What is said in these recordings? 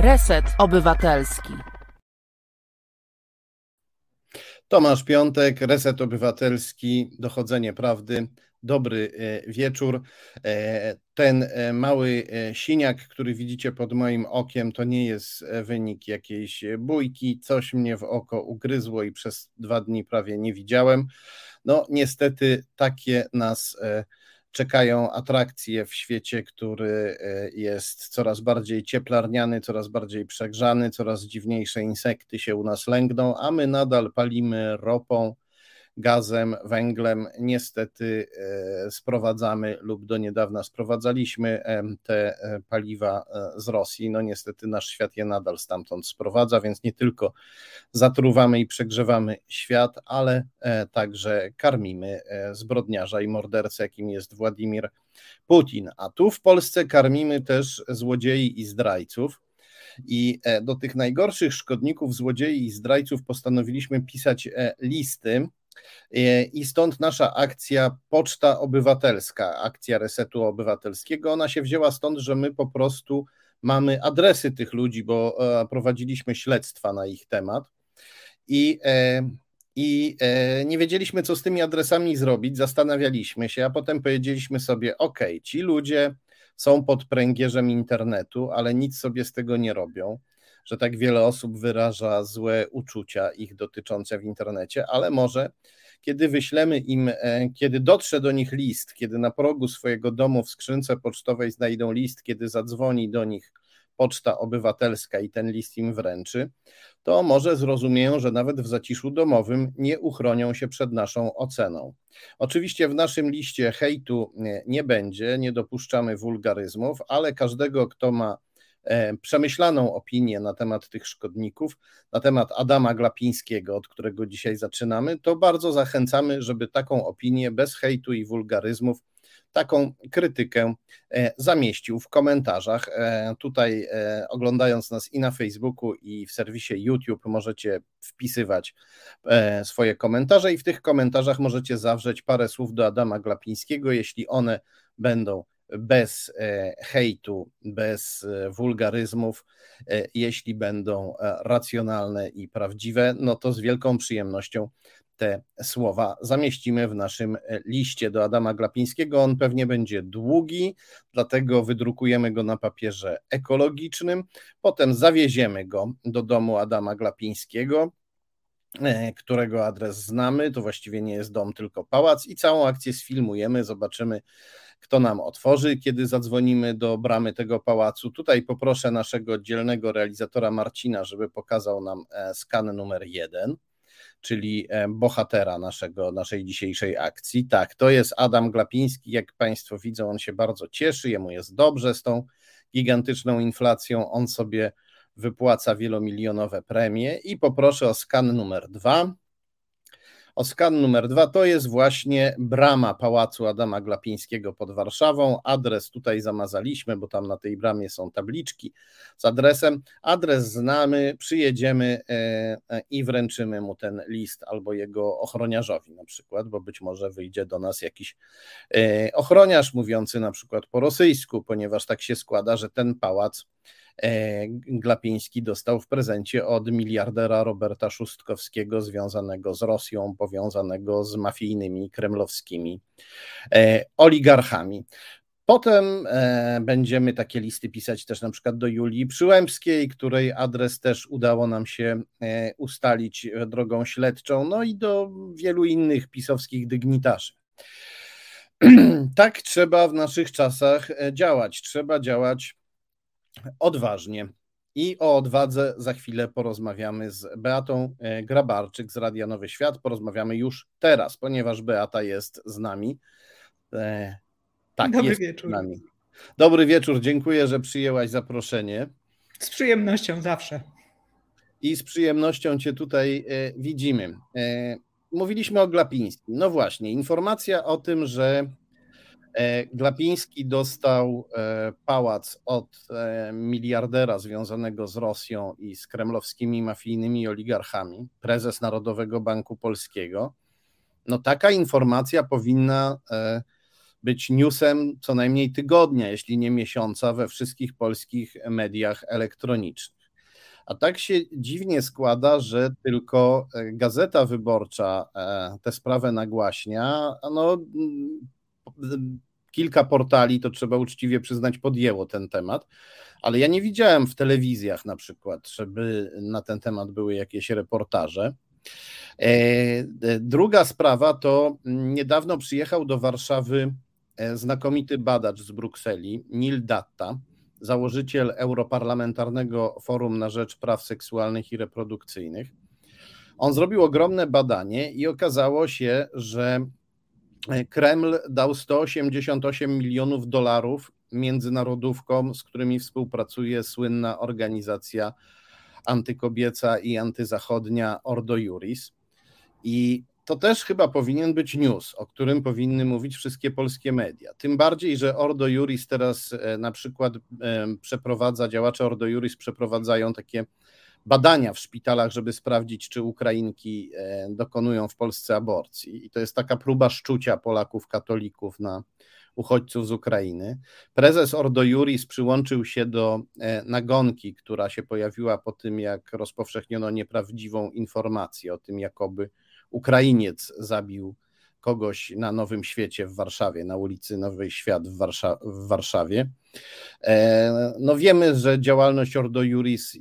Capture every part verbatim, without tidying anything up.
Reset Obywatelski. Tomasz Piątek, Reset Obywatelski, Dochodzenie Prawdy. Dobry wieczór. Ten mały siniak, który widzicie pod moim okiem, to nie jest wynik jakiejś bójki. Coś mnie w oko ugryzło i przez dwa dni prawie nie widziałem. No niestety takie nas czekają atrakcje w świecie, który jest coraz bardziej cieplarniany, coraz bardziej przegrzany, coraz dziwniejsze insekty się u nas lęgną, a my nadal palimy ropą, gazem, węglem. Niestety sprowadzamy lub do niedawna sprowadzaliśmy te paliwa z Rosji. No niestety nasz świat je nadal stamtąd sprowadza, więc nie tylko zatruwamy i przegrzewamy świat, ale także karmimy zbrodniarza i mordercę, jakim jest Władimir Putin. A tu w Polsce karmimy też złodziei i zdrajców. I do tych najgorszych szkodników, złodziei i zdrajców postanowiliśmy pisać listy. I stąd nasza akcja Poczta Obywatelska, akcja Resetu Obywatelskiego. Ona się wzięła stąd, że my po prostu mamy adresy tych ludzi, bo prowadziliśmy śledztwa na ich temat i, i nie wiedzieliśmy, co z tymi adresami zrobić, zastanawialiśmy się, a potem powiedzieliśmy sobie, ok, ci ludzie są pod pręgierzem internetu, ale nic sobie z tego nie robią, że tak wiele osób wyraża złe uczucia ich dotyczące w internecie, ale może kiedy wyślemy im, kiedy dotrze do nich list, kiedy na progu swojego domu w skrzynce pocztowej znajdą list, kiedy zadzwoni do nich Poczta Obywatelska i ten list im wręczy, to może zrozumieją, że nawet w zaciszu domowym nie uchronią się przed naszą oceną. Oczywiście w naszym liście hejtu nie będzie, nie dopuszczamy wulgaryzmów, ale każdego, kto ma przemyślaną opinię na temat tych szkodników, na temat Adama Glapińskiego, od którego dzisiaj zaczynamy, to bardzo zachęcamy, żeby taką opinię bez hejtu i wulgaryzmów, taką krytykę zamieścił w komentarzach. Tutaj oglądając nas i na Facebooku, i w serwisie YouTube możecie wpisywać swoje komentarze i w tych komentarzach możecie zawrzeć parę słów do Adama Glapińskiego, jeśli one będą bez hejtu, bez wulgaryzmów, jeśli będą racjonalne i prawdziwe, no to z wielką przyjemnością te słowa zamieścimy w naszym liście do Adama Glapińskiego. On pewnie będzie długi, dlatego wydrukujemy go na papierze ekologicznym, potem zawieziemy go do domu Adama Glapińskiego, którego adres znamy, to właściwie nie jest dom, tylko pałac, i całą akcję sfilmujemy, zobaczymy, kto nam otworzy, kiedy zadzwonimy do bramy tego pałacu. Tutaj poproszę naszego dzielnego realizatora Marcina, żeby pokazał nam skan numer jeden, czyli bohatera naszego, naszej dzisiejszej akcji. Tak, to jest Adam Glapiński, jak Państwo widzą, on się bardzo cieszy, jemu jest dobrze z tą gigantyczną inflacją, on sobie wypłaca wielomilionowe premie i poproszę o skan numer dwa. O skan numer dwa to jest właśnie brama Pałacu Adama Glapińskiego pod Warszawą. Adres tutaj zamazaliśmy, bo tam na tej bramie są tabliczki z adresem. Adres znamy, przyjedziemy i wręczymy mu ten list albo jego ochroniarzowi na przykład, bo być może wyjdzie do nas jakiś ochroniarz mówiący na przykład po rosyjsku, ponieważ tak się składa, że ten pałac Glapiński dostał w prezencie od miliardera Roberta Szustkowskiego, związanego z Rosją, powiązanego z mafijnymi, kremlowskimi oligarchami. Potem będziemy takie listy pisać też na przykład do Julii Przyłębskiej, której adres też udało nam się ustalić drogą śledczą, no i do wielu innych pisowskich dygnitarzy. Tak trzeba w naszych czasach działać, trzeba działać odważnie. I o odwadze za chwilę porozmawiamy z Beatą Grabarczyk z Radia Nowy Świat. Porozmawiamy już teraz, ponieważ Beata jest z nami. Tak, Dobry jest wieczór. z nami. Dobry wieczór, dziękuję, że przyjęłaś zaproszenie. Z przyjemnością zawsze. I z przyjemnością Cię tutaj widzimy. Mówiliśmy o Glapińskim. No właśnie, informacja o tym, że Glapiński dostał pałac od miliardera związanego z Rosją i z kremlowskimi mafijnymi oligarchami, prezes Narodowego Banku Polskiego. No taka informacja powinna być newsem co najmniej tygodnia, jeśli nie miesiąca, we wszystkich polskich mediach elektronicznych. A tak się dziwnie składa, że tylko Gazeta Wyborcza tę sprawę nagłaśnia. No, kilka portali, to trzeba uczciwie przyznać, podjęło ten temat, ale ja nie widziałem w telewizjach na przykład, żeby na ten temat były jakieś reportaże. Druga sprawa to niedawno przyjechał do Warszawy znakomity badacz z Brukseli, Neil Datta, założyciel Europarlamentarnego Forum na Rzecz Praw Seksualnych i Reprodukcyjnych. On zrobił ogromne badanie i okazało się, że Kreml dał sto osiemdziesiąt osiem milionów dolarów międzynarodówkom, z którymi współpracuje słynna organizacja antykobieca i antyzachodnia Ordo Iuris. I to też chyba powinien być news, o którym powinny mówić wszystkie polskie media. Tym bardziej, że Ordo Iuris teraz na przykład przeprowadza, działacze Ordo Iuris przeprowadzają takie badania w szpitalach, żeby sprawdzić, czy Ukrainki dokonują w Polsce aborcji. I to jest taka próba szczucia Polaków katolików na uchodźców z Ukrainy. Prezes Ordo Iuris przyłączył się do nagonki, która się pojawiła po tym, jak rozpowszechniono nieprawdziwą informację o tym, jakoby Ukrainiec zabił kogoś na Nowym Świecie w Warszawie, na ulicy Nowy Świat w, Warsza- w Warszawie. No wiemy, że działalność Ordo Iuris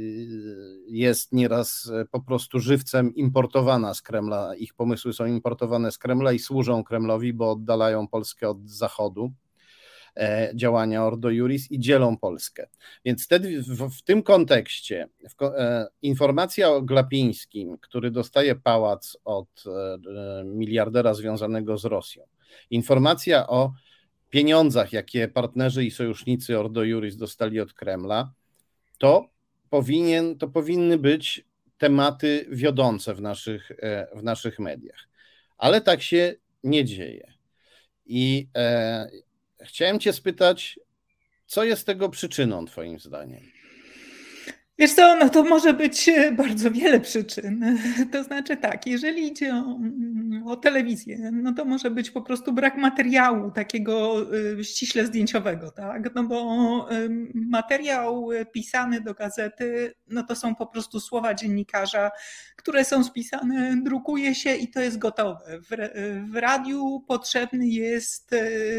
jest nieraz po prostu żywcem importowana z Kremla. Ich pomysły są importowane z Kremla i służą Kremlowi, bo oddalają Polskę od Zachodu, działania Ordo Iuris, i dzielą Polskę. Więc wtedy w, w tym kontekście w, e, informacja o Glapińskim, który dostaje pałac od e, miliardera związanego z Rosją, informacja o pieniądzach, jakie partnerzy i sojusznicy Ordo Iuris dostali od Kremla, to, powinien, to powinny być tematy wiodące w naszych, e, w naszych mediach. Ale tak się nie dzieje. I e, chciałem cię spytać, co jest tego przyczyną, twoim zdaniem? Wiesz co, no to może być bardzo wiele przyczyn. To znaczy tak, jeżeli idzie o, o telewizję, no to może być po prostu brak materiału takiego ściśle zdjęciowego, tak? No bo materiał pisany do gazety, no to są po prostu słowa dziennikarza, które są spisane, drukuje się i to jest gotowe. W, w radiu potrzebny jest,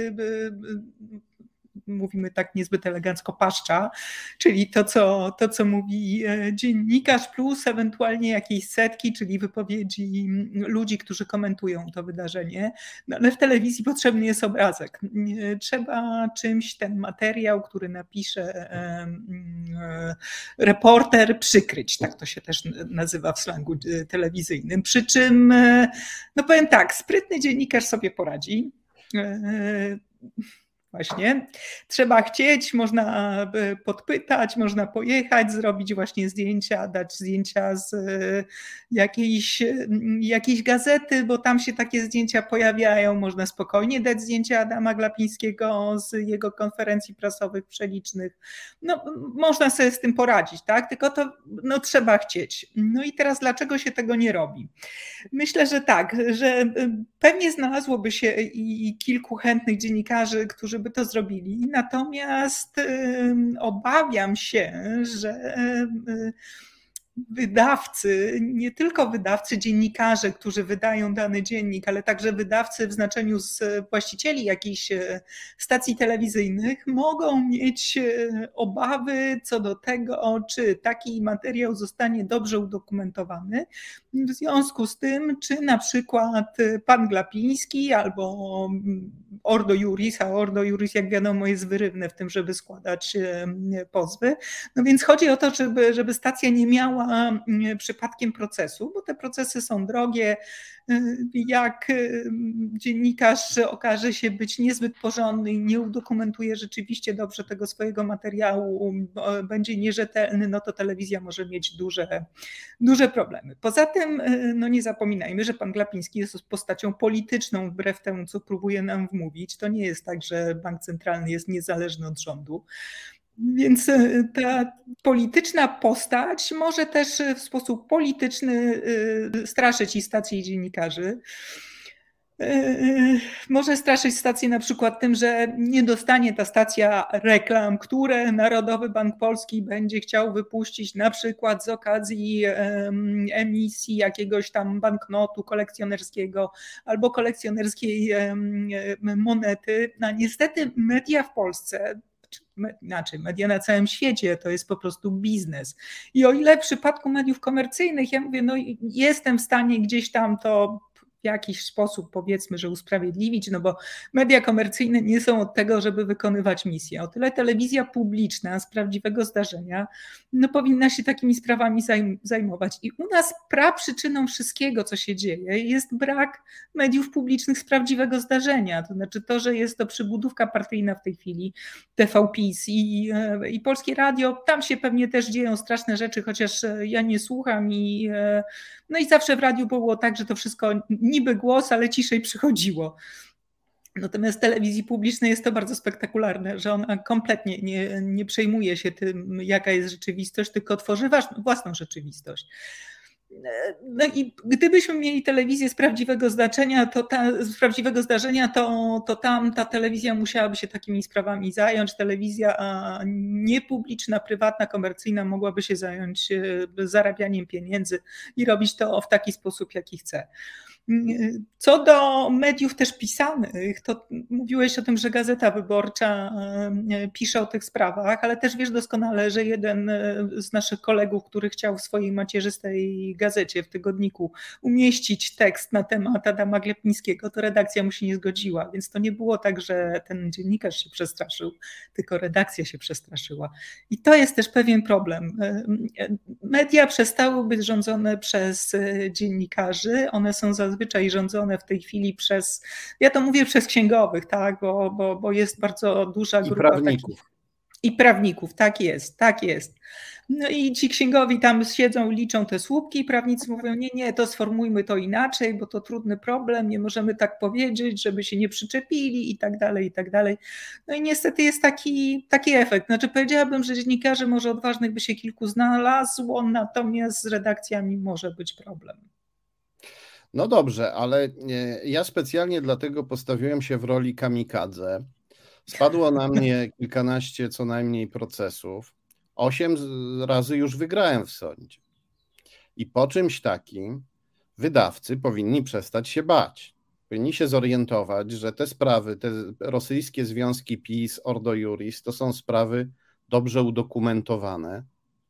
mówimy tak niezbyt elegancko, paszcza, czyli to co, to, co mówi dziennikarz, plus ewentualnie jakieś setki, czyli wypowiedzi ludzi, którzy komentują to wydarzenie. No ale w telewizji potrzebny jest obrazek. Trzeba czymś ten materiał, który napisze reporter, przykryć. Tak to się też nazywa w slangu telewizyjnym. Przy czym, no powiem tak, sprytny dziennikarz sobie poradzi. Właśnie. Trzeba chcieć, można podpytać, można pojechać, zrobić właśnie zdjęcia, dać zdjęcia z jakiejś, jakiejś gazety, bo tam się takie zdjęcia pojawiają. Można spokojnie dać zdjęcia Adama Glapińskiego z jego konferencji prasowych przelicznych. No, można sobie z tym poradzić, tak? Tylko to no, trzeba chcieć. No i teraz dlaczego się tego nie robi? Myślę, że tak, że pewnie znalazłoby się i kilku chętnych dziennikarzy, którzy by to zrobili. Natomiast obawiam się, że wydawcy, nie tylko wydawcy, dziennikarze, którzy wydają dany dziennik, ale także wydawcy w znaczeniu z właścicieli jakichś stacji telewizyjnych mogą mieć obawy co do tego, czy taki materiał zostanie dobrze udokumentowany. W związku z tym, czy na przykład pan Glapiński albo Ordo Iuris, a Ordo Iuris, jak wiadomo, jest wyrywne w tym, żeby składać pozwy. No więc chodzi o to, żeby, żeby stacja nie miała przypadkiem procesu, bo te procesy są drogie. Jak dziennikarz okaże się być niezbyt porządny i nie udokumentuje rzeczywiście dobrze tego swojego materiału, będzie nierzetelny, no to telewizja może mieć duże, duże problemy. Poza tym no nie zapominajmy, że pan Glapiński jest postacią polityczną, wbrew temu, co próbuje nam wmówić. To nie jest tak, że bank centralny jest niezależny od rządu. Więc ta polityczna postać może też w sposób polityczny straszyć i stację dziennikarzy. może straszyć stację na przykład tym, że nie dostanie ta stacja reklam, które Narodowy Bank Polski będzie chciał wypuścić na przykład z okazji emisji jakiegoś tam banknotu kolekcjonerskiego albo kolekcjonerskiej monety. No niestety media w Polsce, inaczej, media na całym świecie to jest po prostu biznes. I o ile w przypadku mediów komercyjnych, ja mówię, no jestem w stanie gdzieś tam to w jakiś sposób powiedzmy, że usprawiedliwić, no bo media komercyjne nie są od tego, żeby wykonywać misję. O tyle telewizja publiczna z prawdziwego zdarzenia no powinna się takimi sprawami zajmować. I u nas praprzyczyną wszystkiego, co się dzieje, jest brak mediów publicznych z prawdziwego zdarzenia. To znaczy to, że jest to przybudówka partyjna w tej chwili, T V PiS i, i Polskie Radio, tam się pewnie też dzieją straszne rzeczy, chociaż ja nie słucham i no i zawsze w radiu było tak, że to wszystko niby głos, ale ciszej przychodziło. Natomiast w telewizji publicznej jest to bardzo spektakularne, że ona kompletnie nie, nie przejmuje się tym, jaka jest rzeczywistość, tylko tworzy własną rzeczywistość. No i gdybyśmy mieli telewizję z prawdziwego zdarzenia, to ta, z prawdziwego zdarzenia, to, to tam ta telewizja musiałaby się takimi sprawami zająć. Telewizja niepubliczna, prywatna, komercyjna mogłaby się zająć zarabianiem pieniędzy i robić to w taki sposób, jaki chce. Co do mediów też pisanych, to mówiłeś o tym, że Gazeta Wyborcza pisze o tych sprawach, ale też wiesz doskonale, że jeden z naszych kolegów, który chciał w swojej macierzystej gazecie, w tygodniku umieścić tekst na temat Adama Glapińskiego, to redakcja mu się nie zgodziła, więc to nie było tak, że ten dziennikarz się przestraszył, tylko redakcja się przestraszyła. I to jest też pewien problem. Media przestały być rządzone przez dziennikarzy, one są zazwyczaj zazwyczaj rządzone w tej chwili przez, ja to mówię przez księgowych, tak, bo, bo, bo jest bardzo duża I grupa prawników. Takich, i prawników, tak jest, tak jest. No i ci księgowi tam siedzą, liczą te słupki i prawnicy mówią, nie, nie, to sformułujmy to inaczej, bo to trudny problem, nie możemy tak powiedzieć, żeby się nie przyczepili i tak dalej, i tak dalej. No i niestety jest taki, taki efekt. Znaczy powiedziałabym, że dziennikarzy może odważnych by się kilku znalazło, natomiast z redakcjami może być problem. No dobrze, ale ja specjalnie dlatego postawiłem się w roli kamikadze. Spadło na mnie kilkanaście co najmniej procesów. Osiem razy już wygrałem w sądzie. I po czymś takim wydawcy powinni przestać się bać. Powinni się zorientować, że te sprawy, te rosyjskie związki PiS, Ordo Iuris, to są sprawy dobrze udokumentowane.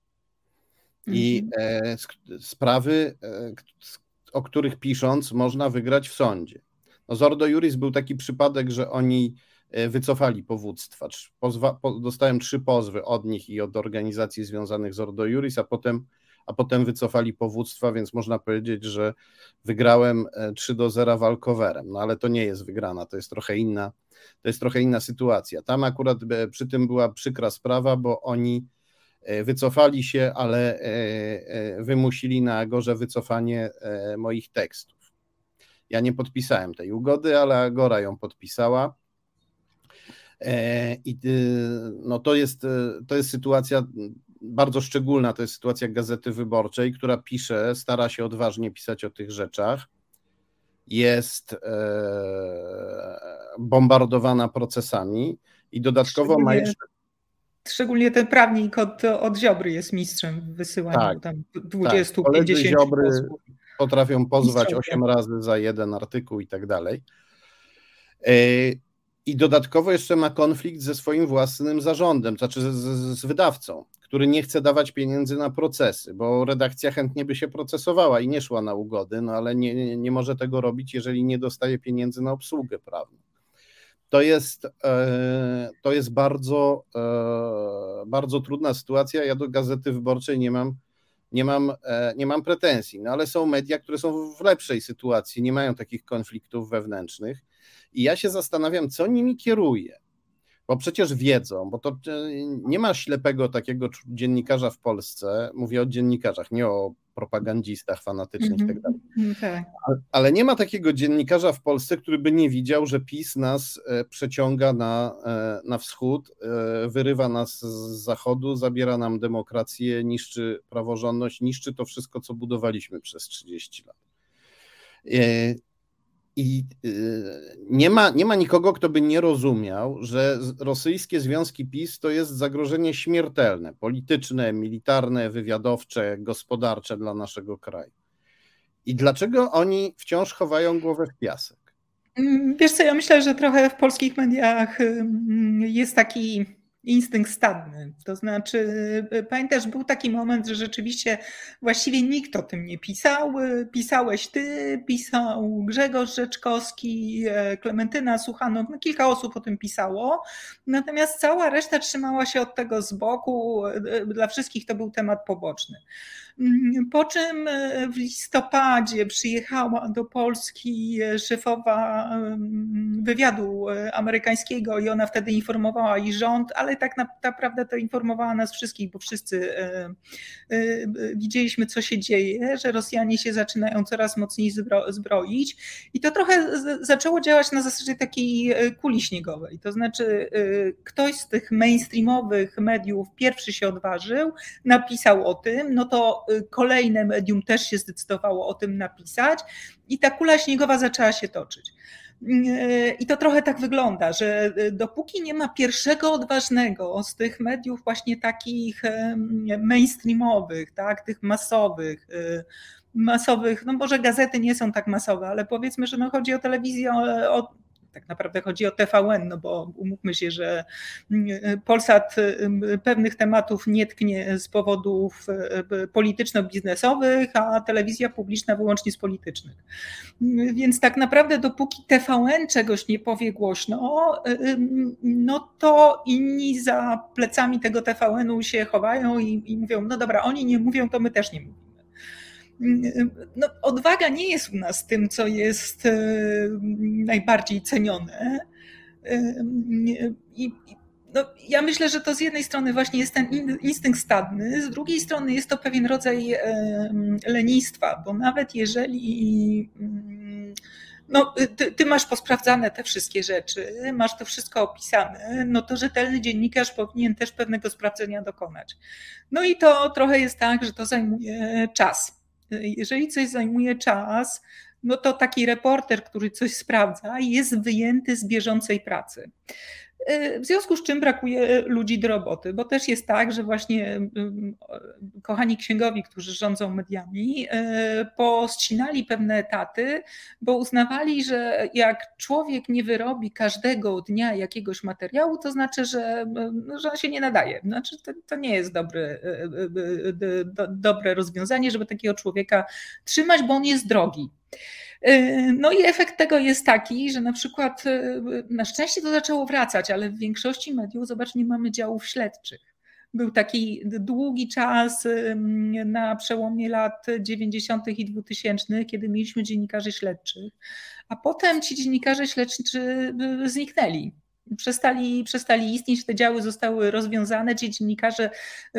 I e, sprawy, e, o których pisząc można wygrać w sądzie. No z Ordo Iuris był taki przypadek, że oni wycofali powództwa. Pozwa, po, dostałem trzy pozwy od nich i od organizacji związanych z Ordo Iuris, a potem, a potem wycofali powództwa, więc można powiedzieć, że wygrałem trzy do zera walkowerem. No ale to nie jest wygrana, to jest trochę inna, to jest trochę inna sytuacja. Tam akurat przy tym była przykra sprawa, bo oni wycofali się, ale wymusili na Agorze wycofanie moich tekstów. Ja nie podpisałem tej ugody, ale Agora ją podpisała. I no to jest, to jest sytuacja bardzo szczególna, to jest sytuacja Gazety Wyborczej, która pisze, stara się odważnie pisać o tych rzeczach. Jest bombardowana procesami i dodatkowo ma jeszcze... Szczególnie ten prawnik od, od Ziobry jest mistrzem w wysyłaniu tak, tam dwudziestu, tak. pięćdziesięciu Ziobry posłów. Potrafią pozwać osiem razy za jeden artykuł i tak dalej. I dodatkowo jeszcze ma konflikt ze swoim własnym zarządem, to znaczy z, z, z wydawcą, który nie chce dawać pieniędzy na procesy, bo redakcja chętnie by się procesowała i nie szła na ugody, no ale nie, nie, nie może tego robić, jeżeli nie dostaje pieniędzy na obsługę prawną. To jest, to jest bardzo, bardzo trudna sytuacja. Ja do Gazety Wyborczej nie mam, nie mam, nie mam pretensji, no ale są media, które są w lepszej sytuacji, nie mają takich konfliktów wewnętrznych i ja się zastanawiam, co nimi kieruje, bo przecież wiedzą, bo to nie ma ślepego takiego dziennikarza w Polsce, mówię o dziennikarzach, nie o propagandzistach fanatycznych i tak dalej, ale nie ma takiego dziennikarza w Polsce, który by nie widział, że PiS nas przeciąga na, na wschód, wyrywa nas z zachodu, zabiera nam demokrację, niszczy praworządność, niszczy to wszystko, co budowaliśmy przez trzydzieści lat. I nie ma, nie ma nikogo, kto by nie rozumiał, że rosyjskie związki PiS to jest zagrożenie śmiertelne, polityczne, militarne, wywiadowcze, gospodarcze dla naszego kraju. I dlaczego oni wciąż chowają głowę w piasek? Wiesz co, ja myślę, że trochę w polskich mediach jest taki instynkt stadny. To znaczy, pamiętasz, był taki moment, że rzeczywiście właściwie nikt o tym nie pisał. Pisałeś ty, pisał Grzegorz Rzeczkowski, Klementyna Suchanow, no kilka osób o tym pisało. Natomiast cała reszta trzymała się od tego z boku. Dla wszystkich to był temat poboczny. Po czym w listopadzie przyjechała do Polski szefowa wywiadu amerykańskiego i ona wtedy informowała i rząd, ale tak naprawdę to informowała nas wszystkich, bo wszyscy widzieliśmy, co się dzieje, że Rosjanie się zaczynają coraz mocniej zbroić i to trochę zaczęło działać na zasadzie takiej kuli śniegowej. To znaczy ktoś z tych mainstreamowych mediów pierwszy się odważył, napisał o tym, no to kolejne medium też się zdecydowało o tym napisać i ta kula śniegowa zaczęła się toczyć. I to trochę tak wygląda, że dopóki nie ma pierwszego odważnego z tych mediów właśnie takich mainstreamowych, tak, tych masowych, masowych, no może gazety nie są tak masowe, ale powiedzmy, że no chodzi o telewizję, o, o tak naprawdę chodzi o T V N, no bo umówmy się, że Polsat pewnych tematów nie tknie z powodów polityczno-biznesowych, a telewizja publiczna wyłącznie z politycznych. Więc tak naprawdę dopóki T V N czegoś nie powie głośno, no to inni za plecami tego T V N-u się chowają i, i mówią, no dobra, oni nie mówią, to my też nie mówimy. No, odwaga nie jest u nas tym, co jest najbardziej cenione. I, no, ja myślę, że to z jednej strony właśnie jest ten instynkt stadny, z drugiej strony jest to pewien rodzaj lenistwa, bo nawet jeżeli no, ty, ty masz posprawdzane te wszystkie rzeczy, masz to wszystko opisane, no to rzetelny dziennikarz powinien też pewnego sprawdzenia dokonać. No i to trochę jest tak, że to zajmuje czas. Jeżeli coś zajmuje czas, no to taki reporter, który coś sprawdza, jest wyjęty z bieżącej pracy. W związku z czym brakuje ludzi do roboty, bo też jest tak, że właśnie kochani księgowi, którzy rządzą mediami, pościnali pewne etaty, bo uznawali, że jak człowiek nie wyrobi każdego dnia jakiegoś materiału, to znaczy, że, że on się nie nadaje. Znaczy, to, to nie jest dobre, do, dobre rozwiązanie, żeby takiego człowieka trzymać, bo on jest drogi. No i efekt tego jest taki, że na przykład na szczęście to zaczęło wracać, ale w większości mediów, zobacz, nie mamy działów śledczych. Był taki długi czas na przełomie lat dziewięćdziesiątych i dwutysięcznych, kiedy mieliśmy dziennikarzy śledczych, a potem ci dziennikarze śledczy zniknęli. Przestali, przestali istnieć, te działy zostały rozwiązane, ci dziennikarze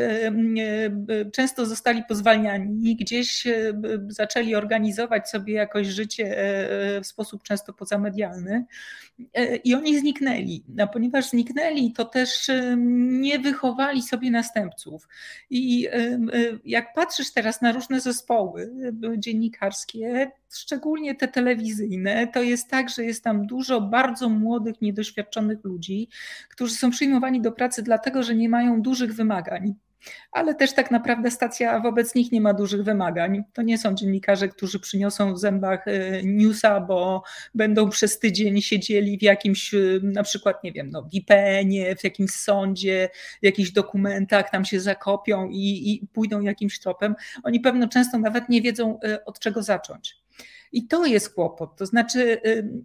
często zostali pozwalniani, gdzieś zaczęli organizować sobie jakoś życie w sposób często pozamedialny i oni zniknęli. A ponieważ zniknęli, to też nie wychowali sobie następców. I jak patrzysz teraz na różne zespoły dziennikarskie, szczególnie te telewizyjne, to jest tak, że jest tam dużo bardzo młodych, niedoświadczonych ludzi, którzy są przyjmowani do pracy dlatego, że nie mają dużych wymagań. Ale też tak naprawdę stacja wobec nich nie ma dużych wymagań. To nie są dziennikarze, którzy przyniosą w zębach newsa, bo będą przez tydzień siedzieli w jakimś, na przykład, nie wiem, no, w I P N-ie, w jakimś sądzie, w jakichś dokumentach, tam się zakopią i, i pójdą jakimś tropem. Oni pewno często nawet nie wiedzą, od czego zacząć. I to jest kłopot. To znaczy,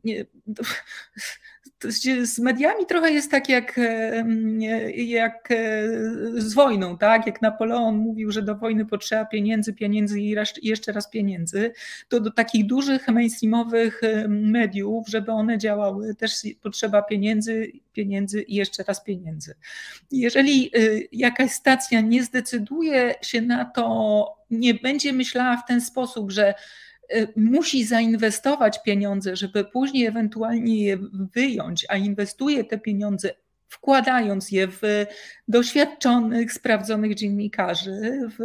z mediami trochę jest tak jak, jak z wojną, tak? Jak Napoleon mówił, że do wojny potrzeba pieniędzy, pieniędzy i jeszcze raz pieniędzy, to do takich dużych mainstreamowych mediów, żeby one działały, też potrzeba pieniędzy, pieniędzy i jeszcze raz pieniędzy. Jeżeli jakaś stacja nie zdecyduje się na to, nie będzie myślała w ten sposób, że musi zainwestować pieniądze, żeby później ewentualnie je wyjąć, a inwestuje te pieniądze wkładając je w doświadczonych, sprawdzonych dziennikarzy, w,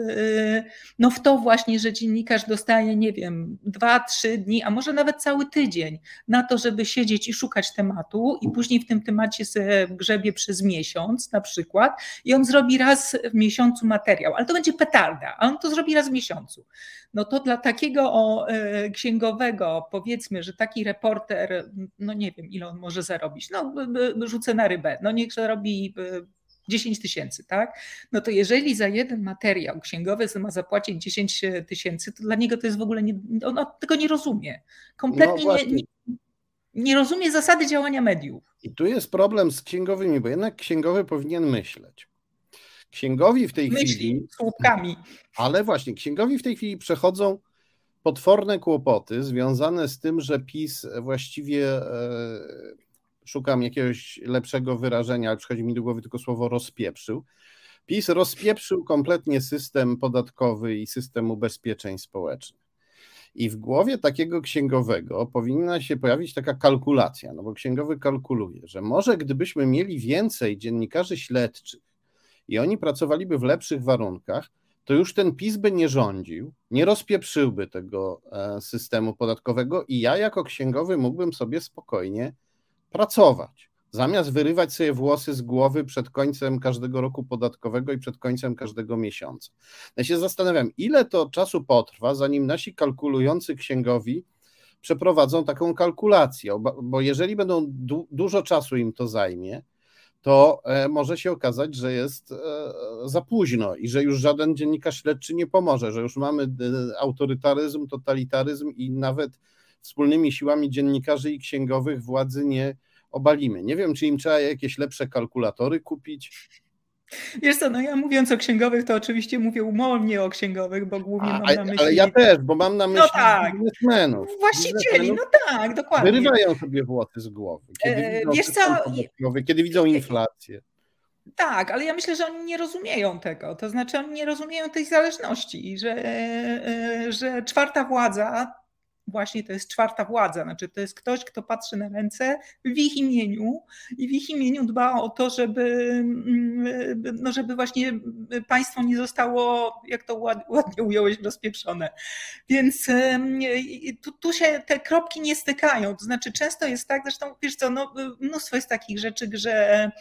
no w to właśnie, że dziennikarz dostaje, nie wiem, dwa, trzy dni, a może nawet cały tydzień na to, żeby siedzieć i szukać tematu i później w tym temacie sobie grzebie przez miesiąc na przykład i on zrobi raz w miesiącu materiał, ale to będzie petarda, a on to zrobi raz w miesiącu. No to dla takiego o, e, księgowego, powiedzmy, że taki reporter, no nie wiem, ile on może zarobić, no rzucę na rybę, no niech zarobi dziesięć tysięcy, tak? No to jeżeli za jeden materiał księgowy ma zapłacić dziesięć tysięcy, to dla niego to jest w ogóle, nie, on, on tego nie rozumie. Kompletnie No nie, nie, nie rozumie zasady działania mediów. I tu jest problem z księgowymi, bo jednak księgowy powinien myśleć. Księgowi w tej Myśli chwili... słupkami. Ale właśnie, księgowi w tej chwili przechodzą potworne kłopoty związane z tym, że PiS właściwie, e, szukam jakiegoś lepszego wyrażenia, ale przychodzi mi do głowy tylko słowo rozpieprzył. PiS rozpieprzył kompletnie system podatkowy i system ubezpieczeń społecznych. I w głowie takiego księgowego powinna się pojawić taka kalkulacja, no bo księgowy kalkuluje, że może gdybyśmy mieli więcej dziennikarzy śledczych i oni pracowaliby w lepszych warunkach, to już ten PiS by nie rządził, nie rozpieprzyłby tego systemu podatkowego i ja jako księgowy mógłbym sobie spokojnie pracować, zamiast wyrywać sobie włosy z głowy przed końcem każdego roku podatkowego i przed końcem każdego miesiąca. Ja się zastanawiam, ile to czasu potrwa, zanim nasi kalkulujący księgowi przeprowadzą taką kalkulację, bo jeżeli będą du- dużo czasu im to zajmie, to może się okazać, że jest za późno i że już żaden dziennikarz śledczy nie pomoże, że już mamy autorytaryzm, totalitaryzm i nawet wspólnymi siłami dziennikarzy i księgowych władzy nie obalimy. Nie wiem, czy im trzeba jakieś lepsze kalkulatory kupić. Wiesz co, no ja mówiąc o księgowych, to oczywiście mówię umownie o księgowych, bo głównie A, mam na myśli... Ale ja też, bo mam na myśli no tak. biznesmenów. Właścicieli, no tak, dokładnie. Wyrywają sobie włosy z głowy, kiedy e, widzą wiesz system co? podatkowy, kiedy widzą inflację. Tak, ale ja myślę, że oni nie rozumieją tego. To znaczy oni nie rozumieją tej zależności, że, że czwarta władza, właśnie to jest czwarta władza, znaczy to jest ktoś, kto patrzy na ręce w ich imieniu i w ich imieniu dba o to, żeby, no żeby właśnie państwo nie zostało, jak to ładnie ująłeś, rozpieprzone. Więc tu, tu się te kropki nie stykają. To znaczy często jest tak, zresztą wiesz co, no, mnóstwo jest takich rzeczy, że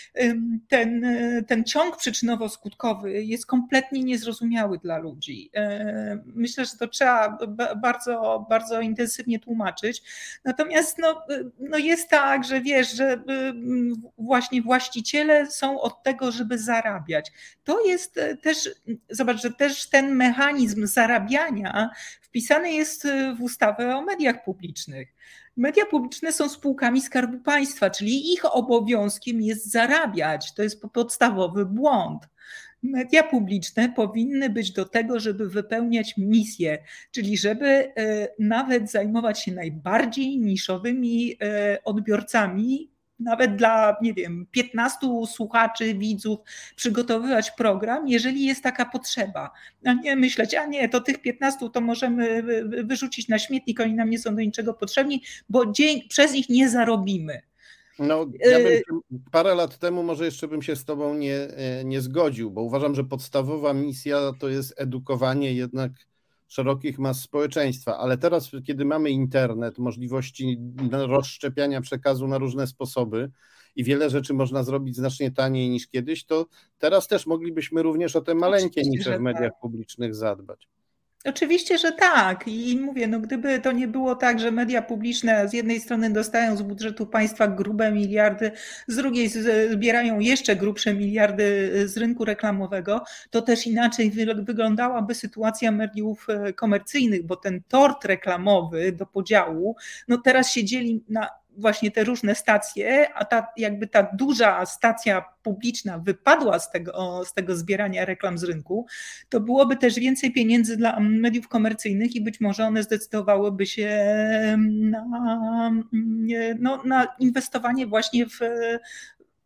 ten, ten ciąg przyczynowo-skutkowy jest kompletnie niezrozumiały dla ludzi. Myślę, że to trzeba bardzo, bardzo intensywnie tłumaczyć. Natomiast no, no jest tak, że wiesz, że właśnie właściciele są od tego, żeby zarabiać. To jest też, zobacz, że też ten mechanizm zarabiania wpisany jest w ustawę o mediach publicznych. Media publiczne są spółkami Skarbu Państwa, czyli ich obowiązkiem jest zarabiać. To jest podstawowy błąd. Media publiczne powinny być do tego, żeby wypełniać misję, czyli żeby nawet zajmować się najbardziej niszowymi odbiorcami, nawet dla, nie wiem, piętnastu słuchaczy, widzów, przygotowywać program, jeżeli jest taka potrzeba. A nie myśleć, a nie, to tych piętnastu to możemy wyrzucić na śmietnik, oni nam nie są do niczego potrzebni, bo dzień, przez nich nie zarobimy. No, ja bym parę lat temu może jeszcze bym się z tobą nie, nie zgodził, bo uważam, że podstawowa misja to jest edukowanie jednak szerokich mas społeczeństwa, ale teraz, kiedy mamy internet, możliwości rozszczepiania przekazu na różne sposoby i wiele rzeczy można zrobić znacznie taniej niż kiedyś, to teraz też moglibyśmy również o te maleńkie nisze w mediach tak. publicznych zadbać. Oczywiście, że tak. I mówię, no gdyby to nie było tak, że media publiczne z jednej strony dostają z budżetu państwa grube miliardy, z drugiej zbierają jeszcze grubsze miliardy z rynku reklamowego, to też inaczej wyglądałaby sytuacja mediów komercyjnych, bo ten tort reklamowy do podziału, no teraz się dzieli na właśnie te różne stacje, a ta jakby ta duża stacja publiczna wypadła z tego, z tego zbierania reklam z rynku, to byłoby też więcej pieniędzy dla mediów komercyjnych i być może one zdecydowałyby się na, no, na inwestowanie właśnie w,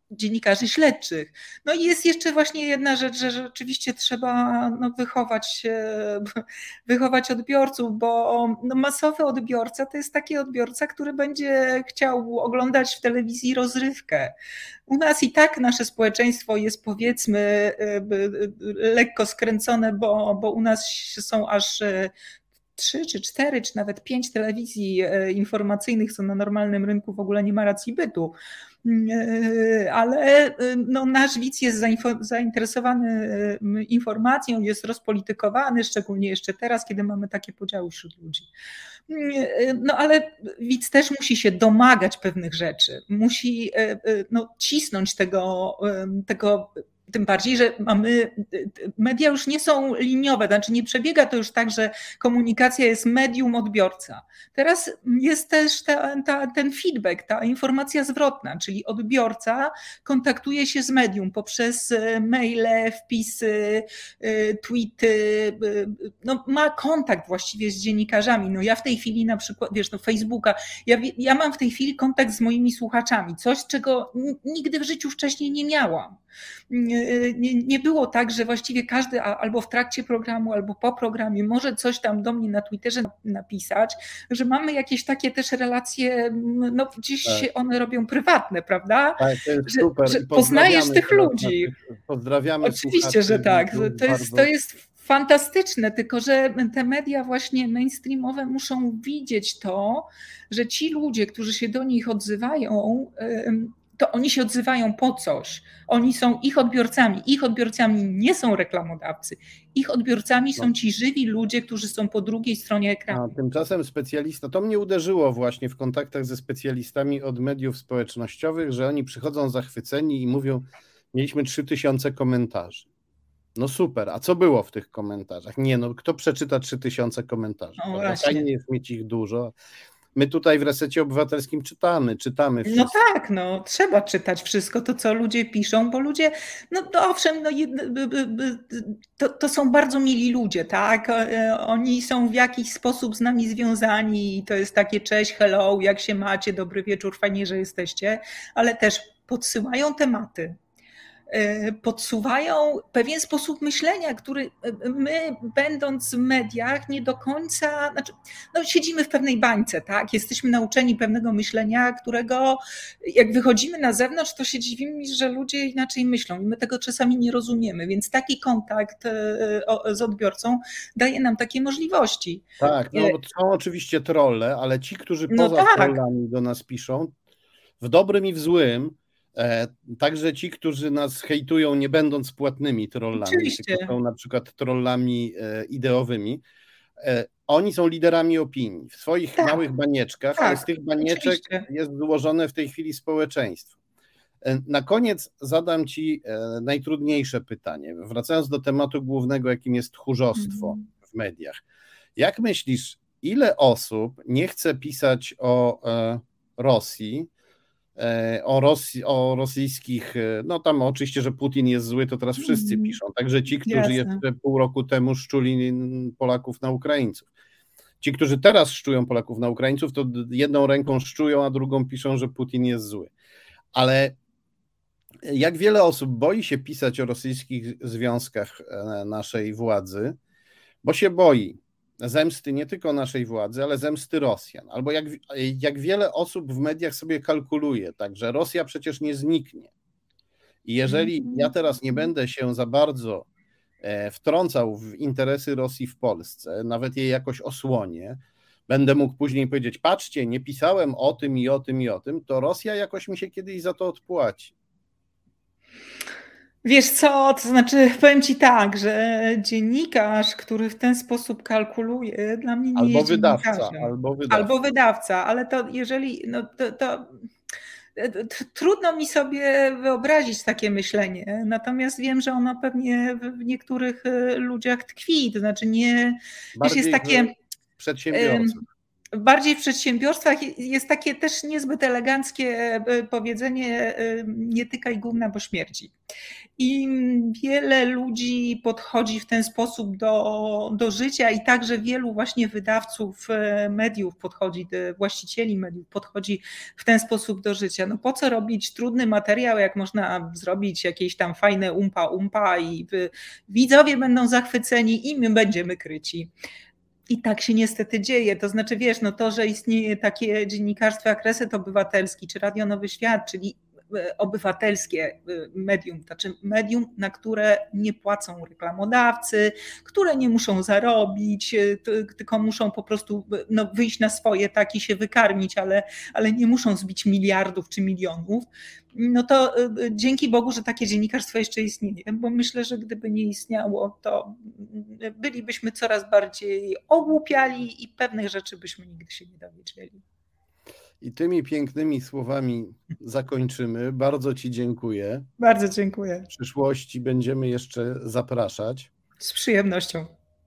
dziennikarzy śledczych. No i jest jeszcze właśnie jedna rzecz, że rzeczywiście trzeba no, wychować, wychować odbiorców, bo no, masowy odbiorca to jest taki odbiorca, który będzie chciał oglądać w telewizji rozrywkę. U nas i tak nasze społeczeństwo jest, powiedzmy, lekko skręcone, bo, bo u nas są aż trzy czy cztery, czy nawet pięć telewizji informacyjnych, co na normalnym rynku w ogóle nie ma racji bytu. Ale no, nasz widz jest zainteresowany informacją, jest rozpolitykowany, szczególnie jeszcze teraz, kiedy mamy takie podziały wśród ludzi. No ale widz też musi się domagać pewnych rzeczy, musi no, cisnąć tego, tego. Tym bardziej, że mamy, media już nie są liniowe, znaczy nie przebiega to już tak, że komunikacja jest medium odbiorca. Teraz jest też ta, ta, ten feedback, ta informacja zwrotna, czyli odbiorca kontaktuje się z medium poprzez maile, wpisy, tweety, no ma kontakt właściwie z dziennikarzami. No ja w tej chwili na przykład, wiesz, no Facebooka, ja, ja mam w tej chwili kontakt z moimi słuchaczami, coś czego nigdy w życiu wcześniej nie miałam. Nie, nie było tak, że właściwie każdy albo w trakcie programu, albo po programie może coś tam do mnie na Twitterze napisać, że mamy jakieś takie też relacje, no gdzieś tak. się one robią prywatne, prawda? Tak, to jest że, super. że poznajesz tych ludzi. Pozdrawiamy. Oczywiście, że tak. To jest, to jest fantastyczne, tylko że te media właśnie mainstreamowe muszą widzieć to, że ci ludzie, którzy się do nich odzywają, to oni się odzywają po coś. Oni są ich odbiorcami. Ich odbiorcami nie są reklamodawcy. Ich odbiorcami są ci żywi ludzie, którzy są po drugiej stronie ekranu. A tymczasem specjalista, to mnie uderzyło właśnie w kontaktach ze specjalistami od mediów społecznościowych, że oni przychodzą zachwyceni i mówią, mieliśmy trzy tysiące komentarzy. No super, a co było w tych komentarzach? Nie no, kto przeczyta trzy tysiące komentarzy? No fajnie jest mieć ich dużo. My tutaj w Resecie Obywatelskim czytamy, czytamy wszystko. No tak, no trzeba czytać wszystko to, co ludzie piszą, bo ludzie, no to owszem, no, to, to są bardzo mili ludzie, tak? Oni są w jakiś sposób z nami związani i to jest takie cześć, hello, jak się macie, dobry wieczór, fajnie, że jesteście, ale też podsyłają tematy. Podsuwają pewien sposób myślenia, który my, będąc w mediach, nie do końca, znaczy, no siedzimy w pewnej bańce, tak? Jesteśmy nauczeni pewnego myślenia, którego jak wychodzimy na zewnątrz, to się dziwimy, że ludzie inaczej myślą i my tego czasami nie rozumiemy, więc taki kontakt z odbiorcą daje nam takie możliwości. Tak, no bo są oczywiście trolle, ale ci, którzy poza no tak. trollami do nas piszą, w dobrym i w złym, także ci, którzy nas hejtują, nie będąc płatnymi trollami, oczywiście. tylko są na przykład trollami ideowymi, oni są liderami opinii w swoich tak, małych banieczkach, tak, ale z tych banieczek oczywiście. Jest złożone w tej chwili społeczeństwo. Na koniec zadam Ci najtrudniejsze pytanie, wracając do tematu głównego, jakim jest tchórzostwo mm. w mediach. Jak myślisz, ile osób nie chce pisać o Rosji, O, Rosji, o rosyjskich, no tam oczywiście, że Putin jest zły, to teraz wszyscy piszą, także ci, którzy Jasne. Jeszcze pół roku temu szczuli Polaków na Ukraińców. Ci, którzy teraz szczują Polaków na Ukraińców, to jedną ręką szczują, a drugą piszą, że Putin jest zły. Ale jak wiele osób boi się pisać o rosyjskich związkach naszej władzy, bo się boi zemsty nie tylko naszej władzy, ale zemsty Rosjan. Albo jak, jak wiele osób w mediach sobie kalkuluje, tak, że Rosja przecież nie zniknie. I jeżeli ja teraz nie będę się za bardzo wtrącał w interesy Rosji w Polsce, nawet jej jakoś osłonię, będę mógł później powiedzieć, patrzcie, nie pisałem o tym i o tym i o tym, to Rosja jakoś mi się kiedyś za to odpłaci. Wiesz co, to znaczy powiem Ci tak, że dziennikarz, który w ten sposób kalkuluje, dla mnie nie albo jest wydawca, dziennikarzem. Albo wydawca. Albo wydawca, ale to jeżeli, no to, to trudno mi sobie wyobrazić takie myślenie, natomiast wiem, że ono pewnie w niektórych ludziach tkwi, to znaczy nie, wiesz, jest takie... Przedsiębiorców. Bardziej w przedsiębiorstwach jest takie też niezbyt eleganckie powiedzenie: nie tykaj gówna, bo śmierdzi. I wiele ludzi podchodzi w ten sposób do, do życia i także wielu właśnie wydawców mediów podchodzi, właścicieli mediów podchodzi w ten sposób do życia. No po co robić trudny materiał, jak można zrobić jakieś tam fajne umpa umpa i widzowie będą zachwyceni i my będziemy kryci. I tak się niestety dzieje. To znaczy, wiesz, no to, że istnieje takie dziennikarstwo jak Reset Obywatelski czy Radio Nowy Świat, czyli obywatelskie medium, znaczy medium, na które nie płacą reklamodawcy, które nie muszą zarobić, tylko muszą po prostu no, wyjść na swoje, tak i się wykarmić, ale, ale nie muszą zbić miliardów czy milionów. No to dzięki Bogu, że takie dziennikarstwo jeszcze istnieje, bo myślę, że gdyby nie istniało, to bylibyśmy coraz bardziej ogłupiali i pewnych rzeczy byśmy nigdy się nie dowiedzieli. I tymi pięknymi słowami zakończymy. Bardzo Ci dziękuję. Bardzo dziękuję. W przyszłości będziemy jeszcze zapraszać. Z przyjemnością.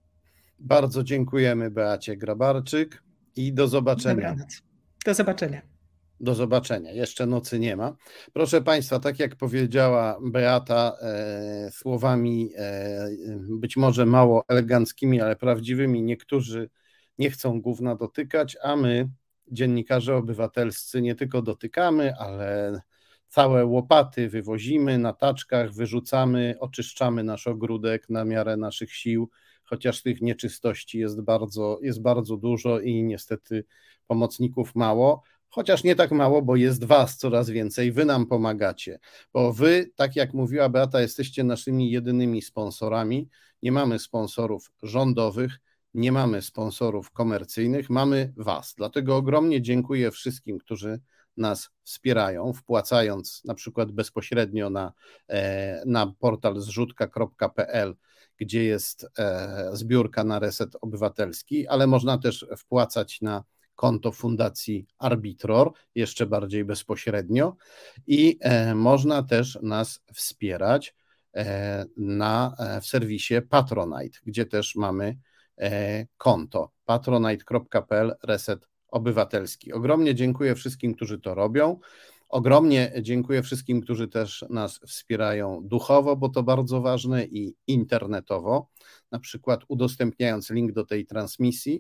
Bardzo dziękujemy Beacie Grabarczyk i do zobaczenia. Dobranoc. Do zobaczenia. Do zobaczenia. Jeszcze nocy nie ma. Proszę Państwa, tak jak powiedziała Beata, e, słowami e, być może mało eleganckimi, ale prawdziwymi, niektórzy nie chcą gówna dotykać, a my, dziennikarze obywatelscy, nie tylko dotykamy, ale całe łopaty wywozimy na taczkach, wyrzucamy, oczyszczamy nasz ogródek na miarę naszych sił, chociaż tych nieczystości jest bardzo, jest bardzo dużo i niestety pomocników mało. Chociaż nie tak mało, bo jest was coraz więcej, wy nam pomagacie, bo wy, tak jak mówiła Beata, jesteście naszymi jedynymi sponsorami, nie mamy sponsorów rządowych, nie mamy sponsorów komercyjnych, mamy was, dlatego ogromnie dziękuję wszystkim, którzy nas wspierają, wpłacając na przykład bezpośrednio na, na portal zrzutka kropka pe el, gdzie jest zbiórka na Reset Obywatelski, ale można też wpłacać na konto Fundacji Arbitror, jeszcze bardziej bezpośrednio i e, można też nas wspierać e, na, e, w serwisie Patronite, gdzie też mamy e, konto patronite kropka pe el Reset Obywatelski. Ogromnie dziękuję wszystkim, którzy to robią. Ogromnie dziękuję wszystkim, którzy też nas wspierają duchowo, bo to bardzo ważne, i internetowo, na przykład udostępniając link do tej transmisji,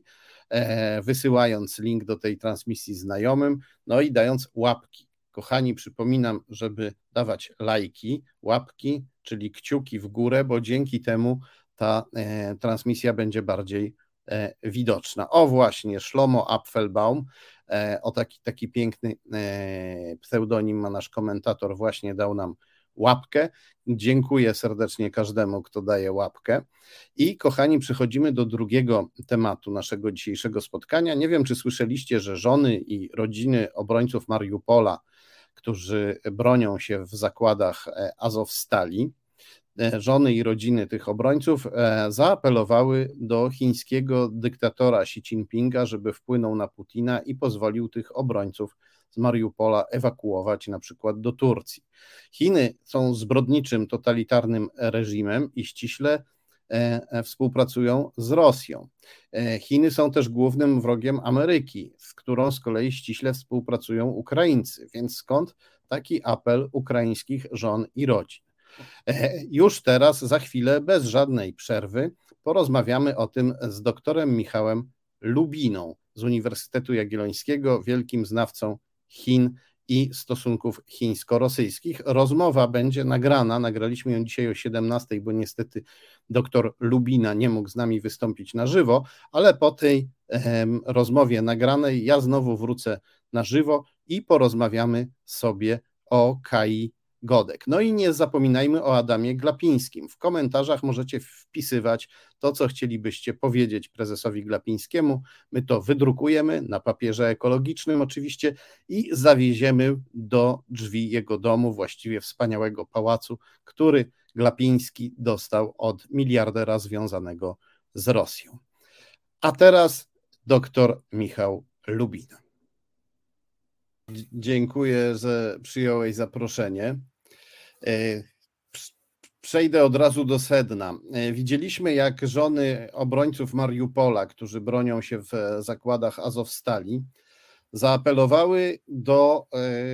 wysyłając link do tej transmisji znajomym, no i dając łapki. Kochani, przypominam, żeby dawać lajki, łapki, czyli kciuki w górę, bo dzięki temu ta transmisja będzie bardziej widoczna. O właśnie, Szlomo Apfelbaum, o taki, taki piękny pseudonim ma nasz komentator, właśnie dał nam łapkę. Dziękuję serdecznie każdemu, kto daje łapkę. I kochani, przechodzimy do drugiego tematu naszego dzisiejszego spotkania. Nie wiem, czy słyszeliście, że żony i rodziny obrońców Mariupola, którzy bronią się w zakładach Azowstali, żony i rodziny tych obrońców zaapelowały do chińskiego dyktatora Xi Jinpinga, żeby wpłynął na Putina i pozwolił tych obrońców z Mariupola ewakuować na przykład do Turcji. Chiny są zbrodniczym, totalitarnym reżimem i ściśle współpracują z Rosją. Chiny są też głównym wrogiem Ameryki, z którą z kolei ściśle współpracują Ukraińcy, więc skąd taki apel ukraińskich żon i rodzin? Już teraz, za chwilę, bez żadnej przerwy, porozmawiamy o tym z doktorem Michałem Lubiną z Uniwersytetu Jagiellońskiego, wielkim znawcą Chin i stosunków chińsko-rosyjskich. Rozmowa będzie nagrana, nagraliśmy ją dzisiaj o siedemnastej, bo niestety doktor Lubina nie mógł z nami wystąpić na żywo, ale po tej em, rozmowie nagranej ja znowu wrócę na żywo i porozmawiamy sobie o Kai Godek. No i nie zapominajmy o Adamie Glapińskim. W komentarzach możecie wpisywać to, co chcielibyście powiedzieć prezesowi Glapińskiemu. My to wydrukujemy na papierze ekologicznym oczywiście i zawieziemy do drzwi jego domu, właściwie wspaniałego pałacu, który Glapiński dostał od miliardera związanego z Rosją. A teraz doktor Michał Lubina. Dziękuję, że przyjąłeś zaproszenie. przejdę od razu do sedna. Widzieliśmy, jak żony obrońców Mariupola, którzy bronią się w zakładach Azowstali, zaapelowały do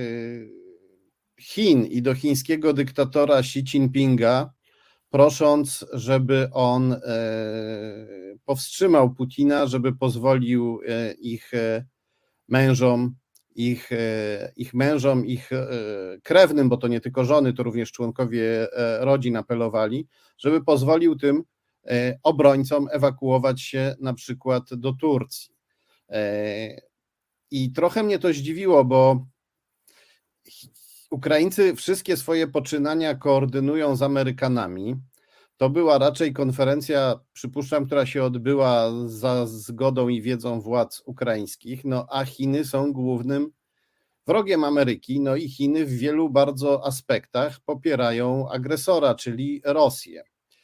Chin i do chińskiego dyktatora Xi Jinpinga, prosząc, żeby on powstrzymał Putina, żeby pozwolił ich mężom, ich, ich mężom, ich krewnym, bo to nie tylko żony, to również członkowie rodzin apelowali, żeby pozwolił tym obrońcom ewakuować się na przykład do Turcji. I trochę mnie to zdziwiło, bo Ukraińcy wszystkie swoje poczynania koordynują z Amerykanami. To była raczej konferencja, przypuszczam, która się odbyła za zgodą i wiedzą władz ukraińskich, no a Chiny są głównym wrogiem Ameryki, no i Chiny w wielu bardzo aspektach popierają agresora, czyli Rosję.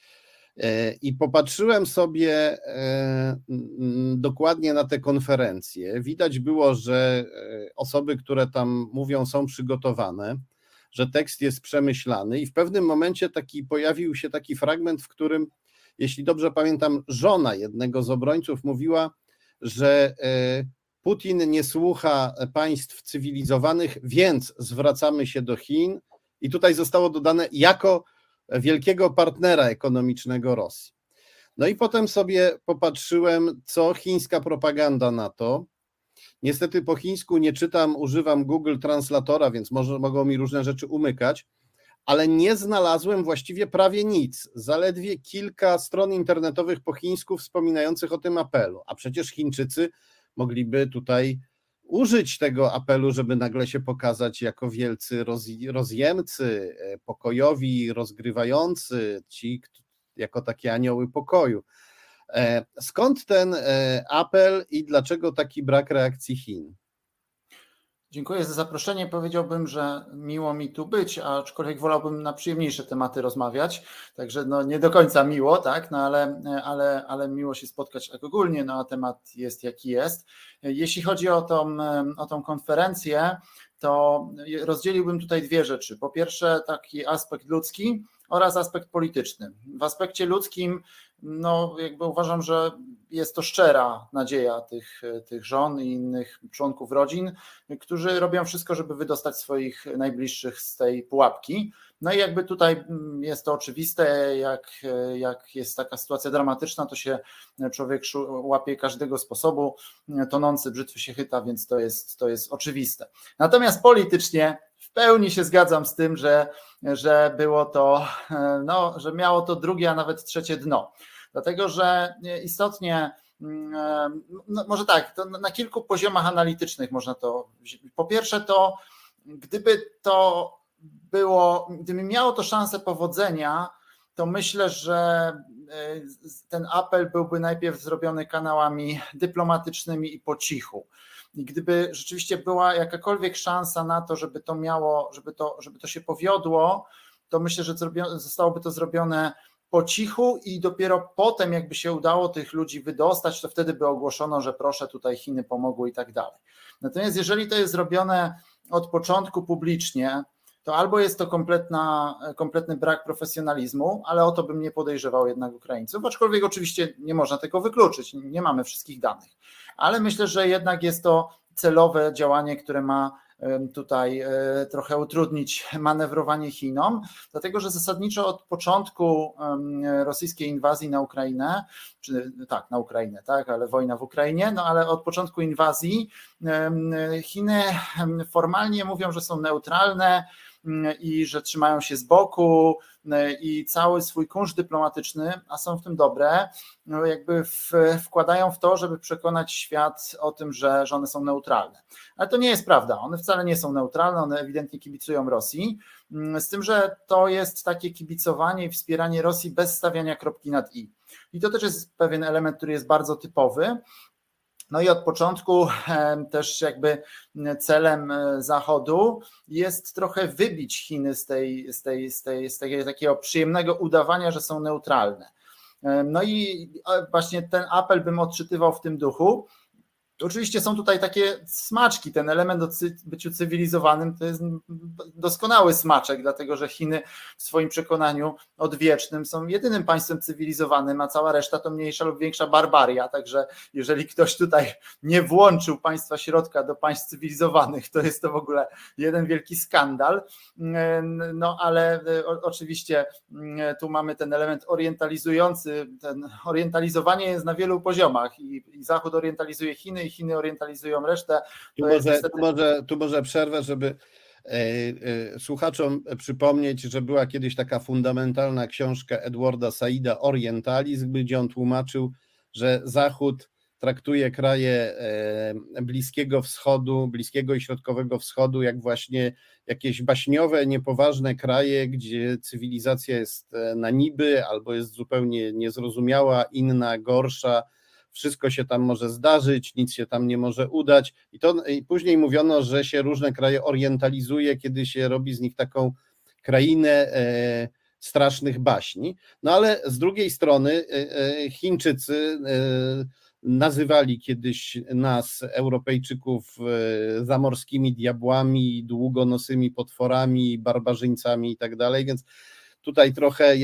I popatrzyłem sobie dokładnie na tę konferencję. Widać było, że osoby, które tam mówią, są przygotowane, że tekst jest przemyślany i w pewnym momencie taki pojawił się taki fragment, w którym, jeśli dobrze pamiętam, żona jednego z obrońców mówiła, że Putin nie słucha państw cywilizowanych, więc zwracamy się do Chin i tutaj zostało dodane jako wielkiego partnera ekonomicznego Rosji. No i potem sobie popatrzyłem, co chińska propaganda na to. Niestety po chińsku nie czytam, używam Google Translatora, więc może mogą mi różne rzeczy umykać, ale nie znalazłem właściwie prawie nic. Zaledwie kilka stron internetowych po chińsku wspominających o tym apelu. A przecież Chińczycy mogliby tutaj użyć tego apelu, żeby nagle się pokazać jako wielcy rozjemcy, pokojowi, rozgrywający, ci jako takie anioły pokoju. Skąd ten apel i dlaczego taki brak reakcji Chin? Dziękuję za zaproszenie. Powiedziałbym, że miło mi tu być, aczkolwiek wolałbym na przyjemniejsze tematy rozmawiać, także no nie do końca miło, tak, no ale, ale, ale miło się spotkać tak ogólnie, no a temat jest jaki jest. Jeśli chodzi o tą, o tą konferencję, to rozdzieliłbym tutaj dwie rzeczy. Po pierwsze taki aspekt ludzki oraz aspekt polityczny. W aspekcie ludzkim no jakby uważam, że jest to szczera nadzieja tych, tych żon i innych członków rodzin, którzy robią wszystko, żeby wydostać swoich najbliższych z tej pułapki. No i jakby tutaj jest to oczywiste, jak, jak jest taka sytuacja dramatyczna, to się człowiek łapie każdego sposobu, tonący brzytwy się chyta, więc to jest, to jest oczywiste. Natomiast politycznie w pełni się zgadzam z tym, że, że było to, no, że miało to drugie, a nawet trzecie dno. Dlatego, że istotnie, no może tak, to na kilku poziomach analitycznych można to. Po pierwsze, to gdyby to było, gdyby miało to szansę powodzenia, to myślę, że ten apel byłby najpierw zrobiony kanałami dyplomatycznymi i po cichu. I gdyby rzeczywiście była jakakolwiek szansa na to, żeby to miało, żeby to, żeby to się powiodło, to myślę, że zostałoby to zrobione po cichu i dopiero potem, jakby się udało tych ludzi wydostać, to wtedy by ogłoszono, że proszę, tutaj Chiny pomogły i tak dalej. Natomiast jeżeli to jest zrobione od początku publicznie, to albo jest to kompletna, kompletny brak profesjonalizmu, ale o to bym nie podejrzewał jednak Ukraińców, aczkolwiek oczywiście nie można tego wykluczyć, nie mamy wszystkich danych, ale myślę, że jednak jest to celowe działanie, które ma tutaj trochę utrudnić manewrowanie Chinom, dlatego że zasadniczo od początku rosyjskiej inwazji na Ukrainę, czy tak, na Ukrainę, tak, ale wojna w Ukrainie, no ale od początku inwazji Chiny formalnie mówią, że są neutralne i że trzymają się z boku i cały swój kunszt dyplomatyczny, a są w tym dobre, no jakby w, wkładają w to, żeby przekonać świat o tym, że, że one są neutralne. Ale to nie jest prawda, one wcale nie są neutralne, one ewidentnie kibicują Rosji, z tym, że to jest takie kibicowanie i wspieranie Rosji bez stawiania kropki nad i. I to też jest pewien element, który jest bardzo typowy. No i od początku też jakby celem Zachodu jest trochę wybić Chiny z tej, z tej, z tej, z tej takiego przyjemnego udawania, że są neutralne. No i właśnie ten apel bym odczytywał w tym duchu. Oczywiście są tutaj takie smaczki, ten element o cy- byciu cywilizowanym to jest doskonały smaczek, dlatego że Chiny w swoim przekonaniu odwiecznym są jedynym państwem cywilizowanym, a cała reszta to mniejsza lub większa barbaria, także jeżeli ktoś tutaj nie włączył państwa środka do państw cywilizowanych, to jest to w ogóle jeden wielki skandal, no ale oczywiście tu mamy ten element orientalizujący, ten orientalizowanie jest na wielu poziomach i, i Zachód orientalizuje Chiny i Chiny orientalizują resztę. Tu może, niestety... tu, może, tu może przerwę, żeby e, e, słuchaczom przypomnieć, że była kiedyś taka fundamentalna książka Edwarda Saida Orientalizm, gdzie on tłumaczył, że Zachód traktuje kraje e, Bliskiego Wschodu, Bliskiego i Środkowego Wschodu jak właśnie jakieś baśniowe, niepoważne kraje, gdzie cywilizacja jest na niby albo jest zupełnie niezrozumiała, inna, gorsza. Wszystko się tam może zdarzyć, nic się tam nie może udać. I to i później mówiono, że się różne kraje orientalizuje, kiedy się robi z nich taką krainę e, strasznych baśni. No ale z drugiej strony e, Chińczycy e, nazywali kiedyś nas, Europejczyków, e, zamorskimi diabłami, długonosymi potworami, barbarzyńcami i tak dalej, więc tutaj trochę e,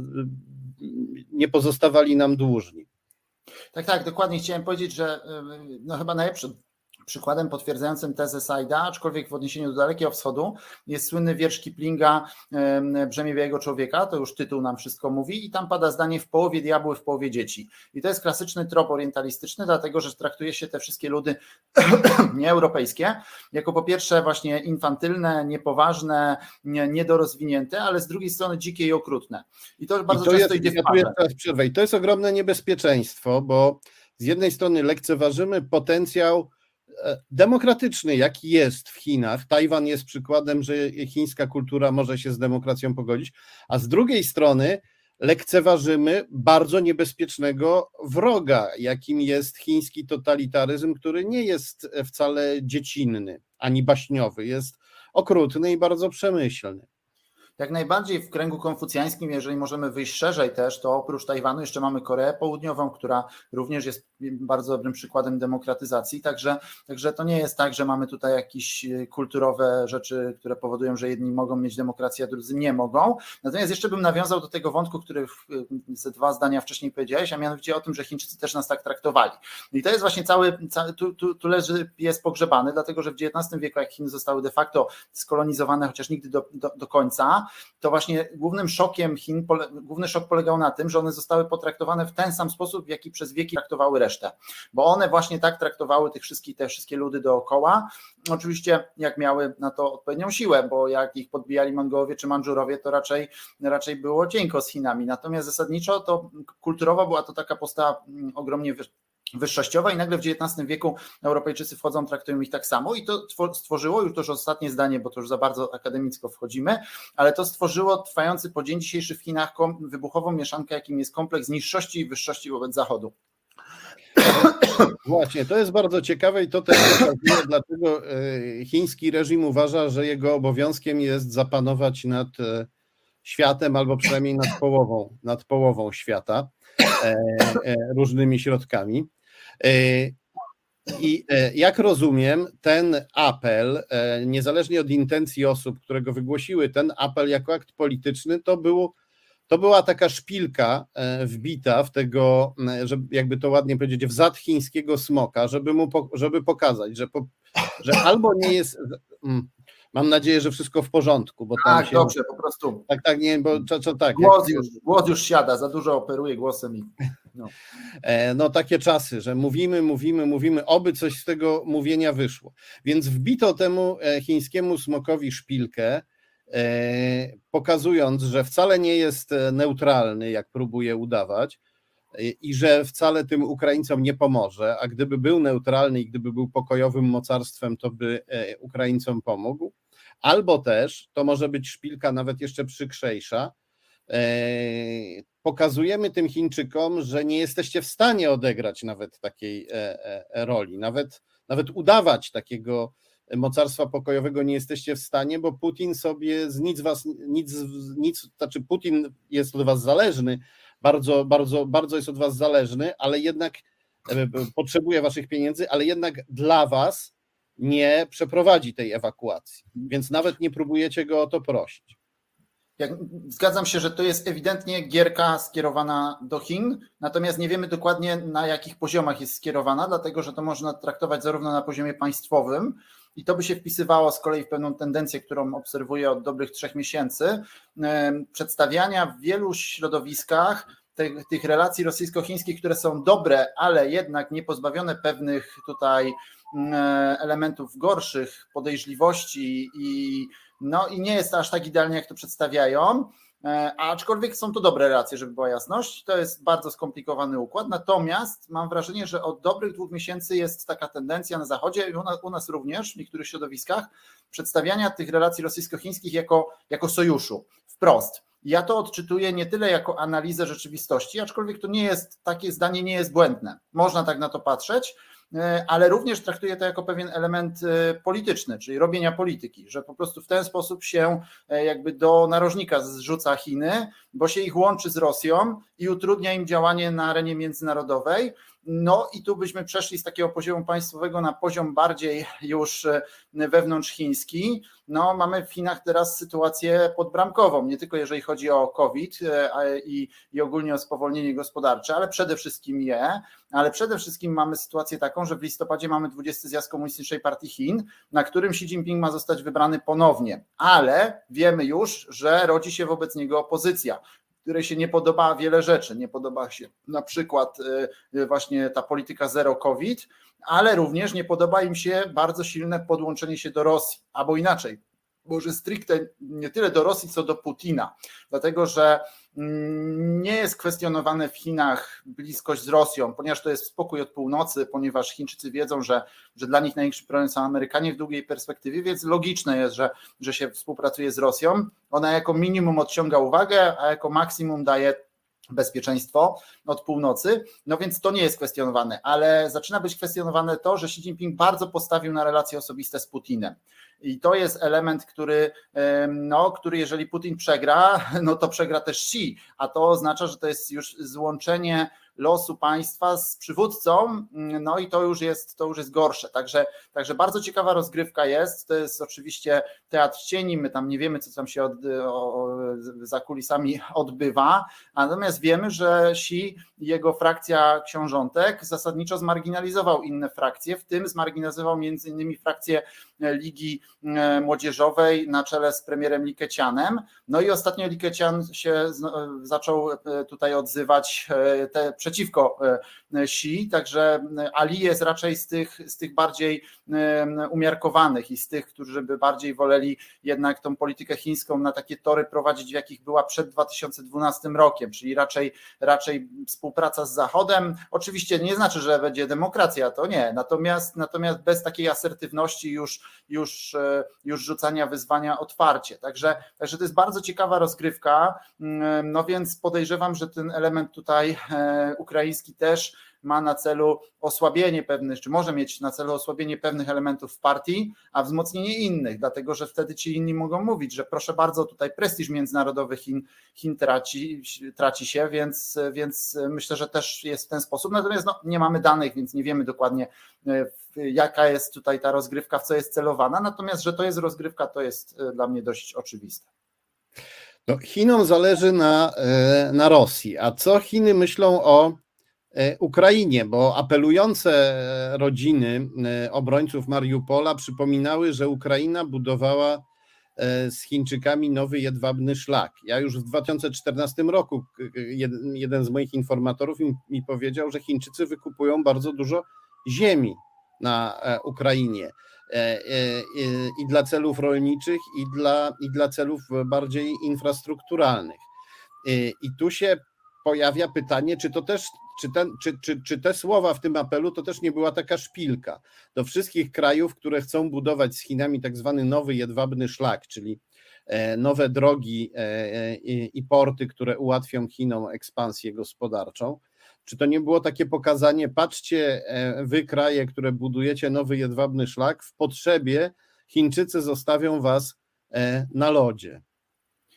nie pozostawali nam dłużni. Tak, tak, dokładnie chciałem powiedzieć, że no chyba najlepszym przykładem potwierdzającym tezę Saida, aczkolwiek w odniesieniu do Dalekiego Wschodu, jest słynny wiersz Kiplinga Brzemię Białego Człowieka, to już tytuł nam wszystko mówi i tam pada zdanie: w połowie diabły, w połowie dzieci. I to jest klasyczny trop orientalistyczny, dlatego że traktuje się te wszystkie ludy nieeuropejskie jako po pierwsze właśnie infantylne, niepoważne, niedorozwinięte, ale z drugiej strony dzikie i okrutne. I to bardzo I to często jest, idzie w parze. Przerwę. I to jest ogromne niebezpieczeństwo, bo z jednej strony lekceważymy potencjał demokratyczny, jaki jest w Chinach. Tajwan jest przykładem, że chińska kultura może się z demokracją pogodzić, a z drugiej strony lekceważymy bardzo niebezpiecznego wroga, jakim jest chiński totalitaryzm, który nie jest wcale dziecinny ani baśniowy, jest okrutny i bardzo przemyślny. Jak najbardziej w kręgu konfucjańskim, jeżeli możemy wyjść szerzej też, to oprócz Tajwanu jeszcze mamy Koreę Południową, która również jest bardzo dobrym przykładem demokratyzacji, także, także to nie jest tak, że mamy tutaj jakieś kulturowe rzeczy, które powodują, że jedni mogą mieć demokrację, a drudzy nie mogą. Natomiast jeszcze bym nawiązał do tego wątku, który ze dwa zdania wcześniej powiedziałeś, a mianowicie o tym, że Chińczycy też nas tak traktowali. I to jest właśnie cały, cały tu, tu, tu leży pies pogrzebany, dlatego że w dziewiętnastym wieku, jak Chiny zostały de facto skolonizowane, chociaż nigdy do, do, do końca, to właśnie głównym szokiem Chin, główny szok polegał na tym, że one zostały potraktowane w ten sam sposób, w jaki przez wieki traktowały resztę, bo one właśnie tak traktowały tych wszystkich, te wszystkie ludy dookoła, oczywiście jak miały na to odpowiednią siłę, bo jak ich podbijali Mongołowie czy Mandżurowie, to raczej, raczej było cienko z Chinami, natomiast zasadniczo to kulturowo była to taka postawa ogromnie wyższościowa i nagle w dziewiętnastym wieku Europejczycy wchodzą, traktują ich tak samo i to stworzyło, już to już ostatnie zdanie, bo to już za bardzo akademicko wchodzimy, ale to stworzyło trwający po dzień dzisiejszy w Chinach wybuchową mieszankę, jakim jest kompleks niższości i wyższości wobec Zachodu. Właśnie, to jest bardzo ciekawe i to też pokazuje, dlaczego chiński reżim uważa, że jego obowiązkiem jest zapanować nad światem albo przynajmniej nad połową, nad połową świata różnymi środkami. I jak rozumiem, ten apel, niezależnie od intencji osób, które go wygłosiły, ten apel jako akt polityczny, to był, to była taka szpilka wbita w tego, żeby, jakby to ładnie powiedzieć, w zad chińskiego smoka, żeby mu żeby pokazać, że, po, że albo nie jest... Mam nadzieję, że wszystko w porządku. Bo tam tak, się... dobrze, po prostu. Tak, tak, nie, bo co, co tak. Głos, jak... już, głos już siada, za dużo operuje głosem. I... No. no takie czasy, że mówimy, mówimy, mówimy, oby coś z tego mówienia wyszło. Więc wbito temu chińskiemu smokowi szpilkę, pokazując, że wcale nie jest neutralny, jak próbuje udawać, i że wcale tym Ukraińcom nie pomoże, a gdyby był neutralny i gdyby był pokojowym mocarstwem, to by Ukraińcom pomógł. Albo też, to może być szpilka nawet jeszcze przykrzejsza, pokazujemy tym Chińczykom, że nie jesteście w stanie odegrać nawet takiej roli, nawet, nawet udawać takiego mocarstwa pokojowego nie jesteście w stanie, bo Putin sobie z nic was, nic, nic, znaczy Putin jest od was zależny, bardzo, bardzo, bardzo jest od was zależny, ale jednak potrzebuje waszych pieniędzy, ale jednak dla was nie przeprowadzi tej ewakuacji, więc nawet nie próbujecie go o to prosić. Jak, zgadzam się, że to jest ewidentnie gierka skierowana do Chin, natomiast nie wiemy dokładnie, na jakich poziomach jest skierowana, dlatego że to można traktować zarówno na poziomie państwowym i to by się wpisywało z kolei w pewną tendencję, którą obserwuję od dobrych trzech miesięcy, przedstawiania w wielu środowiskach tych, tych relacji rosyjsko-chińskich, które są dobre, ale jednak nie pozbawione pewnych tutaj elementów gorszych, podejrzliwości i no i nie jest to aż tak idealnie, jak to przedstawiają, aczkolwiek są to dobre relacje, żeby była jasność. To jest bardzo skomplikowany układ, natomiast mam wrażenie, że od dobrych dwóch miesięcy jest taka tendencja na Zachodzie i u nas, u nas również w niektórych środowiskach przedstawiania tych relacji rosyjsko-chińskich jako, jako sojuszu, wprost. Ja to odczytuję nie tyle jako analizę rzeczywistości, aczkolwiek to nie jest, takie zdanie nie jest błędne. Można tak na to patrzeć, ale również traktuję to jako pewien element polityczny, czyli robienia polityki, że po prostu w ten sposób się jakby do narożnika zrzuca Chiny, bo się ich łączy z Rosją i utrudnia im działanie na arenie międzynarodowej. No i tu byśmy przeszli z takiego poziomu państwowego na poziom bardziej już wewnątrzchiński. No mamy w Chinach teraz sytuację podbramkową, nie tylko jeżeli chodzi o COVID i, i ogólnie o spowolnienie gospodarcze, ale przede wszystkim je, ale przede wszystkim mamy sytuację taką, że w listopadzie mamy dwudziesty zjazd Komunistycznej Partii Chin, na którym Xi Jinping ma zostać wybrany ponownie, ale wiemy już, że rodzi się wobec niego opozycja, której się nie podoba wiele rzeczy. Nie podoba się na przykład właśnie ta polityka zero COVID, ale również nie podoba im się bardzo silne podłączenie się do Rosji, albo inaczej, może stricte nie tyle do Rosji, co do Putina, dlatego że nie jest kwestionowane w Chinach bliskość z Rosją, ponieważ to jest spokój od północy, ponieważ Chińczycy wiedzą, że, że dla nich największy problem są Amerykanie w długiej perspektywie, więc logiczne jest, że, że się współpracuje z Rosją. Ona jako minimum odciąga uwagę, a jako maksimum daje bezpieczeństwo od północy, no więc to nie jest kwestionowane, ale zaczyna być kwestionowane to, że Xi Jinping bardzo postawił na relacje osobiste z Putinem. I to jest element, który, no, który jeżeli Putin przegra, no to przegra też Xi, a to oznacza, że to jest już złączenie losu państwa z przywódcą, no i to już jest, to już jest gorsze. Także, także bardzo ciekawa rozgrywka jest, to jest oczywiście teatr cieni, my tam nie wiemy, co tam się od, o, za kulisami odbywa, natomiast wiemy, że Xi i jego frakcja książątek zasadniczo zmarginalizował inne frakcje, w tym zmarginalizował między innymi frakcję Ligi Młodzieżowej na czele z premierem Li Keqianem, no i ostatnio Li Keqian się zaczął tutaj odzywać te, przeciwko Xi, także Ali jest raczej z tych, z tych bardziej umiarkowanych i z tych, którzy by bardziej woleli jednak tą politykę chińską na takie tory prowadzić, w jakich była przed dwa tysiące dwunastym rokiem, czyli raczej, raczej współpraca z Zachodem. Oczywiście nie znaczy, że będzie demokracja, to nie, natomiast, natomiast bez takiej asertywności już, już, już rzucania wyzwania otwarcie. Także, także to jest bardzo ciekawa rozgrywka, no więc podejrzewam, że ten element tutaj ukraiński też ma na celu osłabienie pewnych, czy może mieć na celu osłabienie pewnych elementów w partii, a wzmocnienie innych, dlatego że wtedy ci inni mogą mówić, że proszę bardzo, tutaj prestiż międzynarodowy Chin, Chin traci, traci się, więc, więc myślę, że też jest w ten sposób. Natomiast no, nie mamy danych, więc nie wiemy dokładnie, jaka jest tutaj ta rozgrywka, w co jest celowana, natomiast, że to jest rozgrywka, to jest dla mnie dość oczywiste. No, Chinom zależy na, na Rosji, a co Chiny myślą o Ukrainie, bo apelujące rodziny obrońców Mariupola przypominały, że Ukraina budowała z Chińczykami nowy jedwabny szlak. Ja już w dwa tysiące czternastym roku jeden z moich informatorów mi powiedział, że Chińczycy wykupują bardzo dużo ziemi na Ukrainie i dla celów rolniczych, i dla, i dla celów bardziej infrastrukturalnych. I tu się pojawia pytanie, czy to też, czy, ten, czy, czy, czy te słowa w tym apelu to też nie była taka szpilka do wszystkich krajów, które chcą budować z Chinami tak zwany nowy jedwabny szlak, czyli nowe drogi i porty, które ułatwią Chinom ekspansję gospodarczą. Czy to nie było takie pokazanie, patrzcie wy kraje, które budujecie nowy jedwabny szlak, w potrzebie Chińczycy zostawią was na lodzie?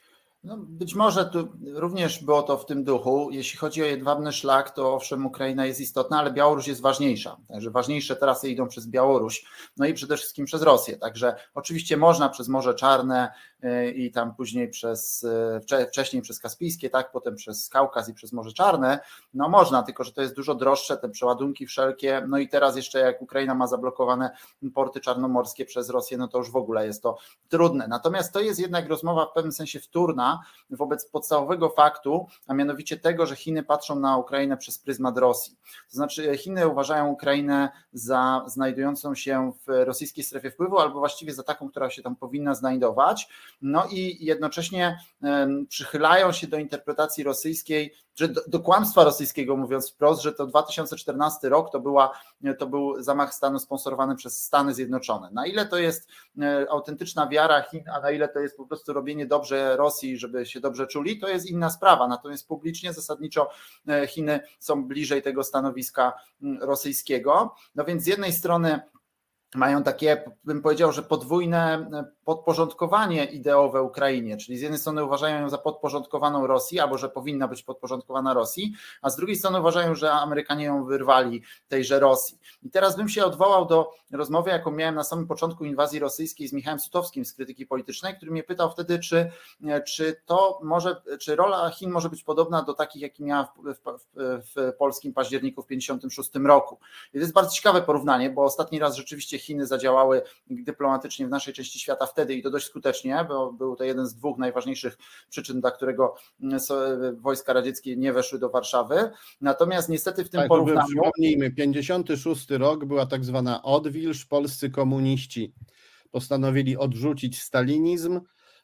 No, być może tu również było to w tym duchu. Jeśli chodzi o jedwabny szlak, to owszem, Ukraina jest istotna, ale Białoruś jest ważniejsza. Także ważniejsze trasy idą przez Białoruś, no i przede wszystkim przez Rosję. Także oczywiście można przez Morze Czarne i tam później przez, wcześniej przez Kaspijskie, tak, potem przez Kaukaz i przez Morze Czarne. No można, tylko że to jest dużo droższe, te przeładunki wszelkie. No i teraz jeszcze jak Ukraina ma zablokowane porty czarnomorskie przez Rosję, no to już w ogóle jest to trudne. Natomiast to jest jednak rozmowa w pewnym sensie wtórna wobec podstawowego faktu, a mianowicie tego, że Chiny patrzą na Ukrainę przez pryzmat Rosji. To znaczy Chiny uważają Ukrainę za znajdującą się w rosyjskiej strefie wpływu, albo właściwie za taką, która się tam powinna znajdować, no i jednocześnie przychylają się do interpretacji rosyjskiej, że do, do kłamstwa rosyjskiego, mówiąc wprost, że to dwa tysiące czternasty rok to, była, to był zamach stanu sponsorowany przez Stany Zjednoczone. Na ile to jest autentyczna wiara Chin, a na ile to jest po prostu robienie dobrze Rosji, żeby się dobrze czuli, to jest inna sprawa. Natomiast publicznie zasadniczo Chiny są bliżej tego stanowiska rosyjskiego. No więc z jednej strony mają takie, bym powiedział, że podwójne podporządkowanie ideowe Ukrainie, czyli z jednej strony uważają ją za podporządkowaną Rosji, albo że powinna być podporządkowana Rosji, a z drugiej strony uważają, że Amerykanie ją wyrwali tejże Rosji. I teraz bym się odwołał do rozmowy, jaką miałem na samym początku inwazji rosyjskiej z Michałem Sutowskim z Krytyki Politycznej, który mnie pytał wtedy, czy, czy to może, czy rola Chin może być podobna do takich, jakie miała w, w, w polskim październiku w pięćdziesiątym szóstym roku. I to jest bardzo ciekawe porównanie, bo ostatni raz rzeczywiście Chiny zadziałały dyplomatycznie w naszej części świata wtedy i to dość skutecznie, bo był to jeden z dwóch najważniejszych przyczyn, dla którego wojska radzieckie nie weszły do Warszawy. Natomiast niestety w tym tak, porównaniu... Przypomnijmy, pięćdziesiąty szósty rok była tak zwana odwilż, polscy komuniści postanowili odrzucić stalinizm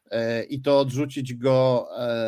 i to odrzucić go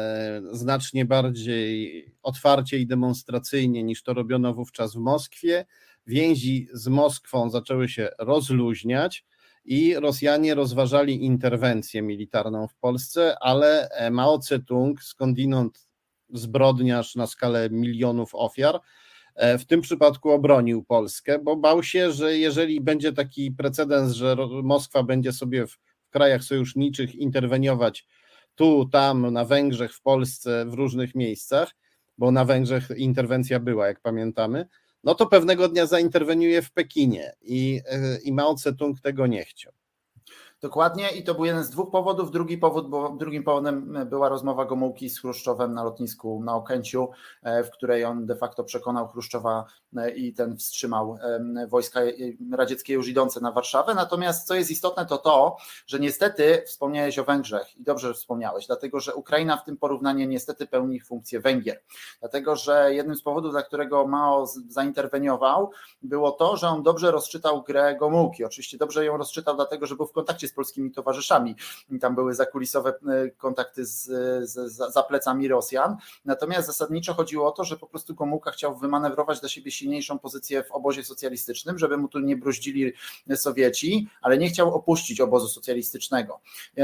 znacznie bardziej otwarcie i demonstracyjnie niż to robiono wówczas w Moskwie. Więzi z Moskwą zaczęły się rozluźniać i Rosjanie rozważali interwencję militarną w Polsce, ale Mao Tse-tung, skądinąd zbrodniarz na skalę milionów ofiar, w tym przypadku obronił Polskę, bo bał się, że jeżeli będzie taki precedens, że Moskwa będzie sobie w krajach sojuszniczych interweniować tu, tam, na Węgrzech, w Polsce, w różnych miejscach, bo na Węgrzech interwencja była, jak pamiętamy, no to pewnego dnia zainterweniuje w Pekinie i, i Mao Tse-tung tego nie chciał. Dokładnie i to był jeden z dwóch powodów. Drugi powód, bo drugim powodem była rozmowa Gomułki z Chruszczowem na lotnisku na Okęciu, w której on de facto przekonał Chruszczowa i ten wstrzymał wojska radzieckie już idące na Warszawę. Natomiast co jest istotne, to to, że niestety wspomniałeś o Węgrzech i dobrze, że wspomniałeś, dlatego że Ukraina w tym porównaniu niestety pełni funkcję Węgier. Dlatego, że jednym z powodów, dla którego Mao zainterweniował, było to, że on dobrze rozczytał grę Gomułki. Oczywiście dobrze ją rozczytał, dlatego że był w kontakcie z polskimi towarzyszami. Tam były zakulisowe kontakty z, z, za plecami Rosjan. Natomiast zasadniczo chodziło o to, że po prostu Gomułka chciał wymanewrować dla siebie silniejszą pozycję w obozie socjalistycznym, żeby mu tu nie bruździli Sowieci, ale nie chciał opuścić obozu socjalistycznego.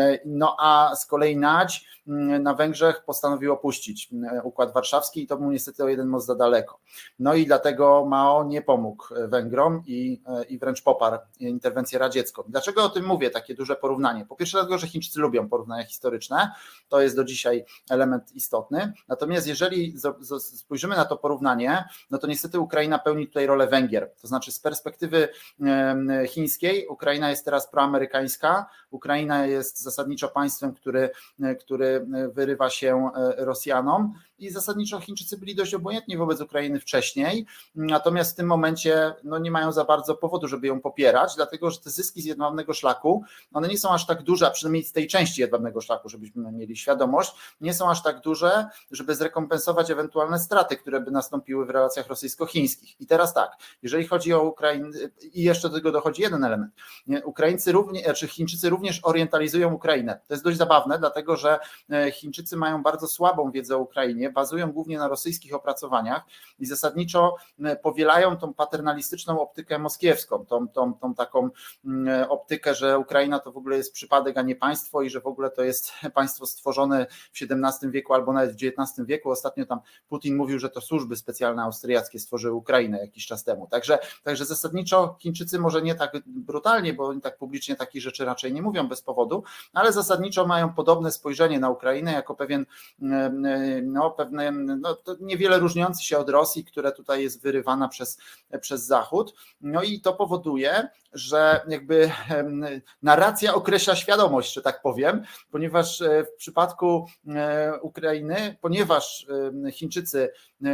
No a z kolei Nadź na Węgrzech postanowił opuścić Układ Warszawski i to był niestety o jeden most za daleko. No i dlatego Mao nie pomógł Węgrom i, i wręcz poparł interwencję radziecką. Dlaczego o tym mówię, takie duże porównanie? Po pierwsze dlatego, że Chińczycy lubią porównania historyczne, to jest do dzisiaj element istotny, natomiast jeżeli spojrzymy na to porównanie, no to niestety Ukraina pełni tutaj rolę Węgier, to znaczy z perspektywy chińskiej Ukraina jest teraz proamerykańska, Ukraina jest zasadniczo państwem, który, który wyrywa się Rosjanom i zasadniczo Chińczycy byli dość obojętni wobec Ukrainy wcześniej, natomiast w tym momencie no nie mają za bardzo powodu, żeby ją popierać, dlatego że te zyski z jedwabnego szlaku, one nie są aż tak duże, a przynajmniej z tej części jedwabnego szlaku, żebyśmy mieli świadomość, nie są aż tak duże, żeby zrekompensować ewentualne straty, które by nastąpiły w relacjach rosyjsko-chińskich. I teraz tak, jeżeli chodzi o Ukrainę, i jeszcze do tego dochodzi jeden element, Ukraińcy również, czy Chińczycy również orientalizują Ukrainę. To jest dość zabawne, dlatego że Chińczycy mają bardzo słabą wiedzę o Ukrainie, bazują głównie na rosyjskich opracowaniach i zasadniczo powielają tą paternalistyczną optykę moskiewską, tą, tą, tą taką optykę, że Ukraina Ukraina to w ogóle jest przypadek, a nie państwo i że w ogóle to jest państwo stworzone w siedemnastym wieku albo nawet w dziewiętnastym wieku. Ostatnio tam Putin mówił, że to służby specjalne austriackie stworzyły Ukrainę jakiś czas temu. Także, także zasadniczo Chińczycy może nie tak brutalnie, bo oni tak publicznie takich rzeczy raczej nie mówią bez powodu, ale zasadniczo mają podobne spojrzenie na Ukrainę jako pewien, no pewne, no, to niewiele różniący się od Rosji, która tutaj jest wyrywana przez, przez Zachód. No i to powoduje, że jakby narracja określa świadomość, że tak powiem, ponieważ w przypadku Ukrainy, ponieważ Chińczycy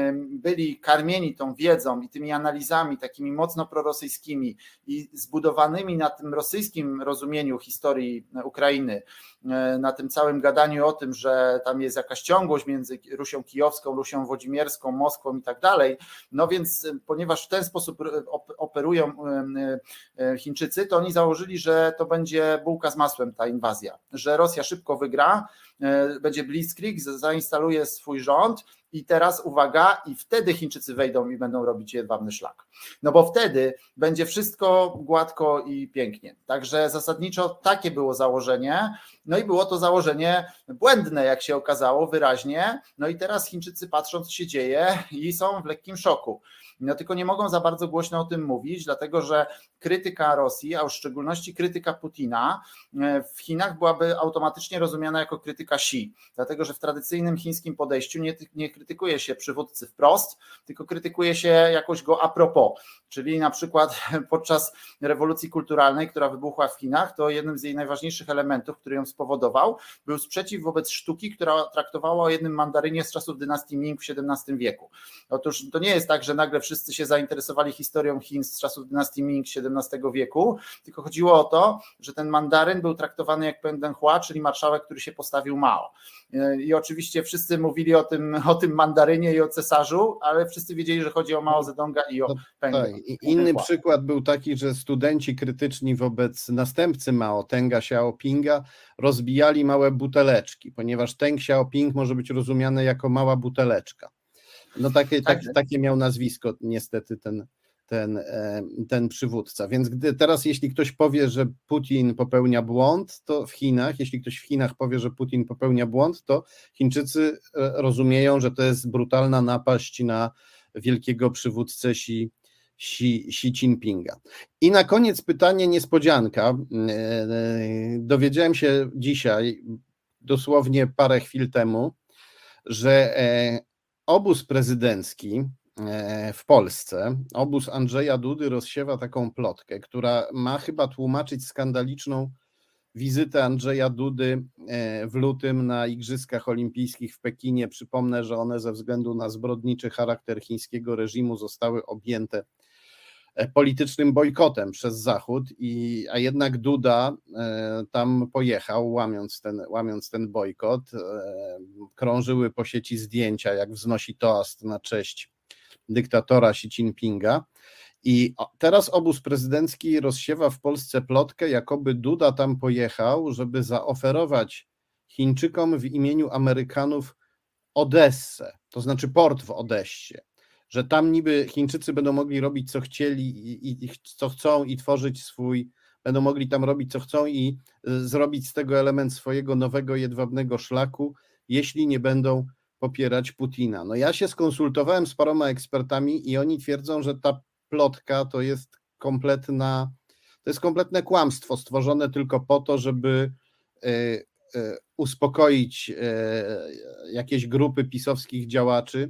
byli karmieni tą wiedzą i tymi analizami takimi mocno prorosyjskimi i zbudowanymi na tym rosyjskim rozumieniu historii Ukrainy, na tym całym gadaniu o tym, że tam jest jakaś ciągłość między Rusią Kijowską, Rusią Wodzimierską, Moskwą i tak dalej, no więc ponieważ w ten sposób operują Chińczycy, to oni założyli, że to będzie bułka z masłem ta inwazja, że Rosja szybko wygra, będzie blitzkrieg, zainstaluje swój rząd i teraz uwaga, i wtedy Chińczycy wejdą i będą robić jedwabny szlak. No bo wtedy będzie wszystko gładko i pięknie. Także zasadniczo takie było założenie, no i było to założenie błędne, jak się okazało wyraźnie, no i teraz Chińczycy patrzą, co się dzieje i są w lekkim szoku. No tylko nie mogą za bardzo głośno o tym mówić, dlatego że krytyka Rosji, a w szczególności krytyka Putina w Chinach byłaby automatycznie rozumiana jako krytyka Xi, dlatego że w tradycyjnym chińskim podejściu nie, nie krytykuje się przywódcy wprost, tylko krytykuje się jakoś go a propos, czyli na przykład podczas rewolucji kulturalnej, która wybuchła w Chinach, to jednym z jej najważniejszych elementów, który ją spowodował, był sprzeciw wobec sztuki, która traktowała o jednym mandarynie z czasów dynastii Ming w siedemnastym wieku. Otóż to nie jest tak, że nagle wszyscy się zainteresowali historią Chin z czasów dynastii Ming siedemnastego wieku, tylko chodziło o to, że ten mandaryn był traktowany jak Peng Dehuai, czyli marszałek, który się postawił Mao. I oczywiście wszyscy mówili o tym, o tym mandarynie i o cesarzu, ale wszyscy wiedzieli, że chodzi o Mao Zedonga i o Peng tak, inny przykład był taki, że studenci krytyczni wobec następcy Mao, Tenga Xiaopinga, rozbijali małe buteleczki, ponieważ Teng Xiaoping może być rozumiany jako mała buteleczka. No takie, tak, takie miał nazwisko niestety ten, ten, ten przywódca. Więc gdy teraz jeśli ktoś powie, że Putin popełnia błąd, to w Chinach, jeśli ktoś w Chinach powie, że Putin popełnia błąd, to Chińczycy rozumieją, że to jest brutalna napaść na wielkiego przywódcę Xi, Xi, Xi Jinpinga. I na koniec pytanie niespodzianka. Dowiedziałem się dzisiaj, dosłownie parę chwil temu, że obóz prezydencki w Polsce, obóz Andrzeja Dudy rozsiewa taką plotkę, która ma chyba tłumaczyć skandaliczną wizytę Andrzeja Dudy w lutym na Igrzyskach Olimpijskich w Pekinie. Przypomnę, że one ze względu na zbrodniczy charakter chińskiego reżimu zostały objęte politycznym bojkotem przez Zachód, i, a jednak Duda tam pojechał, łamiąc ten, łamiąc ten bojkot. Krążyły po sieci zdjęcia, jak wznosi toast na cześć dyktatora Xi Jinpinga. I teraz obóz prezydencki rozsiewa w Polsce plotkę, jakoby Duda tam pojechał, żeby zaoferować Chińczykom w imieniu Amerykanów Odessę, to znaczy port w Odessie, że tam niby Chińczycy będą mogli robić co chcieli i, i co chcą i tworzyć swój, będą mogli tam robić co chcą i zrobić z tego element swojego nowego jedwabnego szlaku, jeśli nie będą popierać Putina. No ja się skonsultowałem z paroma ekspertami i oni twierdzą, że ta plotka to jest kompletna, to jest kompletne kłamstwo stworzone tylko po to, żeby y, y, uspokoić y, jakieś grupy pisowskich działaczy,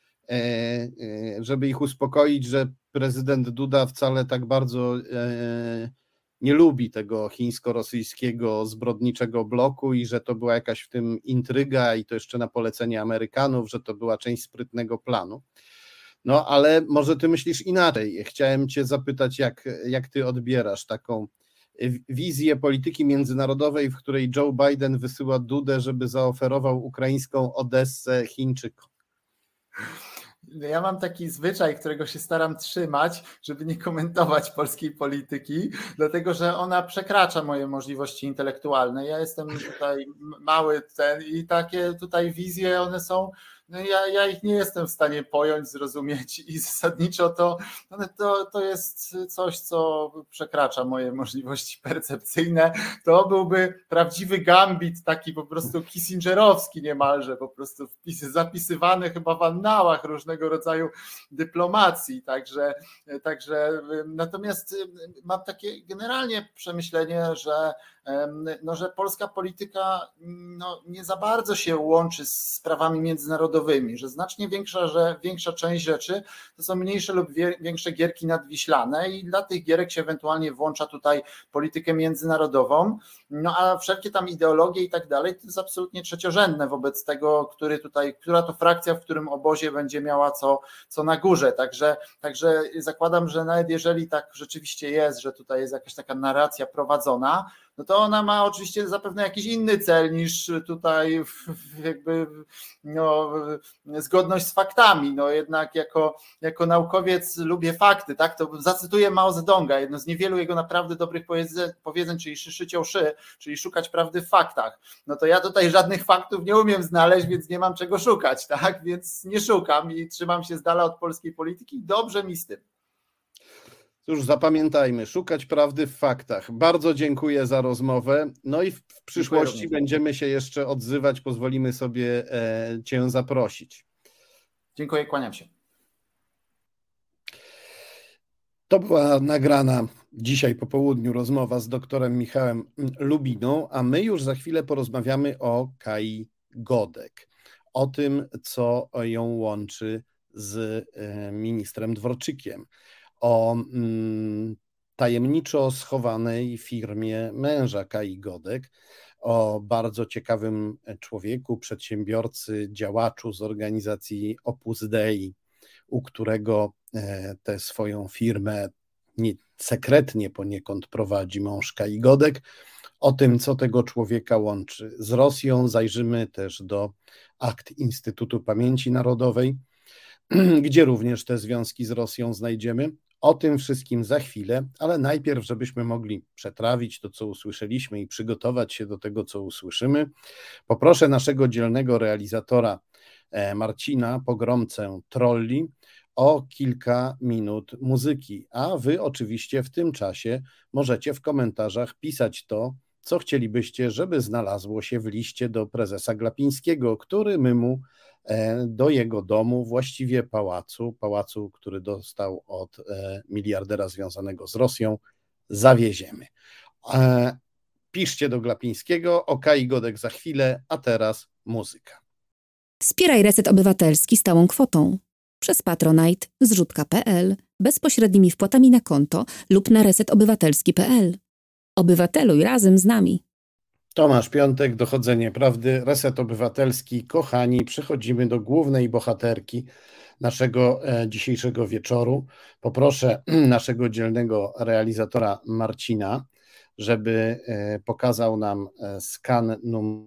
żeby ich uspokoić, że prezydent Duda wcale tak bardzo nie lubi tego chińsko-rosyjskiego zbrodniczego bloku i że to była jakaś w tym intryga i to jeszcze na polecenie Amerykanów, że to była część sprytnego planu. No ale może ty myślisz inaczej. Chciałem cię zapytać, jak, jak ty odbierasz taką wizję polityki międzynarodowej, w której Joe Biden wysyła Dudę, żeby zaoferował ukraińską Odessę Chińczykom. Ja mam taki zwyczaj, którego się staram trzymać, żeby nie komentować polskiej polityki, dlatego że ona przekracza moje możliwości intelektualne. Ja jestem tutaj mały ten i takie tutaj wizje, one są no ja, ja ich nie jestem w stanie pojąć, zrozumieć i zasadniczo to, to, to jest coś, co przekracza moje możliwości percepcyjne. To byłby prawdziwy gambit, taki po prostu kissingerowski niemalże, po prostu wpisy zapisywany chyba w annałach różnego rodzaju dyplomacji, także, także natomiast mam takie generalnie przemyślenie, że no, że polska polityka no, nie za bardzo się łączy z sprawami międzynarodowymi, że znacznie większa, że większa część rzeczy to są mniejsze lub większe gierki nadwiślane i dla tych gierek się ewentualnie włącza tutaj politykę międzynarodową, no a wszelkie tam ideologie i tak dalej to jest absolutnie trzeciorzędne wobec tego, który tutaj, która to frakcja w którym obozie będzie miała co, co na górze, także, także zakładam, że nawet jeżeli tak rzeczywiście jest, że tutaj jest jakaś taka narracja prowadzona, no to ona ma oczywiście zapewne jakiś inny cel niż tutaj jakby no, zgodność z faktami. No jednak jako, jako naukowiec lubię fakty, tak? To zacytuję Mao Zedonga, jedno z niewielu jego naprawdę dobrych powiedzeń, powiedzeń czyli szy cią szy, czyli szukać prawdy w faktach. No to ja tutaj żadnych faktów nie umiem znaleźć, więc nie mam czego szukać, tak? Więc nie szukam i trzymam się z dala od polskiej polityki. Dobrze mi z tym. Cóż, zapamiętajmy, szukać prawdy w faktach. Bardzo dziękuję za rozmowę. No i w przyszłości będziemy się jeszcze odzywać, pozwolimy sobie e, Cię zaprosić. Dziękuję, kłaniam się. To była nagrana dzisiaj po południu rozmowa z doktorem Michałem Lubiną, a my już za chwilę porozmawiamy o Kai Godek, o tym, co ją łączy z e, ministrem Dworczykiem, o mm, tajemniczo schowanej firmie męża Kai Godek, o bardzo ciekawym człowieku, przedsiębiorcy, działaczu z organizacji Opus Dei, u którego tę swoją firmę nie, sekretnie poniekąd prowadzi mąż Kai Godek. O tym, co tego człowieka łączy z Rosją, zajrzymy też do akt Instytutu Pamięci Narodowej, gdzie również te związki z Rosją znajdziemy. O tym wszystkim za chwilę, ale najpierw, żebyśmy mogli przetrawić to, co usłyszeliśmy i przygotować się do tego, co usłyszymy, poproszę naszego dzielnego realizatora Marcina Pogromcę Trolli o kilka minut muzyki, a wy oczywiście w tym czasie możecie w komentarzach pisać to, co chcielibyście, żeby znalazło się w liście do prezesa Glapińskiego, który my mu do jego domu, właściwie pałacu, pałacu, który dostał od miliardera związanego z Rosją, zawieziemy. Piszcie do Glapińskiego, o Kai Godek za chwilę, a teraz muzyka. Wspieraj Reset Obywatelski stałą kwotą przez Patronite, zrzutka kropka p l, bezpośrednimi wpłatami na konto lub na reset obywatelski kropka p l. Obywateluj razem z nami. Tomasz Piątek, Dochodzenie Prawdy, Reset Obywatelski. Kochani, przechodzimy do głównej bohaterki naszego dzisiejszego wieczoru. Poproszę naszego dzielnego realizatora Marcina, żeby pokazał nam skan numer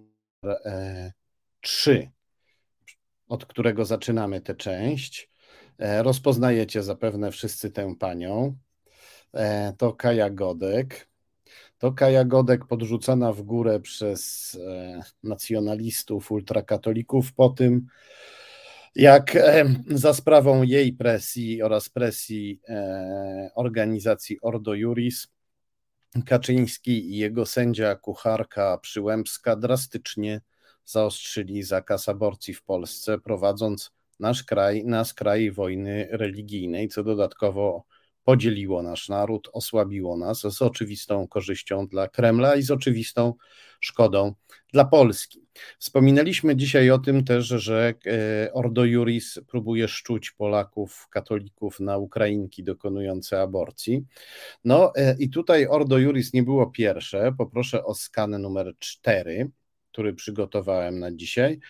trzy, od którego zaczynamy tę część. Rozpoznajecie zapewne wszyscy tę panią. To Kaja Godek. To Kaja Godek podrzucana w górę przez e, nacjonalistów, ultrakatolików po tym, jak e, za sprawą jej presji oraz presji e, organizacji Ordo Iuris Kaczyński i jego sędzia kucharka Przyłębska drastycznie zaostrzyli zakaz aborcji w Polsce, prowadząc nasz kraj na skraj wojny religijnej, co dodatkowo podzieliło nasz naród, osłabiło nas z oczywistą korzyścią dla Kremla i z oczywistą szkodą dla Polski. Wspominaliśmy dzisiaj o tym też, że Ordo Iuris próbuje szczuć Polaków, katolików na Ukrainki dokonujące aborcji. No i tutaj Ordo Iuris nie było pierwsze. Poproszę o skan numer cztery, który przygotowałem na dzisiaj.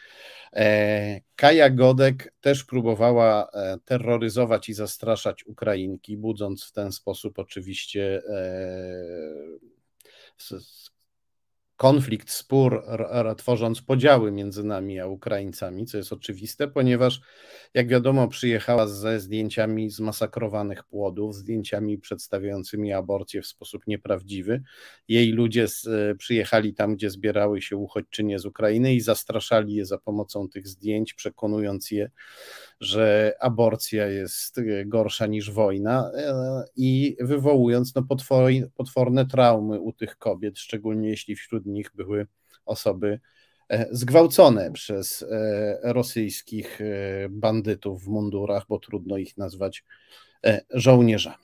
Kaja Godek też próbowała terroryzować i zastraszać Ukrainki, budząc w ten sposób oczywiście konflikt, spór, tworząc podziały między nami a Ukraińcami, co jest oczywiste, ponieważ jak wiadomo przyjechała ze zdjęciami zmasakrowanych płodów, zdjęciami przedstawiającymi aborcję w sposób nieprawdziwy. Jej ludzie z, przyjechali tam, gdzie zbierały się uchodźczynie z Ukrainy i zastraszali je za pomocą tych zdjęć, przekonując je, że aborcja jest gorsza niż wojna i wywołując no, potworne traumy u tych kobiet, szczególnie jeśli wśród nich były osoby zgwałcone przez rosyjskich bandytów w mundurach, bo trudno ich nazwać żołnierzami.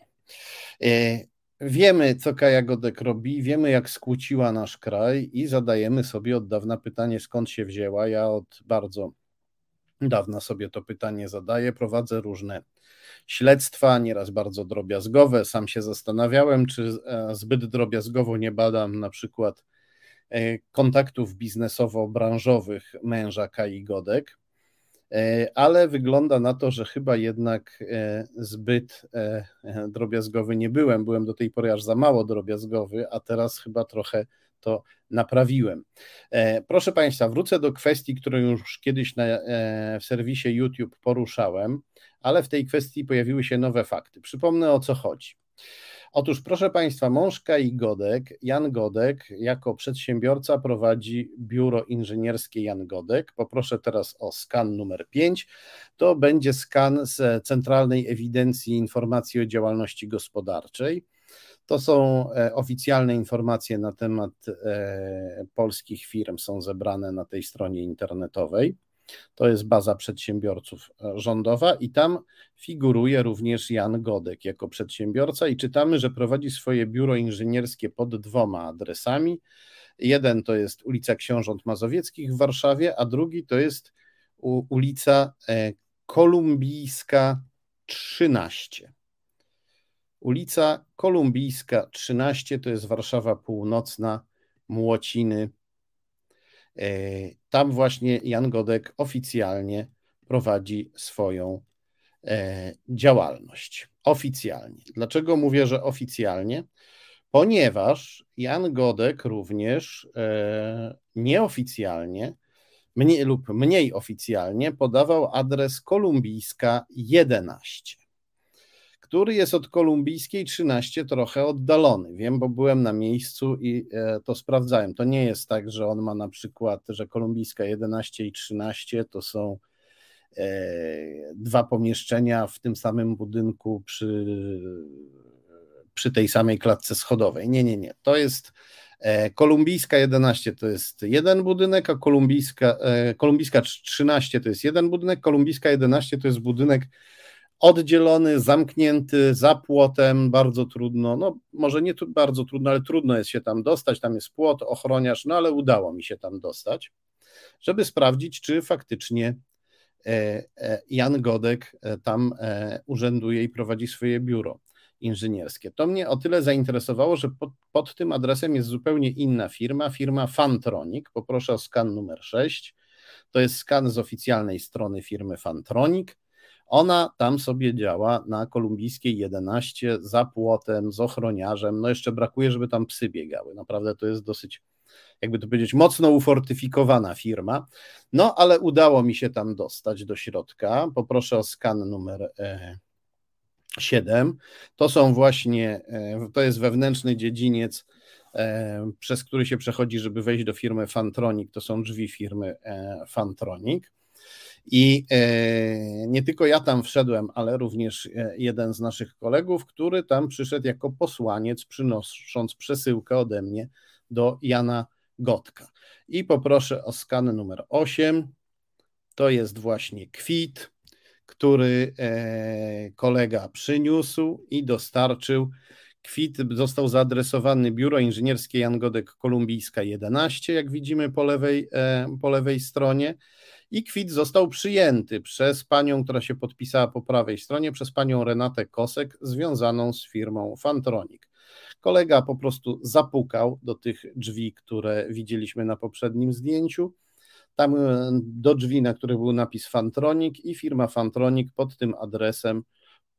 Wiemy, co Kaja Godek robi, wiemy, jak skłóciła nasz kraj i zadajemy sobie od dawna pytanie, skąd się wzięła. Ja od bardzo dawna sobie to pytanie zadaję, prowadzę różne śledztwa, nieraz bardzo drobiazgowe. Sam się zastanawiałem, czy zbyt drobiazgowo nie badam na przykład kontaktów biznesowo-branżowych męża Kai Godek, ale wygląda na to, że chyba jednak zbyt drobiazgowy nie byłem. Byłem do tej pory aż za mało drobiazgowy, a teraz chyba trochę to naprawiłem. Proszę Państwa, wrócę do kwestii, którą już kiedyś na, w serwisie YouTube poruszałem, ale w tej kwestii pojawiły się nowe fakty. Przypomnę, o co chodzi. Otóż, proszę Państwa, mąż Kai Godek, Jan Godek, jako przedsiębiorca prowadzi biuro inżynierskie Jan Godek. Poproszę teraz o skan numer pięć. To będzie skan z Centralnej Ewidencji Informacji o Działalności Gospodarczej. To są oficjalne informacje na temat polskich firm, są zebrane na tej stronie internetowej. To jest baza przedsiębiorców rządowa i tam figuruje również Jan Godek jako przedsiębiorca i czytamy, że prowadzi swoje biuro inżynierskie pod dwoma adresami. Jeden to jest ulica Książąt Mazowieckich w Warszawie, a drugi to jest ulica Kolumbijska trzynaście. Ulica Kolumbijska trzynaście to jest Warszawa Północna, Młociny. Tam właśnie Jan Godek oficjalnie prowadzi swoją działalność. Oficjalnie. Dlaczego mówię, że oficjalnie? Ponieważ Jan Godek również nieoficjalnie mniej lub mniej oficjalnie podawał adres Kolumbijska jedenaście, który jest od Kolumbijskiej trzynaście trochę oddalony. Wiem, bo byłem na miejscu i to sprawdzałem. To nie jest tak, że on ma na przykład, że Kolumbijska jedenaście i trzynaście to są dwa pomieszczenia w tym samym budynku przy, przy tej samej klatce schodowej. Nie, nie, nie. To jest Kolumbijska jedenaście to jest jeden budynek, a Kolumbijska, Kolumbijska trzynaście to jest jeden budynek, Kolumbijska jedenaście to jest budynek oddzielony, zamknięty, za płotem, bardzo trudno, no może nie tu bardzo trudno, ale trudno jest się tam dostać, tam jest płot, ochroniarz, no ale udało mi się tam dostać, żeby sprawdzić, czy faktycznie Jan Godek tam urzęduje i prowadzi swoje biuro inżynierskie. To mnie o tyle zainteresowało, że pod, pod tym adresem jest zupełnie inna firma, firma Fantronic. Poproszę o skan numer sześć. To jest skan z oficjalnej strony firmy Fantronic. Ona tam sobie działa na Kolumbijskiej jedenaście, za płotem, z ochroniarzem. No jeszcze brakuje, żeby tam psy biegały. Naprawdę to jest dosyć, jakby to powiedzieć, mocno ufortyfikowana firma. No ale udało mi się tam dostać do środka. Poproszę o skan numer siedem. To są właśnie, to jest wewnętrzny dziedziniec, przez który się przechodzi, żeby wejść do firmy Fantronic. To są drzwi firmy Fantronic. I nie tylko ja tam wszedłem, ale również jeden z naszych kolegów, który tam przyszedł jako posłaniec, przynosząc przesyłkę ode mnie do Jana Godka. I poproszę o skan numer osiem. To jest właśnie kwit, który kolega przyniósł i dostarczył. Kwit został zaadresowany Biuro Inżynierskie Jan Godek Kolumbijska jedenaście, jak widzimy po lewej, po lewej stronie. I kwit został przyjęty przez panią, która się podpisała po prawej stronie, przez panią Renatę Kosek, związaną z firmą Fantronic. Kolega po prostu zapukał do tych drzwi, które widzieliśmy na poprzednim zdjęciu. Tam do drzwi, na których był napis Fantronic, i firma Fantronic pod tym adresem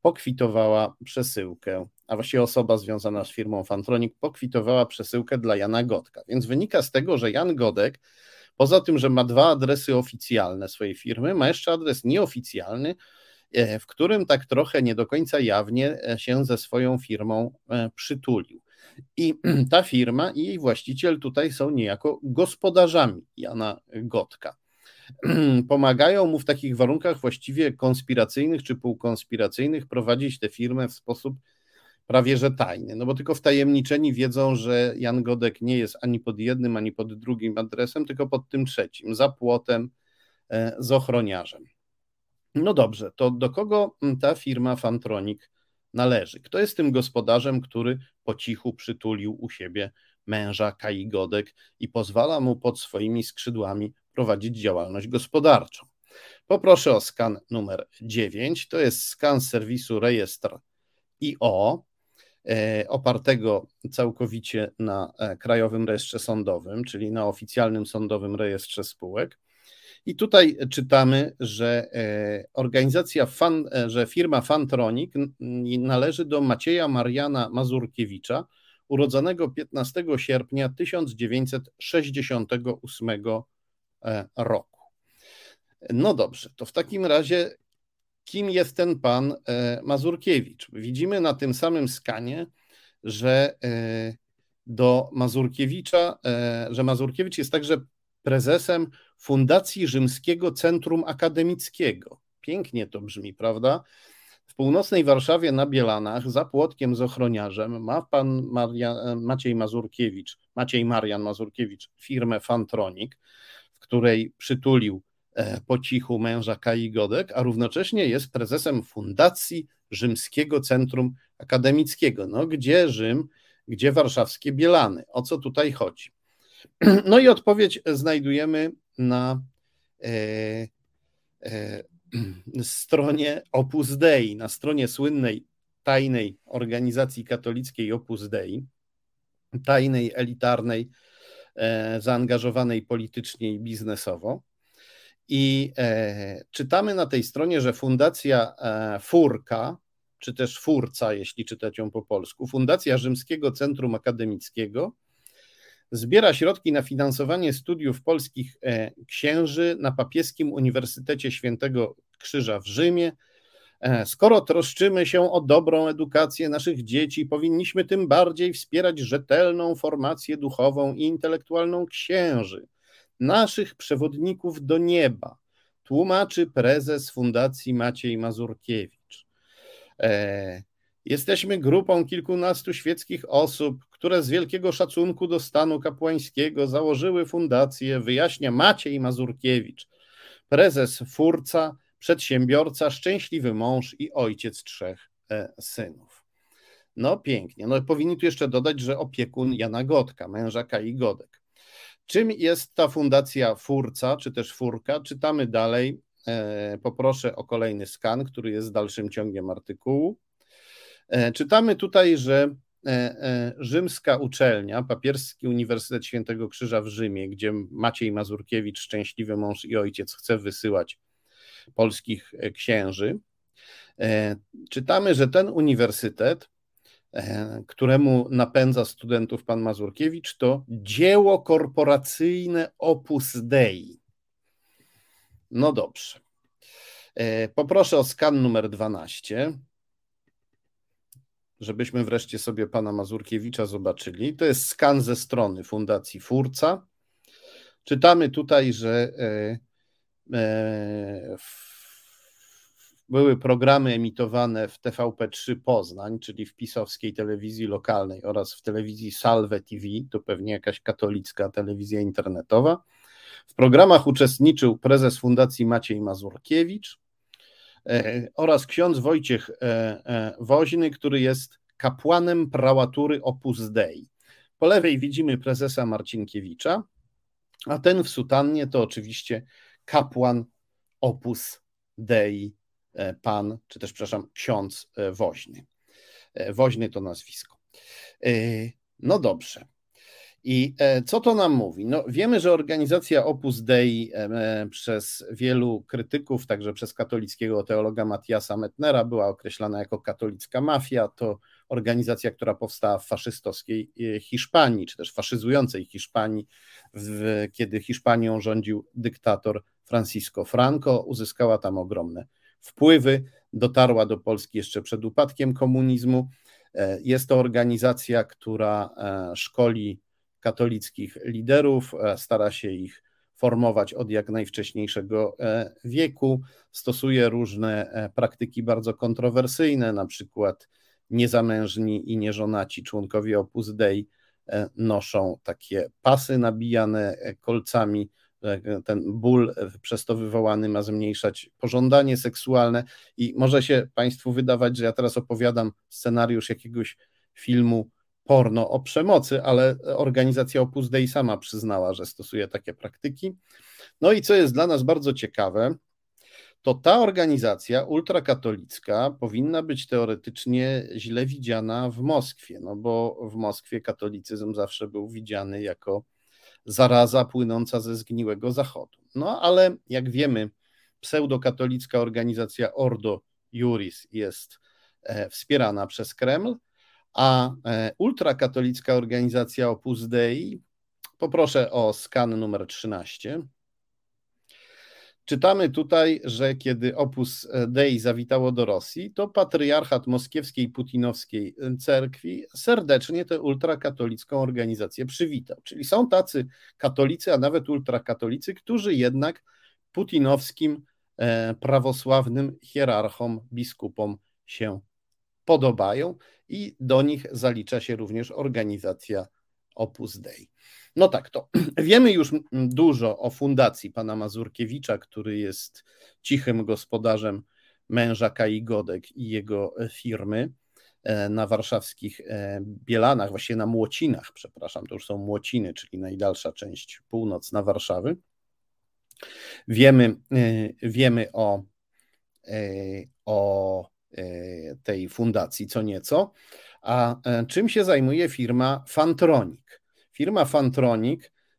pokwitowała przesyłkę, a właściwie osoba związana z firmą Fantronic pokwitowała przesyłkę dla Jana Godka. Więc wynika z tego, że Jan Godek, poza tym, że ma dwa adresy oficjalne swojej firmy, ma jeszcze adres nieoficjalny, w którym tak trochę nie do końca jawnie się ze swoją firmą przytulił. I ta firma i jej właściciel tutaj są niejako gospodarzami Jana Godka. Pomagają mu w takich warunkach właściwie konspiracyjnych czy półkonspiracyjnych prowadzić tę firmę w sposób prawie że tajny, no bo tylko wtajemniczeni wiedzą, że Jan Godek nie jest ani pod jednym, ani pod drugim adresem, tylko pod tym trzecim, za płotem, z ochroniarzem. No dobrze, to do kogo ta firma Fantronic należy? Kto jest tym gospodarzem, który po cichu przytulił u siebie męża Kai Godek i pozwala mu pod swoimi skrzydłami prowadzić działalność gospodarczą? Poproszę o skan numer dziewięć. To jest skan z serwisu rejestr kropka i o, e, opartego całkowicie na Krajowym Rejestrze Sądowym, czyli na oficjalnym sądowym rejestrze spółek. I tutaj czytamy, że organizacja, fan, że firma Fantronic należy do Macieja Mariana Mazurkiewicza, urodzonego piętnastego sierpnia tysiąc dziewięćset sześćdziesiątego ósmego roku. No dobrze, to w takim razie kim jest ten pan Mazurkiewicz? Widzimy na tym samym skanie, że do Mazurkiewicza, że Mazurkiewicz jest także prezesem Fundacji Rzymskiego Centrum Akademickiego. Pięknie to brzmi, prawda? W północnej Warszawie na Bielanach za płotkiem z ochroniarzem ma pan Maria, Maciej Mazurkiewicz, Maciej Marian Mazurkiewicz firmę Fantronic, w której przytulił po cichu męża Kai Godek, a równocześnie jest prezesem Fundacji Rzymskiego Centrum Akademickiego. No gdzie Rzym, gdzie warszawskie Bielany? O co tutaj chodzi? No i odpowiedź znajdujemy na e, e, stronie Opus Dei, na stronie słynnej tajnej organizacji katolickiej Opus Dei, tajnej, elitarnej, e, zaangażowanej politycznie i biznesowo. I e, czytamy na tej stronie, że Fundacja e, Furka, czy też Furca, jeśli czytać ją po polsku, Fundacja Rzymskiego Centrum Akademickiego, zbiera środki na finansowanie studiów polskich księży na Papieskim Uniwersytecie Świętego Krzyża w Rzymie. Skoro troszczymy się o dobrą edukację naszych dzieci, powinniśmy tym bardziej wspierać rzetelną formację duchową i intelektualną księży, naszych przewodników do nieba, tłumaczy prezes Fundacji Maciej Mazurkiewicz. Jesteśmy grupą kilkunastu świeckich osób, które z wielkiego szacunku do stanu kapłańskiego założyły fundację, wyjaśnia Maciej Mazurkiewicz, prezes Furca, przedsiębiorca, szczęśliwy mąż i ojciec trzech synów. No pięknie. No powinni tu jeszcze dodać, że opiekun Jana Godka, męża Kai Godek. Czym jest ta fundacja Furca, czy też Furka? Czytamy dalej. Poproszę o kolejny skan, który jest dalszym ciągiem artykułu. Czytamy tutaj, że rzymska uczelnia, Papieski Uniwersytet Świętego Krzyża w Rzymie, gdzie Maciej Mazurkiewicz, szczęśliwy mąż i ojciec, chce wysyłać polskich księży. Czytamy, że ten uniwersytet, któremu napędza studentów pan Mazurkiewicz, to dzieło korporacyjne Opus Dei. No dobrze. Poproszę o skan numer dwanaście. Żebyśmy wreszcie sobie pana Mazurkiewicza zobaczyli. To jest skan ze strony Fundacji Furca. Czytamy tutaj, że e, e, w, były programy emitowane w T V P trzy Poznań, czyli w pisowskiej telewizji lokalnej oraz w telewizji Salve T V, to pewnie jakaś katolicka telewizja internetowa. W programach uczestniczył prezes Fundacji Maciej Mazurkiewicz oraz ksiądz Wojciech Woźny, który jest kapłanem prałatury Opus Dei. Po lewej widzimy prezesa Marcinkiewicza, a ten w sutannie to oczywiście kapłan Opus Dei, pan, czy też, przepraszam, ksiądz Woźny. Woźny to nazwisko. No dobrze. I co to nam mówi? No, wiemy, że organizacja Opus Dei przez wielu krytyków, także przez katolickiego teologa Matthiasa Mettnera, była określana jako katolicka mafia. To organizacja, która powstała w faszystowskiej Hiszpanii, czy też faszyzującej Hiszpanii, w, kiedy Hiszpanią rządził dyktator Francisco Franco. Uzyskała tam ogromne wpływy, dotarła do Polski jeszcze przed upadkiem komunizmu. Jest to organizacja, która szkoli katolickich liderów, stara się ich formować od jak najwcześniejszego wieku, stosuje różne praktyki bardzo kontrowersyjne, na przykład niezamężni i nieżonaci członkowie Opus Dei noszą takie pasy nabijane kolcami. Ten ból przez to wywołany ma zmniejszać pożądanie seksualne i może się Państwu wydawać, że ja teraz opowiadam scenariusz jakiegoś filmu porno o przemocy, ale organizacja Opus Dei sama przyznała, że stosuje takie praktyki. No i co jest dla nas bardzo ciekawe, to ta organizacja ultrakatolicka powinna być teoretycznie źle widziana w Moskwie, no bo w Moskwie katolicyzm zawsze był widziany jako zaraza płynąca ze zgniłego Zachodu. No ale jak wiemy, pseudokatolicka organizacja Ordo Iuris jest wspierana przez Kreml, a ultrakatolicka organizacja Opus Dei, poproszę o skan numer trzynaście. Czytamy tutaj, że kiedy Opus Dei zawitało do Rosji, to patriarchat moskiewskiej putinowskiej cerkwi serdecznie tę ultrakatolicką organizację przywitał. Czyli są tacy katolicy, a nawet ultrakatolicy, którzy jednak putinowskim prawosławnym hierarchom, biskupom się podobają i do nich zalicza się również organizacja Opus Dei. No tak, to wiemy już dużo o fundacji pana Mazurkiewicza, który jest cichym gospodarzem męża Kai Godek i jego firmy na warszawskich Bielanach, właściwie na Młocinach, przepraszam, to już są Młociny, czyli najdalsza część północna Warszawy. Wiemy, wiemy o, o tej fundacji co nieco, a czym się zajmuje firma Fantronic? Firma Fantronic,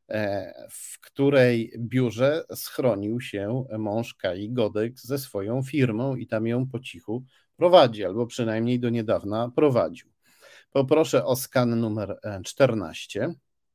w której biurze schronił się mąż Kai Godek ze swoją firmą i tam ją po cichu prowadzi, albo przynajmniej do niedawna prowadził. Poproszę o skan numer czternaście.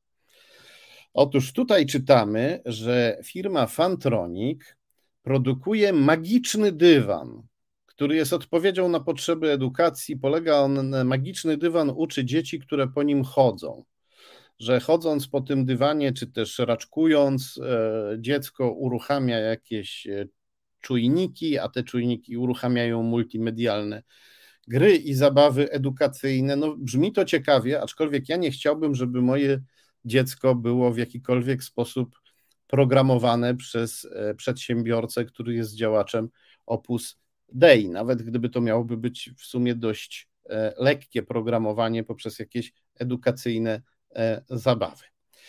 Otóż tutaj czytamy, że firma Fantronic produkuje magiczny dywan, który jest odpowiedzią na potrzeby edukacji. Polega on, magiczny dywan uczy dzieci, które po nim chodzą, że chodząc po tym dywanie, czy też raczkując, dziecko uruchamia jakieś czujniki, a te czujniki uruchamiają multimedialne gry i zabawy edukacyjne. No, brzmi to ciekawie, aczkolwiek ja nie chciałbym, żeby moje dziecko było w jakikolwiek sposób programowane przez przedsiębiorcę, który jest działaczem Opus Dei, nawet gdyby to miałoby być w sumie dość lekkie programowanie poprzez jakieś edukacyjne zabawy.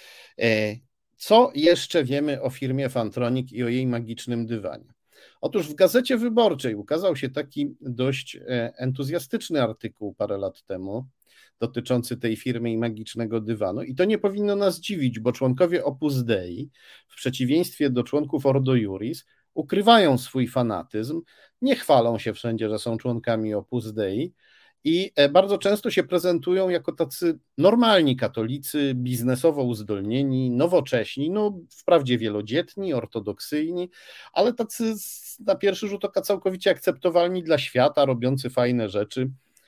Co jeszcze wiemy o firmie Fantronic i o jej magicznym dywanie? Otóż w Gazecie Wyborczej ukazał się taki dość entuzjastyczny artykuł parę lat temu dotyczący tej firmy i magicznego dywanu i to nie powinno nas dziwić, bo członkowie Opus Dei w przeciwieństwie do członków Ordo Iuris ukrywają swój fanatyzm, nie chwalą się wszędzie, że są członkami Opus Dei i bardzo często się prezentują jako tacy normalni katolicy, biznesowo uzdolnieni, nowocześni, no wprawdzie wielodzietni, ortodoksyjni, ale tacy na pierwszy rzut oka całkowicie akceptowalni dla świata, robiący fajne rzeczy.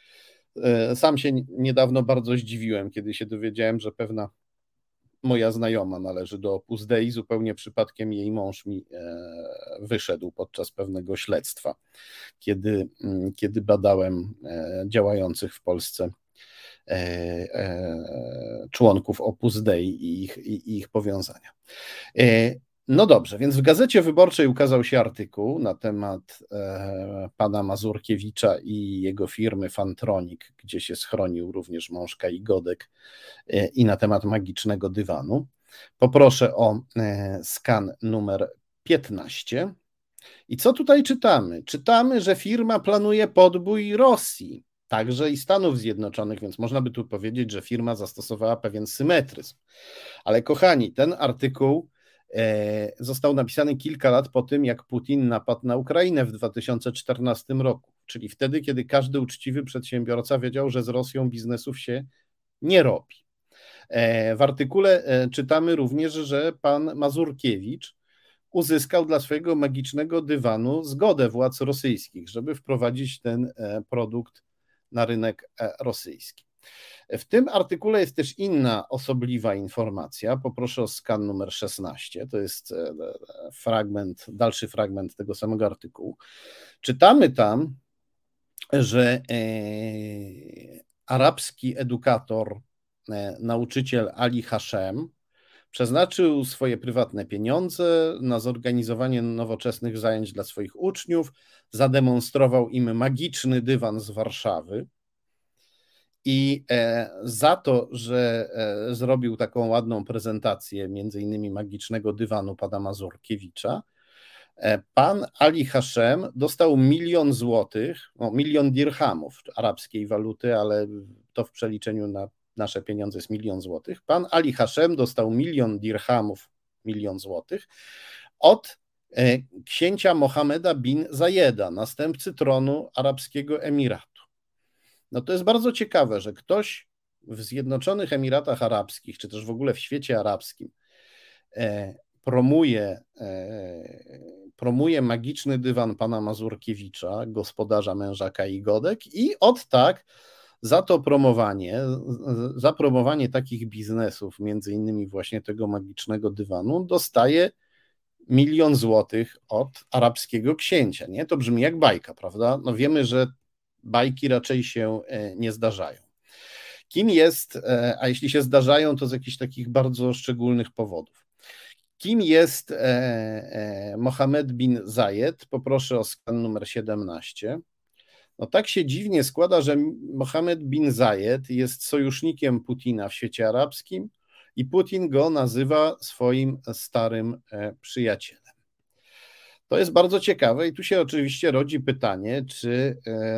Sam się niedawno bardzo zdziwiłem, kiedy się dowiedziałem, że pewna moja znajoma należy do Opus Dei, zupełnie przypadkiem jej mąż mi wyszedł podczas pewnego śledztwa, kiedy, kiedy badałem działających w Polsce członków Opus Dei i ich, i ich powiązania. No dobrze, więc w Gazecie Wyborczej ukazał się artykuł na temat e, pana Mazurkiewicza i jego firmy Fantronic, gdzie się schronił również mąż Kai Godek e, i na temat magicznego dywanu. Poproszę o e, skan numer piętnaście. I co tutaj czytamy? Czytamy, że firma planuje podbój Rosji. także i Stanów Zjednoczonych, więc można by tu powiedzieć, że firma zastosowała pewien symetryzm. Ale kochani, ten artykuł został napisany kilka lat po tym, jak Putin napadł na Ukrainę w dwa tysiące czternastym roku, czyli wtedy, kiedy każdy uczciwy przedsiębiorca wiedział, że z Rosją biznesów się nie robi. W artykule czytamy również, że pan Mazurkiewicz uzyskał dla swojego magicznego dywanu zgodę władz rosyjskich, żeby wprowadzić ten produkt na rynek rosyjski. W tym artykule jest też inna osobliwa informacja. Poproszę o skan numer szesnaście. To jest fragment, dalszy fragment tego samego artykułu. Czytamy tam, że e, arabski edukator, e, nauczyciel Ali Hashem przeznaczył swoje prywatne pieniądze na zorganizowanie nowoczesnych zajęć dla swoich uczniów, zademonstrował im magiczny dywan z Warszawy. I za to, że zrobił taką ładną prezentację, między innymi magicznego dywanu pana Mazurkiewicza, pan Ali Hashem dostał milion złotych, no milion dirhamów arabskiej waluty, ale to w przeliczeniu na nasze pieniądze jest milion złotych. Pan Ali Hashem dostał milion dirhamów, milion złotych od księcia Mohameda bin Zayeda, następcy tronu Arabskiego Emiratu. No to jest bardzo ciekawe, że ktoś w Zjednoczonych Emiratach Arabskich, czy też w ogóle w świecie arabskim e, promuje, e, promuje magiczny dywan pana Mazurkiewicza, gospodarza męża Kai Godek, i od tak za to promowanie, za promowanie takich biznesów, między innymi właśnie tego magicznego dywanu, dostaje milion złotych od arabskiego księcia. Nie? To brzmi jak bajka, prawda? No wiemy, że bajki raczej się nie zdarzają. Kim jest, a jeśli się zdarzają, to z jakichś takich bardzo szczególnych powodów. Kim jest Mohammed bin Zayed? Poproszę o skan numer siedemnaście. No tak się dziwnie składa, że Mohammed bin Zayed jest sojusznikiem Putina w świecie arabskim i Putin go nazywa swoim starym przyjacielem. To jest bardzo ciekawe i tu się oczywiście rodzi pytanie, czy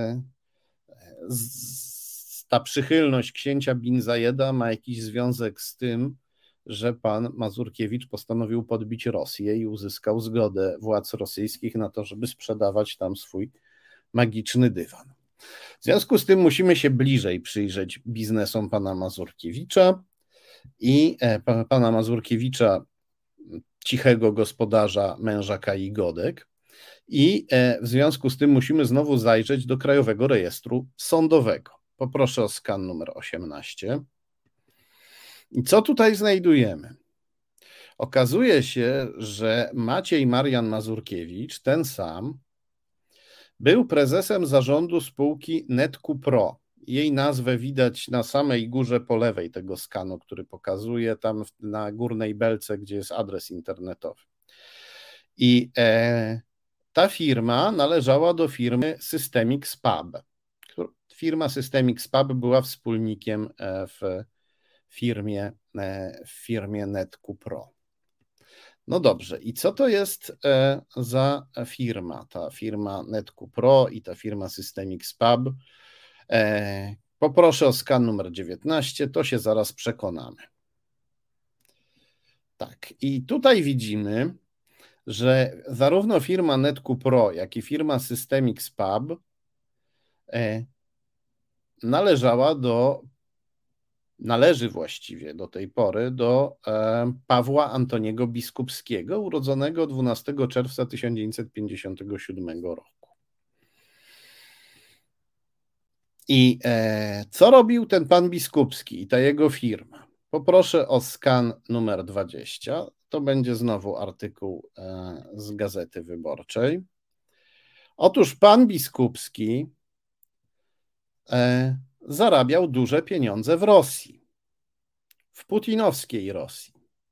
ta przychylność księcia bin Zayeda ma jakiś związek z tym, że pan Mazurkiewicz postanowił podbić Rosję i uzyskał zgodę władz rosyjskich na to, żeby sprzedawać tam swój magiczny dywan. W związku z tym musimy się bliżej przyjrzeć biznesom pana Mazurkiewicza i pana Mazurkiewicza, cichego gospodarza męża Kai Godek, i w związku z tym musimy znowu zajrzeć do Krajowego Rejestru Sądowego. Poproszę o skan numer osiemnaście. I co tutaj znajdujemy? Okazuje się, że Maciej Marian Mazurkiewicz, ten sam, był prezesem zarządu spółki NetCuPro. Jej nazwę widać na samej górze po lewej tego skanu, który pokazuje tam na górnej belce, gdzie jest adres internetowy. I e, ta firma należała do firmy Systemix Pub. Firma Systemix Pub była wspólnikiem w firmie, w firmie NetCuPro. No dobrze, i co to jest za firma? Ta firma NetCuPro i ta firma Systemix Pub. Poproszę o skan numer dziewiętnaście, to się zaraz przekonamy. Tak, i tutaj widzimy, że zarówno firma NetCuPro, jak i firma Systemix Pub należała do, należy właściwie do tej pory do Pawła Antoniego Biskupskiego, urodzonego dwunastego czerwca tysiąc dziewięćset pięćdziesiątego siódmego roku. I co robił ten pan Biskupski i ta jego firma? Poproszę o skan numer dwadzieścia. To będzie znowu artykuł z Gazety Wyborczej. Otóż pan Biskupski zarabiał duże pieniądze w Rosji, w putinowskiej Rosji.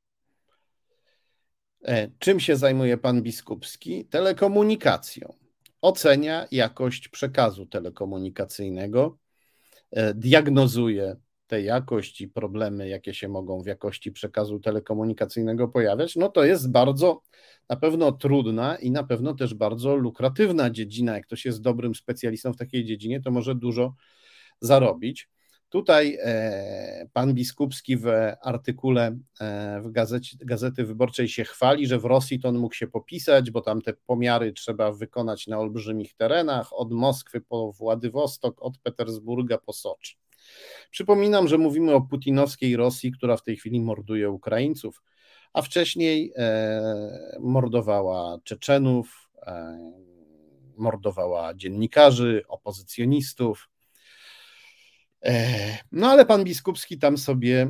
Czym się zajmuje pan Biskupski? Telekomunikacją. Ocenia jakość przekazu telekomunikacyjnego, diagnozuje tę jakość i problemy, jakie się mogą w jakości przekazu telekomunikacyjnego pojawiać. No to jest bardzo na pewno trudna i na pewno też bardzo lukratywna dziedzina. Jak ktoś jest dobrym specjalistą w takiej dziedzinie, to może dużo zarobić. Tutaj pan Biskupski w artykule w gazecie, Gazety Wyborczej się chwali, że w Rosji to on mógł się popisać, bo tam te pomiary trzeba wykonać na olbrzymich terenach, od Moskwy po Władywostok, od Petersburga po Soczi. Przypominam, że mówimy o putinowskiej Rosji, która w tej chwili morduje Ukraińców, a wcześniej mordowała Czeczenów, mordowała dziennikarzy, opozycjonistów. No ale pan Biskupski tam sobie,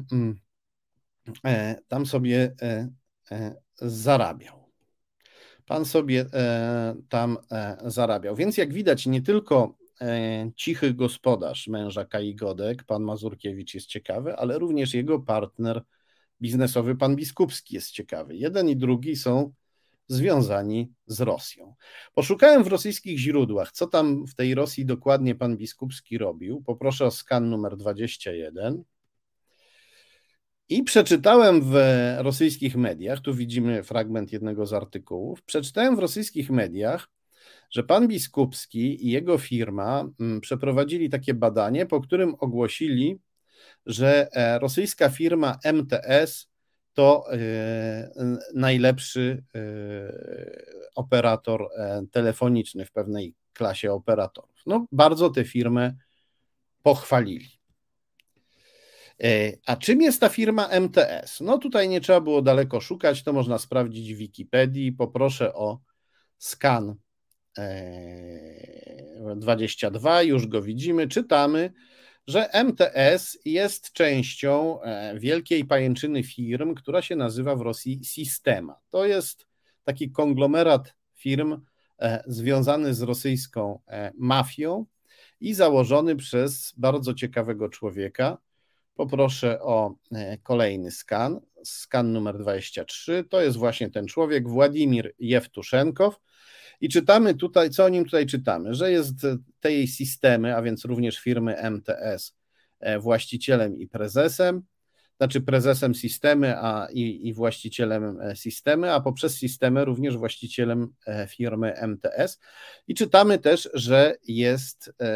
tam sobie zarabiał. Pan sobie tam zarabiał. Więc jak widać, nie tylko cichy gospodarz męża Kai Godek, pan Mazurkiewicz jest ciekawy, ale również jego partner biznesowy, pan Biskupski jest ciekawy. Jeden i drugi są związani z Rosją. Poszukałem w rosyjskich źródłach, co tam w tej Rosji dokładnie pan Biskupski robił. Poproszę o skan numer dwadzieścia jeden. I przeczytałem w rosyjskich mediach, tu widzimy fragment jednego z artykułów, przeczytałem w rosyjskich mediach, że pan Biskupski i jego firma przeprowadzili takie badanie, po którym ogłosili, że rosyjska firma M T S to najlepszy operator telefoniczny w pewnej klasie operatorów. No, bardzo tę firmę pochwalili. A czym jest ta firma M T S? No tutaj nie trzeba było daleko szukać, to można sprawdzić w Wikipedii. Poproszę o skan dwadzieścia dwa, już go widzimy, czytamy, że M T S jest częścią wielkiej pajęczyny firm, która się nazywa w Rosji Sistema. To jest taki konglomerat firm związany z rosyjską mafią i założony przez bardzo ciekawego człowieka. Poproszę o kolejny skan, skan numer dwadzieścia trzy, to jest właśnie ten człowiek, Władimir Jewtuszenkow. I czytamy tutaj, co o nim tutaj czytamy, że jest tej Sistemy, a więc również firmy M T S, właścicielem i prezesem, znaczy prezesem Sistemy a, i, i właścicielem Sistemy, a poprzez Sistemę również właścicielem firmy M T S. I czytamy też, że jest e,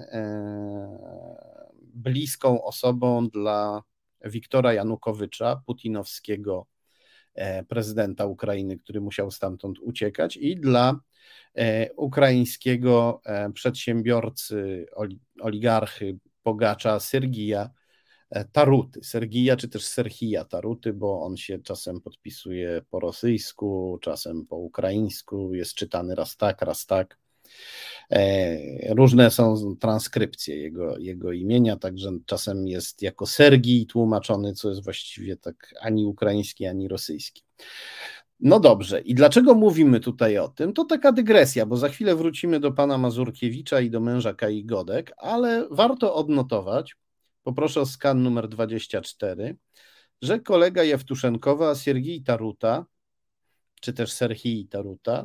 e, bliską osobą dla Wiktora Janukowycza, putinowskiego prezydenta Ukrainy, który musiał stamtąd uciekać, i dla ukraińskiego przedsiębiorcy, oligarchy, bogacza Sergija Taruty. Sergija czy też Serhija Taruty, bo on się czasem podpisuje po rosyjsku, czasem po ukraińsku, jest czytany raz tak, raz tak. Różne są transkrypcje jego, jego imienia, także czasem jest jako Sergij tłumaczony, co jest właściwie tak ani ukraiński, ani rosyjski. No dobrze, i dlaczego mówimy tutaj o tym? To taka dygresja, bo za chwilę wrócimy do pana Mazurkiewicza i do męża Kai Godek, ale warto odnotować, poproszę o skan numer dwadzieścia cztery, że kolega Jewtuszenkowa, Sergij Taruta, czy też Serhij Taruta,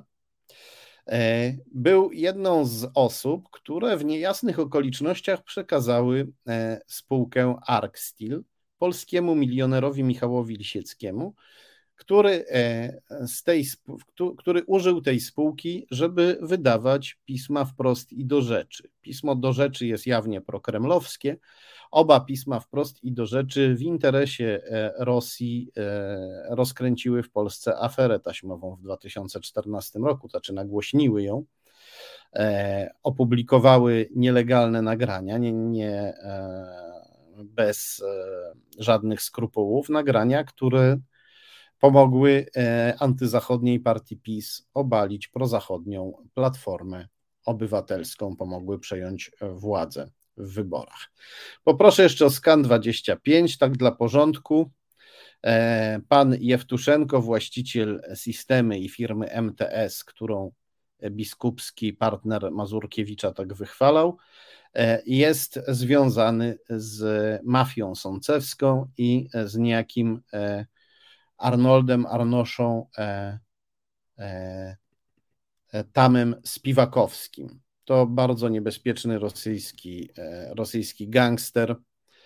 był jedną z osób, które w niejasnych okolicznościach przekazały spółkę Arkstil polskiemu milionerowi Michałowi Lisieckiemu, który, z tej, który użył tej spółki, żeby wydawać pisma wprost i do rzeczy. Pismo do rzeczy jest jawnie prokremlowskie. Oba pisma wprost i do rzeczy w interesie Rosji rozkręciły w Polsce aferę taśmową w dwa tysiące czternastym roku, to znaczy nagłośniły ją, opublikowały nielegalne nagrania, nie, nie, bez żadnych skrupułów, nagrania, które pomogły antyzachodniej partii PiS obalić prozachodnią Platformę Obywatelską, pomogły przejąć władzę w wyborach. Poproszę jeszcze o skan dwadzieścia pięć, tak dla porządku. Pan Jewtuszenko, właściciel Sistemy i firmy M T S, którą Biskupski, partner Mazurkiewicza, tak wychwalał, jest związany z mafią sącewską i z niejakim Arnoldem Arnoszą e, e, Tamem Spiwakowskim. To bardzo niebezpieczny rosyjski, e, rosyjski gangster,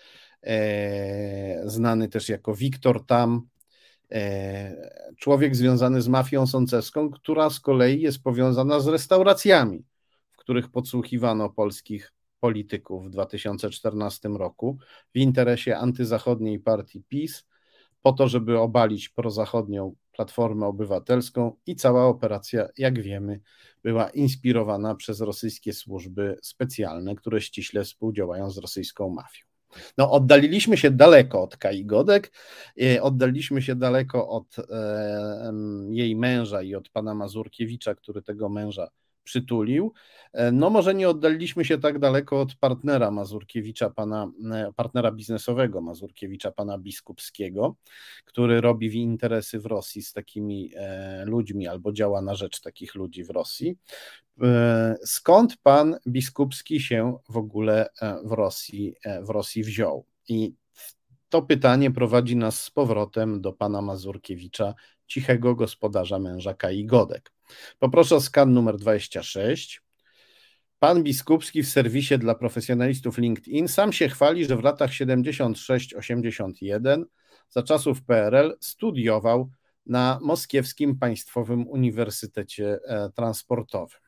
e, znany też jako Wiktor Tam, e, człowiek związany z mafią sącewską, która z kolei jest powiązana z restauracjami, w których podsłuchiwano polskich polityków w dwa tysiące czternastym roku w interesie antyzachodniej partii PiS, po to, żeby obalić prozachodnią Platformę Obywatelską i cała operacja, jak wiemy, była inspirowana przez rosyjskie służby specjalne, które ściśle współdziałają z rosyjską mafią. No, oddaliliśmy się daleko od Kai Godek, oddaliliśmy się daleko od e, jej męża i od pana Mazurkiewicza, który tego męża przytulił. No może nie oddaliliśmy się tak daleko od partnera Mazurkiewicza, pana, partnera biznesowego Mazurkiewicza, pana Biskupskiego, który robi interesy w Rosji z takimi ludźmi albo działa na rzecz takich ludzi w Rosji. Skąd pan Biskupski się w ogóle w Rosji, w Rosji wziął? I to pytanie prowadzi nas z powrotem do pana Mazurkiewicza, cichego gospodarza męża Kai Godek. Poproszę o skan numer dwadzieścia sześć. Pan Biskupski w serwisie dla profesjonalistów LinkedIn sam się chwali, że w latach siedemdziesiąt sześć osiemdziesiąt jeden za czasów P R L studiował na Moskiewskim Państwowym Uniwersytecie Transportowym.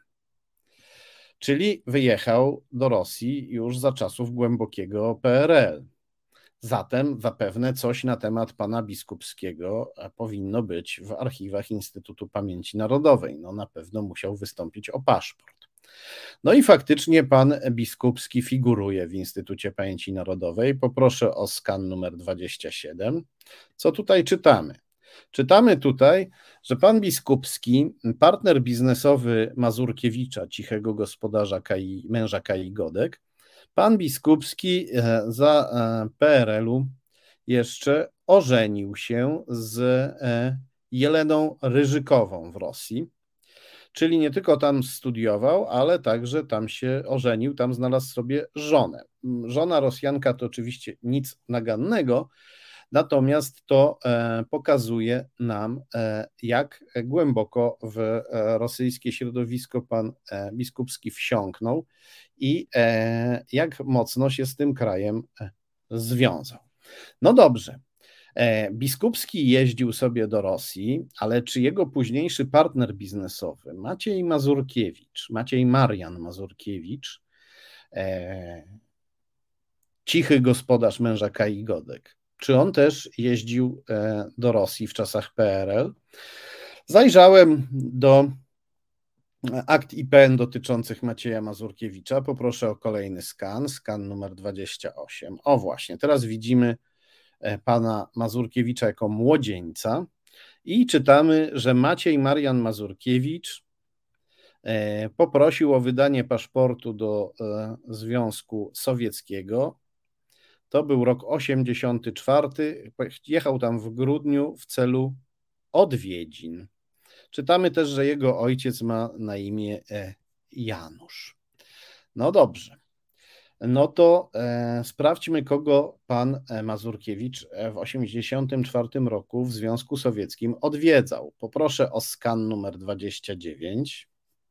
Czyli wyjechał do Rosji już za czasów głębokiego P R L. Zatem zapewne coś na temat pana Biskupskiego powinno być w archiwach Instytutu Pamięci Narodowej. No na pewno musiał wystąpić o paszport. No i faktycznie pan Biskupski figuruje w Instytucie Pamięci Narodowej. Poproszę o skan numer dwadzieścia siedem. Co tutaj czytamy? Czytamy tutaj, że pan Biskupski, partner biznesowy Mazurkiewicza, cichego gospodarza Kai, męża Kai Godek, pan Biskupski za P R L-u jeszcze ożenił się z Jeleną Ryżykową w Rosji, czyli nie tylko tam studiował, ale także tam się ożenił, tam znalazł sobie żonę. Żona Rosjanka to oczywiście nic nagannego, natomiast to pokazuje nam, jak głęboko w rosyjskie środowisko pan Biskupski wsiąknął i jak mocno się z tym krajem związał. No dobrze, Biskupski jeździł sobie do Rosji, ale czy jego późniejszy partner biznesowy, Maciej Mazurkiewicz, Maciej Marian Mazurkiewicz, cichy gospodarz męża Kai Godek, czy on też jeździł do Rosji w czasach P R L? Zajrzałem do akt I P N dotyczących Macieja Mazurkiewicza. Poproszę o kolejny skan, skan numer dwadzieścia osiem. O właśnie, teraz widzimy pana Mazurkiewicza jako młodzieńca i czytamy, że Maciej Marian Mazurkiewicz poprosił o wydanie paszportu do Związku Sowieckiego. To był rok osiemdziesiąty czwarty. Jechał tam w grudniu w celu odwiedzin. Czytamy też, że jego ojciec ma na imię Janusz. No dobrze. No to e, sprawdźmy, kogo pan Mazurkiewicz w osiemdziesiątym czwartym roku w Związku Sowieckim odwiedzał. Poproszę o skan numer dwadzieścia dziewięć.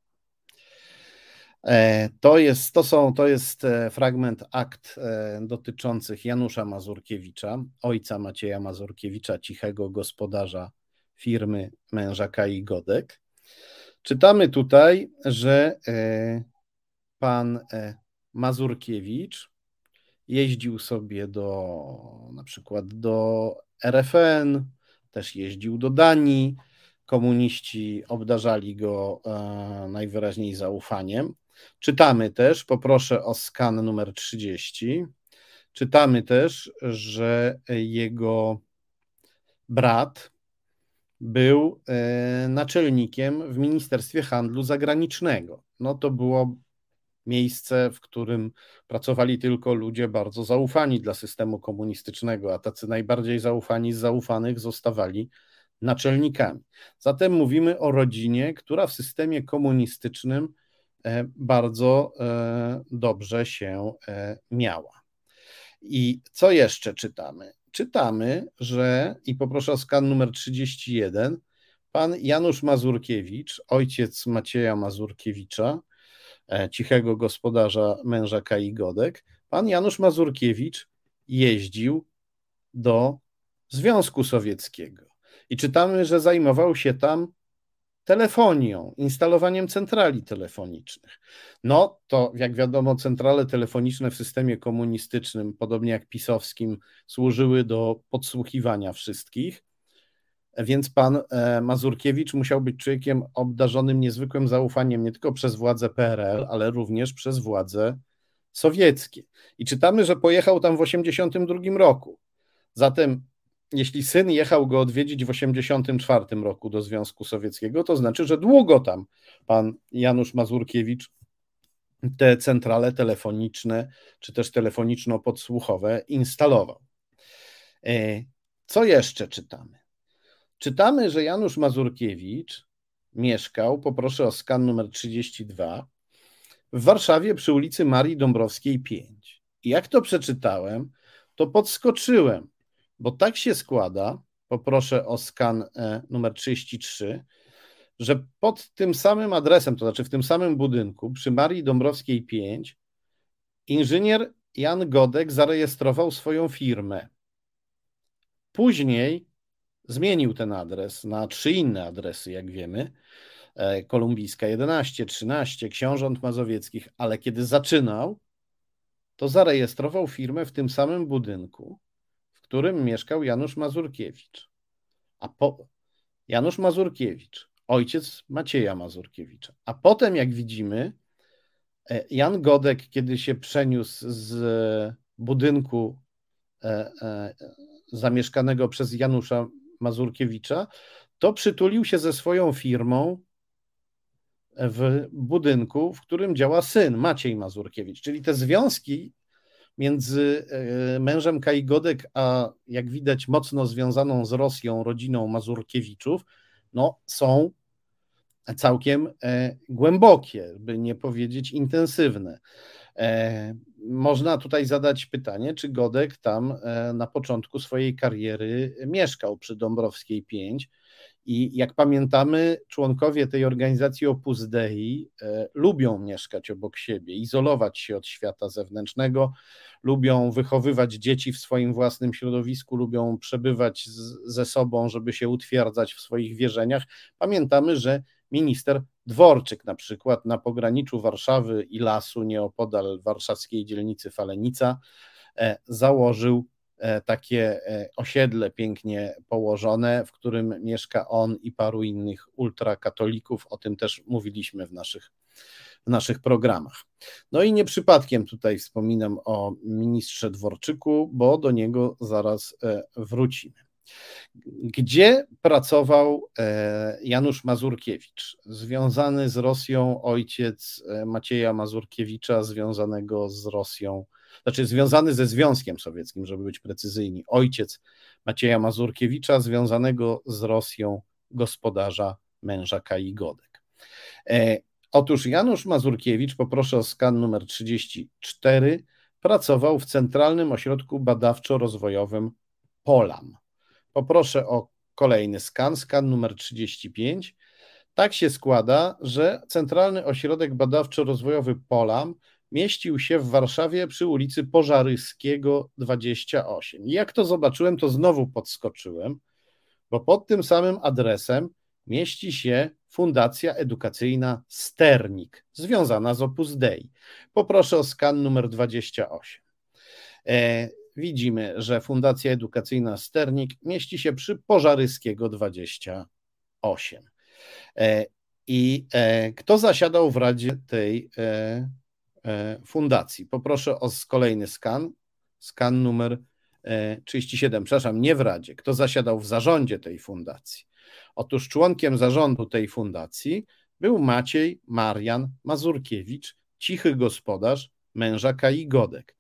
E, to jest, to są, to jest fragment akt e, dotyczących Janusza Mazurkiewicza, ojca Macieja Mazurkiewicza, cichego gospodarza firmy męża Kai Godek. Czytamy tutaj, że e, pan e, Mazurkiewicz jeździł sobie do na przykład do R F N, też jeździł do Danii. Komuniści obdarzali go e, najwyraźniej zaufaniem. Czytamy też, poproszę o skan numer trzydzieści. Czytamy też, że jego brat był e, naczelnikiem w Ministerstwie Handlu Zagranicznego. No to było miejsce, w którym pracowali tylko ludzie bardzo zaufani dla systemu komunistycznego, a tacy najbardziej zaufani z zaufanych zostawali naczelnikami. Zatem mówimy o rodzinie, która w systemie komunistycznym bardzo dobrze się miała. I co jeszcze czytamy? Czytamy, że, i poproszę o skan numer trzydzieści jeden, pan Janusz Mazurkiewicz, ojciec Macieja Mazurkiewicza, cichego gospodarza męża Kai Godek, pan Janusz Mazurkiewicz jeździł do Związku Sowieckiego. I czytamy, że zajmował się tam telefonią, instalowaniem centrali telefonicznych. No to jak wiadomo, centrale telefoniczne w systemie komunistycznym, podobnie jak pisowskim, służyły do podsłuchiwania wszystkich, więc pan Mazurkiewicz musiał być człowiekiem obdarzonym niezwykłym zaufaniem nie tylko przez władze P R L, ale również przez władze sowieckie. I czytamy, że pojechał tam w osiemdziesiątym drugim roku. Zatem jeśli syn jechał go odwiedzić w osiemdziesiątym czwartym roku do Związku Sowieckiego, to znaczy, że długo tam pan Janusz Mazurkiewicz te centrale telefoniczne, czy też telefoniczno-podsłuchowe instalował. Co jeszcze czytamy? Czytamy, że Janusz Mazurkiewicz mieszkał, poproszę o skan numer trzydzieści dwa, w Warszawie przy ulicy Marii Dąbrowskiej pięć. I jak to przeczytałem, to podskoczyłem, bo tak się składa, poproszę o skan numer trzydzieści trzy, że pod tym samym adresem, to znaczy w tym samym budynku przy Marii Dąbrowskiej pięć, inżynier Jan Godek zarejestrował swoją firmę. Później zmienił ten adres na trzy inne adresy, jak wiemy, Kolumbijska jedenaście, trzynaście, Książąt Mazowieckich, ale kiedy zaczynał, to zarejestrował firmę w tym samym budynku, w którym mieszkał Janusz Mazurkiewicz. A po Janusz Mazurkiewicz, ojciec Macieja Mazurkiewicza. A potem, jak widzimy, Jan Godek, kiedy się przeniósł z budynku zamieszkanego przez Janusza Mazurkiewicza, to przytulił się ze swoją firmą w budynku, w którym działa syn Maciej Mazurkiewicz. Czyli te związki między mężem Kai Godek, a jak widać mocno związaną z Rosją rodziną Mazurkiewiczów, no są całkiem głębokie, by nie powiedzieć intensywne. Można tutaj zadać pytanie, czy Godek tam na początku swojej kariery mieszkał przy Dąbrowskiej pięć i jak pamiętamy, członkowie tej organizacji Opus Dei lubią mieszkać obok siebie, izolować się od świata zewnętrznego, lubią wychowywać dzieci w swoim własnym środowisku, lubią przebywać z, ze sobą, żeby się utwierdzać w swoich wierzeniach. Pamiętamy, że minister Dworczyk na przykład na pograniczu Warszawy i lasu nieopodal warszawskiej dzielnicy Falenica założył takie osiedle pięknie położone, w którym mieszka on i paru innych ultrakatolików. O tym też mówiliśmy w naszych, w naszych programach. No i nie przypadkiem tutaj wspominam o ministrze Dworczyku, bo do niego zaraz wrócimy. Gdzie pracował Janusz Mazurkiewicz? Związany z Rosją ojciec Macieja Mazurkiewicza, związanego z Rosją, znaczy związany ze Związkiem Sowieckim, żeby być precyzyjni, ojciec Macieja Mazurkiewicza, związanego z Rosją gospodarza męża Kai Godek. Otóż Janusz Mazurkiewicz, poproszę o skan numer trzydzieści cztery, pracował w Centralnym Ośrodku Badawczo-Rozwojowym Polam. Poproszę o kolejny skan, skan numer trzydzieści pięć. Tak się składa, że Centralny Ośrodek Badawczo-Rozwojowy Polam mieścił się w Warszawie przy ulicy Pożaryskiego dwadzieścia osiem. I jak to zobaczyłem, to znowu podskoczyłem, bo pod tym samym adresem mieści się Fundacja Edukacyjna Sternik, związana z Opus Dei. Poproszę o skan numer dwadzieścia osiem. E, widzimy, że Fundacja Edukacyjna Sternik mieści się przy Pożaryskiego dwadzieścia osiem. E, I e, kto zasiadał w radzie tej e, e, fundacji? Poproszę o kolejny skan, skan numer e, trzydzieści siedem, przepraszam, nie w radzie. Kto zasiadał w zarządzie tej fundacji? Otóż członkiem zarządu tej fundacji był Maciej Marian Mazurkiewicz, cichy gospodarz męża Kai Godek.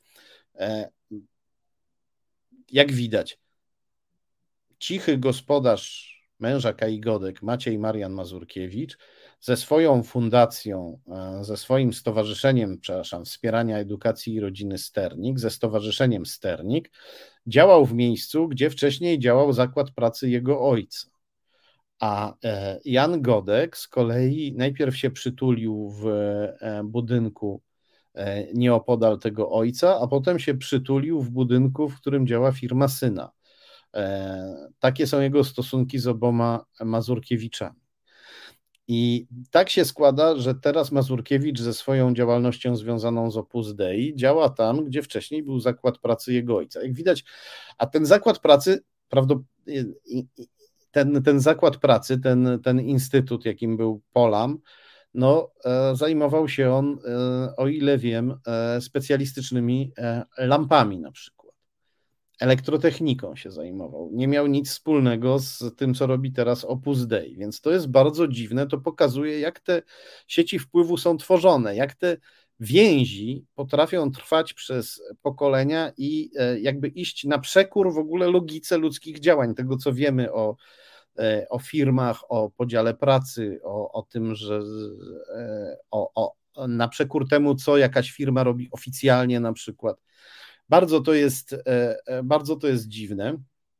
Jak widać, cichy gospodarz męża Kai Godek, Maciej Marian Mazurkiewicz, ze swoją fundacją, ze swoim stowarzyszeniem, przepraszam, wspierania edukacji i rodziny Sternik, ze stowarzyszeniem Sternik, działał w miejscu, gdzie wcześniej działał zakład pracy jego ojca. A Jan Godek z kolei najpierw się przytulił w budynku nieopodal tego ojca, a potem się przytulił w budynku, w którym działa firma syna. Takie są jego stosunki z oboma Mazurkiewiczami. I tak się składa, że teraz Mazurkiewicz ze swoją działalnością związaną z Opus Dei działa tam, gdzie wcześniej był zakład pracy jego ojca. Jak widać, a ten zakład pracy, prawdopodobnie ten, ten zakład pracy, ten, ten instytut, jakim był Polam, no, e, zajmował się on, e, o ile wiem, e, specjalistycznymi e, lampami na przykład. Elektrotechniką się zajmował. Nie miał nic wspólnego z tym, co robi teraz Opus Dei, więc to jest bardzo dziwne. To pokazuje, jak te sieci wpływu są tworzone, jak te więzi potrafią trwać przez pokolenia i jakby iść na przekór w ogóle logice ludzkich działań, tego, co wiemy o, o firmach, o podziale pracy, o, o tym, że o, o, na przekór temu, co jakaś firma robi oficjalnie na przykład. Bardzo to jest, bardzo to jest dziwne.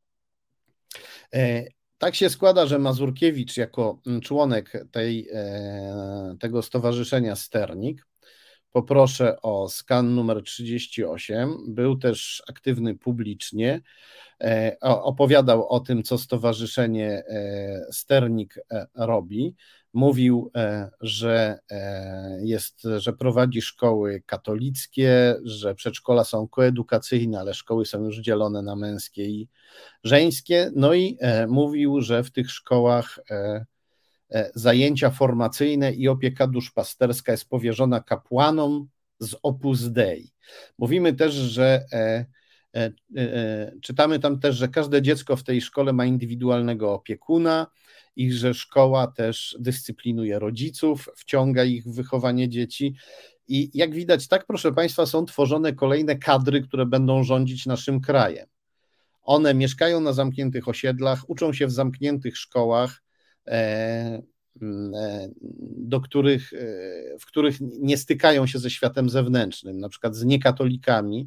Tak się składa, że Mazurkiewicz jako członek tej, tego stowarzyszenia Sternik, poproszę o skan numer trzydzieści osiem, był też aktywny publicznie, opowiadał o tym, co stowarzyszenie Sternik robi. Mówił, że jest, że prowadzi szkoły katolickie, że przedszkola są koedukacyjne, ale szkoły są już dzielone na męskie i żeńskie. No i mówił, że w tych szkołach zajęcia formacyjne i opieka duszpasterska jest powierzona kapłanom z Opus Dei. Mówimy też, że czytamy tam też, że każde dziecko w tej szkole ma indywidualnego opiekuna i że szkoła też dyscyplinuje rodziców, wciąga ich w wychowanie dzieci. I jak widać, tak, proszę Państwa, są tworzone kolejne kadry, które będą rządzić naszym krajem. One mieszkają na zamkniętych osiedlach, uczą się w zamkniętych szkołach, do których, w których nie stykają się ze światem zewnętrznym, na przykład z niekatolikami,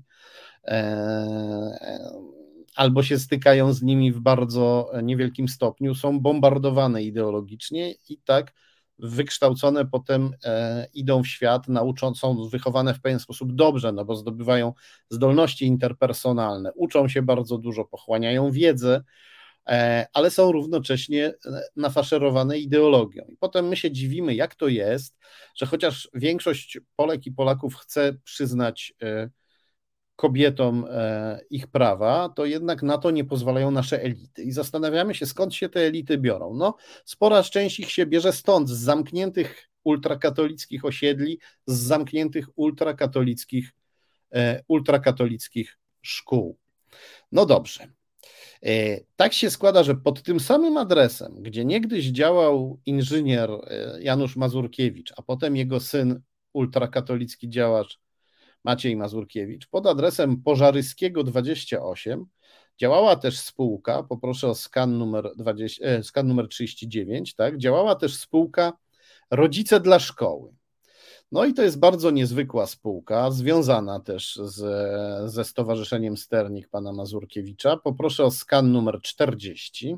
albo się stykają z nimi w bardzo niewielkim stopniu, są bombardowane ideologicznie i tak wykształcone potem idą w świat, nauczą, są wychowane w pewien sposób dobrze, no bo zdobywają zdolności interpersonalne, uczą się bardzo dużo, pochłaniają wiedzę, ale są równocześnie nafaszerowane ideologią. I potem my się dziwimy, jak to jest, że chociaż większość Polek i Polaków chce przyznać kobietom ich prawa, to jednak na to nie pozwalają nasze elity. I zastanawiamy się, skąd się te elity biorą. No, spora część ich się bierze stąd, z zamkniętych ultrakatolickich osiedli, z zamkniętych ultrakatolickich, ultrakatolickich szkół. No dobrze. Tak się składa, że pod tym samym adresem, gdzie niegdyś działał inżynier Janusz Mazurkiewicz, a potem jego syn, ultrakatolicki działacz Maciej Mazurkiewicz, pod adresem Pożaryskiego dwadzieścia osiem działała też spółka, poproszę o skan numer, dwadzieścia, eh, skan numer trzydzieści dziewięć, tak, działała też spółka Rodzice dla Szkoły. No i to jest bardzo niezwykła spółka, związana też z, ze Stowarzyszeniem Sternik pana Mazurkiewicza. Poproszę o skan numer czterdzieści.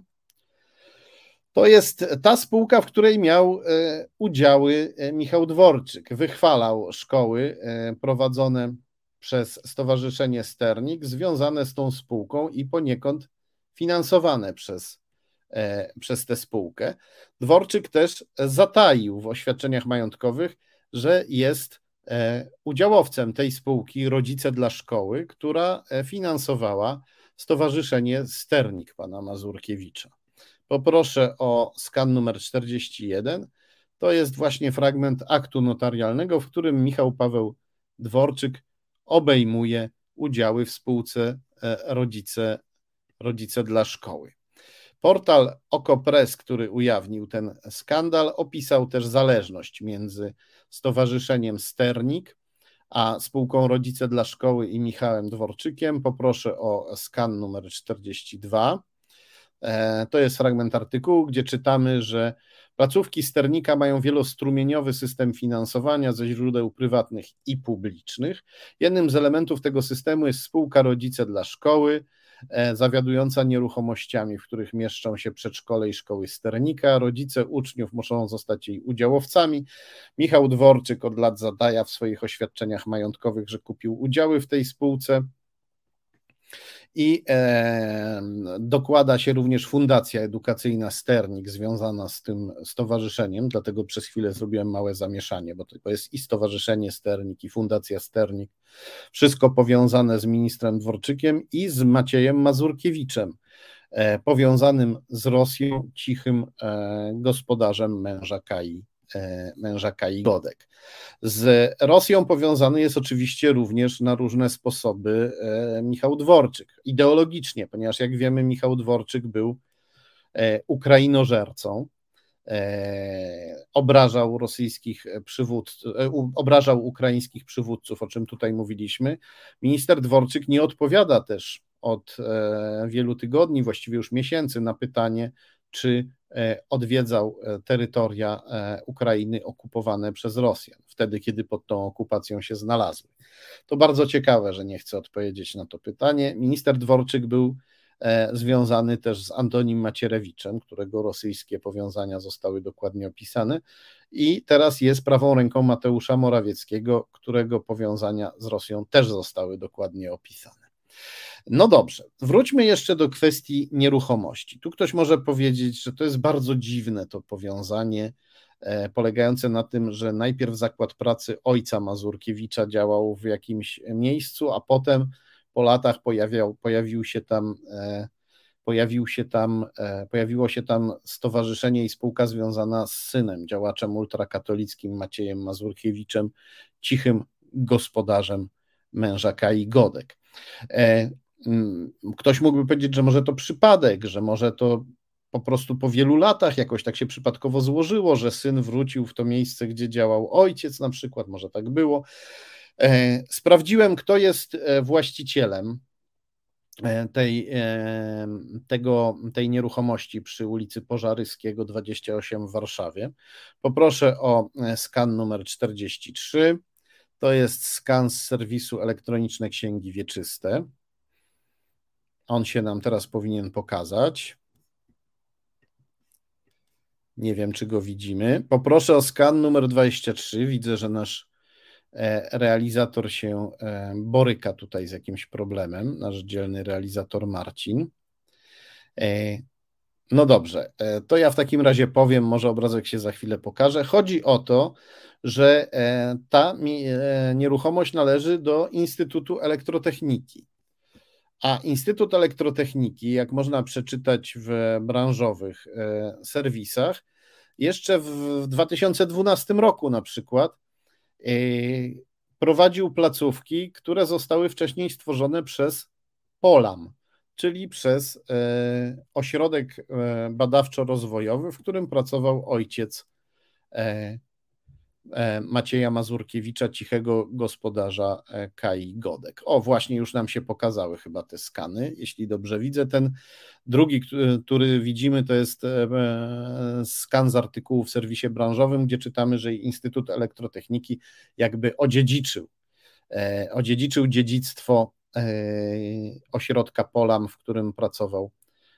To jest ta spółka, w której miał udziały Michał Dworczyk. Wychwalał szkoły prowadzone przez Stowarzyszenie Sternik, związane z tą spółką i poniekąd finansowane przez, przez tę spółkę. Dworczyk też zataił w oświadczeniach majątkowych, że jest udziałowcem tej spółki Rodzice dla Szkoły, która finansowała Stowarzyszenie Sternik pana Mazurkiewicza. Poproszę o skan numer czterdzieści jeden. To jest właśnie fragment aktu notarialnego, w którym Michał Paweł Dworczyk obejmuje udziały w spółce Rodzice, Rodzice dla Szkoły. Portal Okopress, który ujawnił ten skandal, opisał też zależność między Stowarzyszeniem Sternik a spółką Rodzice dla Szkoły i Michałem Dworczykiem. Poproszę o skan numer czterdzieści dwa. To jest fragment artykułu, gdzie czytamy, że placówki Sternika mają wielostrumieniowy system finansowania ze źródeł prywatnych i publicznych. Jednym z elementów tego systemu jest spółka Rodzice dla Szkoły, zawiadująca nieruchomościami, w których mieszczą się przedszkole i szkoły Sternika. Rodzice uczniów muszą zostać jej udziałowcami. Michał Dworczyk od lat zadaja w swoich oświadczeniach majątkowych, że kupił udziały w tej spółce. i e, dokłada się również Fundacja Edukacyjna Sternik związana z tym stowarzyszeniem, dlatego przez chwilę zrobiłem małe zamieszanie, bo to jest i Stowarzyszenie Sternik, i Fundacja Sternik, wszystko powiązane z ministrem Dworczykiem i z Maciejem Mazurkiewiczem, e, powiązanym z Rosją, cichym e, gospodarzem męża Kai, e, męża Kai Godek. Z Rosją powiązany jest oczywiście również na różne sposoby Michał Dworczyk, ideologicznie, ponieważ jak wiemy Michał Dworczyk był Ukrainożercą, obrażał rosyjskich przywódców, obrażał ukraińskich przywódców, o czym tutaj mówiliśmy. Minister Dworczyk nie odpowiada też od wielu tygodni, właściwie już miesięcy, na pytanie, czy odwiedzał terytoria Ukrainy okupowane przez Rosjan, wtedy, kiedy pod tą okupacją się znalazły. To bardzo ciekawe, że nie chce odpowiedzieć na to pytanie. Minister Dworczyk był związany też z Antonim Macierewiczem, którego rosyjskie powiązania zostały dokładnie opisane, i teraz jest prawą ręką Mateusza Morawieckiego, którego powiązania z Rosją też zostały dokładnie opisane. No dobrze, wróćmy jeszcze do kwestii nieruchomości. Tu ktoś może powiedzieć, że to jest bardzo dziwne to powiązanie, e, polegające na tym, że najpierw zakład pracy ojca Mazurkiewicza działał w jakimś miejscu, a potem po latach pojawiał, pojawił się tam, e, pojawił się tam, e, pojawiło się tam stowarzyszenie i spółka związana z synem, działaczem ultrakatolickim Maciejem Mazurkiewiczem, cichym gospodarzem męża Kai Godek. E, Ktoś mógłby powiedzieć, że może to przypadek, że może to po prostu po wielu latach jakoś tak się przypadkowo złożyło, że syn wrócił w to miejsce, gdzie działał ojciec na przykład, może tak było. Sprawdziłem, kto jest właścicielem tej, tego, tej nieruchomości przy ulicy Pożaryskiego dwadzieścia osiem w Warszawie. Poproszę o skan numer czterdzieści trzy. To jest skan z serwisu Elektroniczne Księgi Wieczyste. On się nam teraz powinien pokazać. Nie wiem, czy go widzimy. Poproszę o skan numer dwadzieścia trzy. Widzę, że nasz realizator się boryka tutaj z jakimś problemem. Nasz dzielny realizator Marcin. No dobrze, to ja w takim razie powiem, może obrazek się za chwilę pokaże. Chodzi o to, że ta nieruchomość należy do Instytutu Elektrotechniki. A Instytut Elektrotechniki, jak można przeczytać w branżowych serwisach, jeszcze w dwa tysiące dwunastym roku na przykład prowadził placówki, które zostały wcześniej stworzone przez Polam, czyli przez ośrodek badawczo-rozwojowy, w którym pracował ojciec Macieja Mazurkiewicza, cichego gospodarza Kai Godek. O, właśnie już nam się pokazały chyba te skany, jeśli dobrze widzę. Ten drugi, który widzimy, to jest skan z artykułu w serwisie branżowym, gdzie czytamy, że Instytut Elektrotechniki jakby odziedziczył, odziedziczył dziedzictwo ośrodka Polam, w którym pracował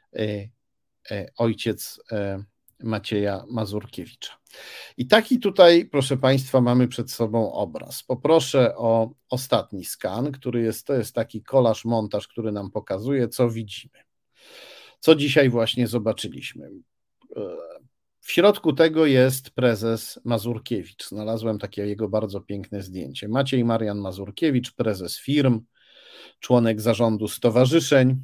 ojciec Macieja Mazurkiewicza. I taki tutaj, proszę Państwa, mamy przed sobą obraz. Poproszę o ostatni skan, który jest, to jest taki kolaż, montaż, który nam pokazuje, co widzimy. Co dzisiaj właśnie zobaczyliśmy. W środku tego jest prezes Mazurkiewicz. Znalazłem takie jego bardzo piękne zdjęcie. Maciej Marian Mazurkiewicz, prezes firm, członek zarządu stowarzyszeń.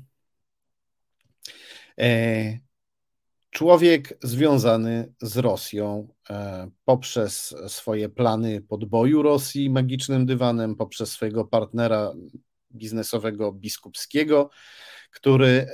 Człowiek związany z Rosją poprzez swoje plany podboju Rosji magicznym dywanem, poprzez swojego partnera biznesowego Biskupskiego, który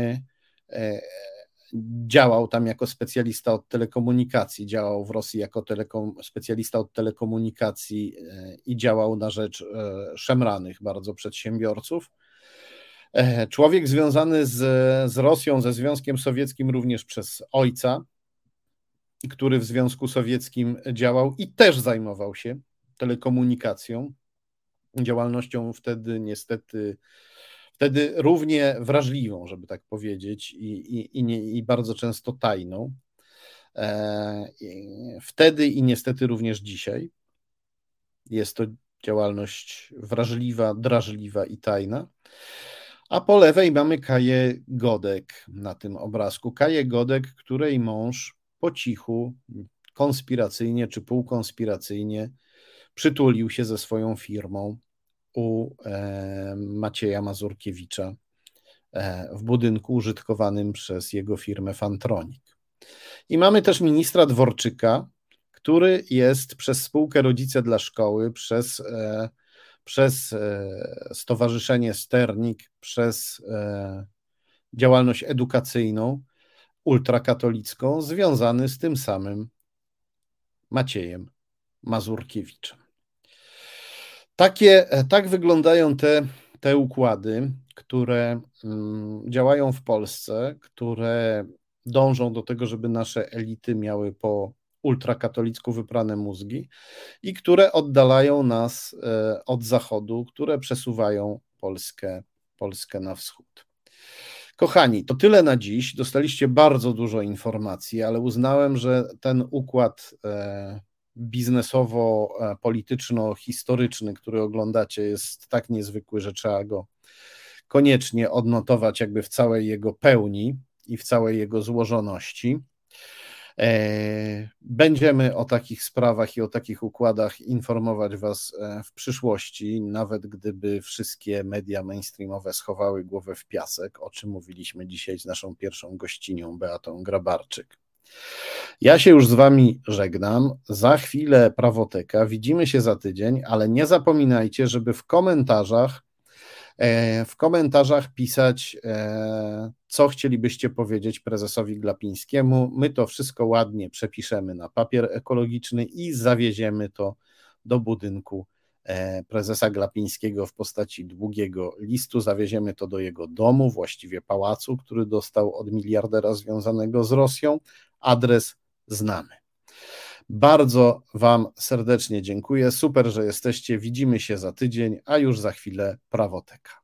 działał tam jako specjalista od telekomunikacji, działał w Rosji jako telekom, specjalista od telekomunikacji i działał na rzecz szemranych bardzo przedsiębiorców. Człowiek związany z, z Rosją, ze Związkiem Sowieckim również przez ojca, który w Związku Sowieckim działał i też zajmował się telekomunikacją, działalnością wtedy niestety, wtedy równie wrażliwą, żeby tak powiedzieć, i, i, i, nie, i bardzo często tajną. E, wtedy i niestety również dzisiaj jest to działalność wrażliwa, drażliwa i tajna. A po lewej mamy Kaję Godek na tym obrazku. Kaję Godek, której mąż po cichu, konspiracyjnie czy półkonspiracyjnie przytulił się ze swoją firmą u e, Macieja Mazurkiewicza e, w budynku użytkowanym przez jego firmę Fantronik. I mamy też ministra Dworczyka, który jest przez spółkę Rodzice dla Szkoły, przez, e, przez e, Stowarzyszenie Sternik, przez e, działalność edukacyjną ultrakatolicką związany z tym samym Maciejem Mazurkiewiczem. Takie, tak wyglądają te, te układy, które mm, działają w Polsce, które dążą do tego, żeby nasze elity miały po ultrakatolicku wyprane mózgi i które oddalają nas e, od Zachodu, które przesuwają Polskę, Polskę na wschód. Kochani, to tyle na dziś. Dostaliście bardzo dużo informacji, ale uznałem, że ten układ e, biznesowo-polityczno-historyczny, który oglądacie, jest tak niezwykły, że trzeba go koniecznie odnotować jakby w całej jego pełni i w całej jego złożoności. Będziemy o takich sprawach i o takich układach informować Was w przyszłości, nawet gdyby wszystkie media mainstreamowe schowały głowę w piasek, o czym mówiliśmy dzisiaj z naszą pierwszą gościnią Beatą Grabarczyk. Ja się już z Wami żegnam. Za chwilę Prawoteka. Widzimy się za tydzień, ale nie zapominajcie, żeby w komentarzach w komentarzach pisać, co chcielibyście powiedzieć prezesowi Glapińskiemu. My to wszystko ładnie przepiszemy na papier ekologiczny i zawieziemy to do budynku prezesa Glapińskiego w postaci długiego listu. Zawieziemy to do jego domu, właściwie pałacu, który dostał od miliardera związanego z Rosją. Adres znamy. Bardzo Wam serdecznie dziękuję. Super, że jesteście. Widzimy się za tydzień, a już za chwilę Prawoteka.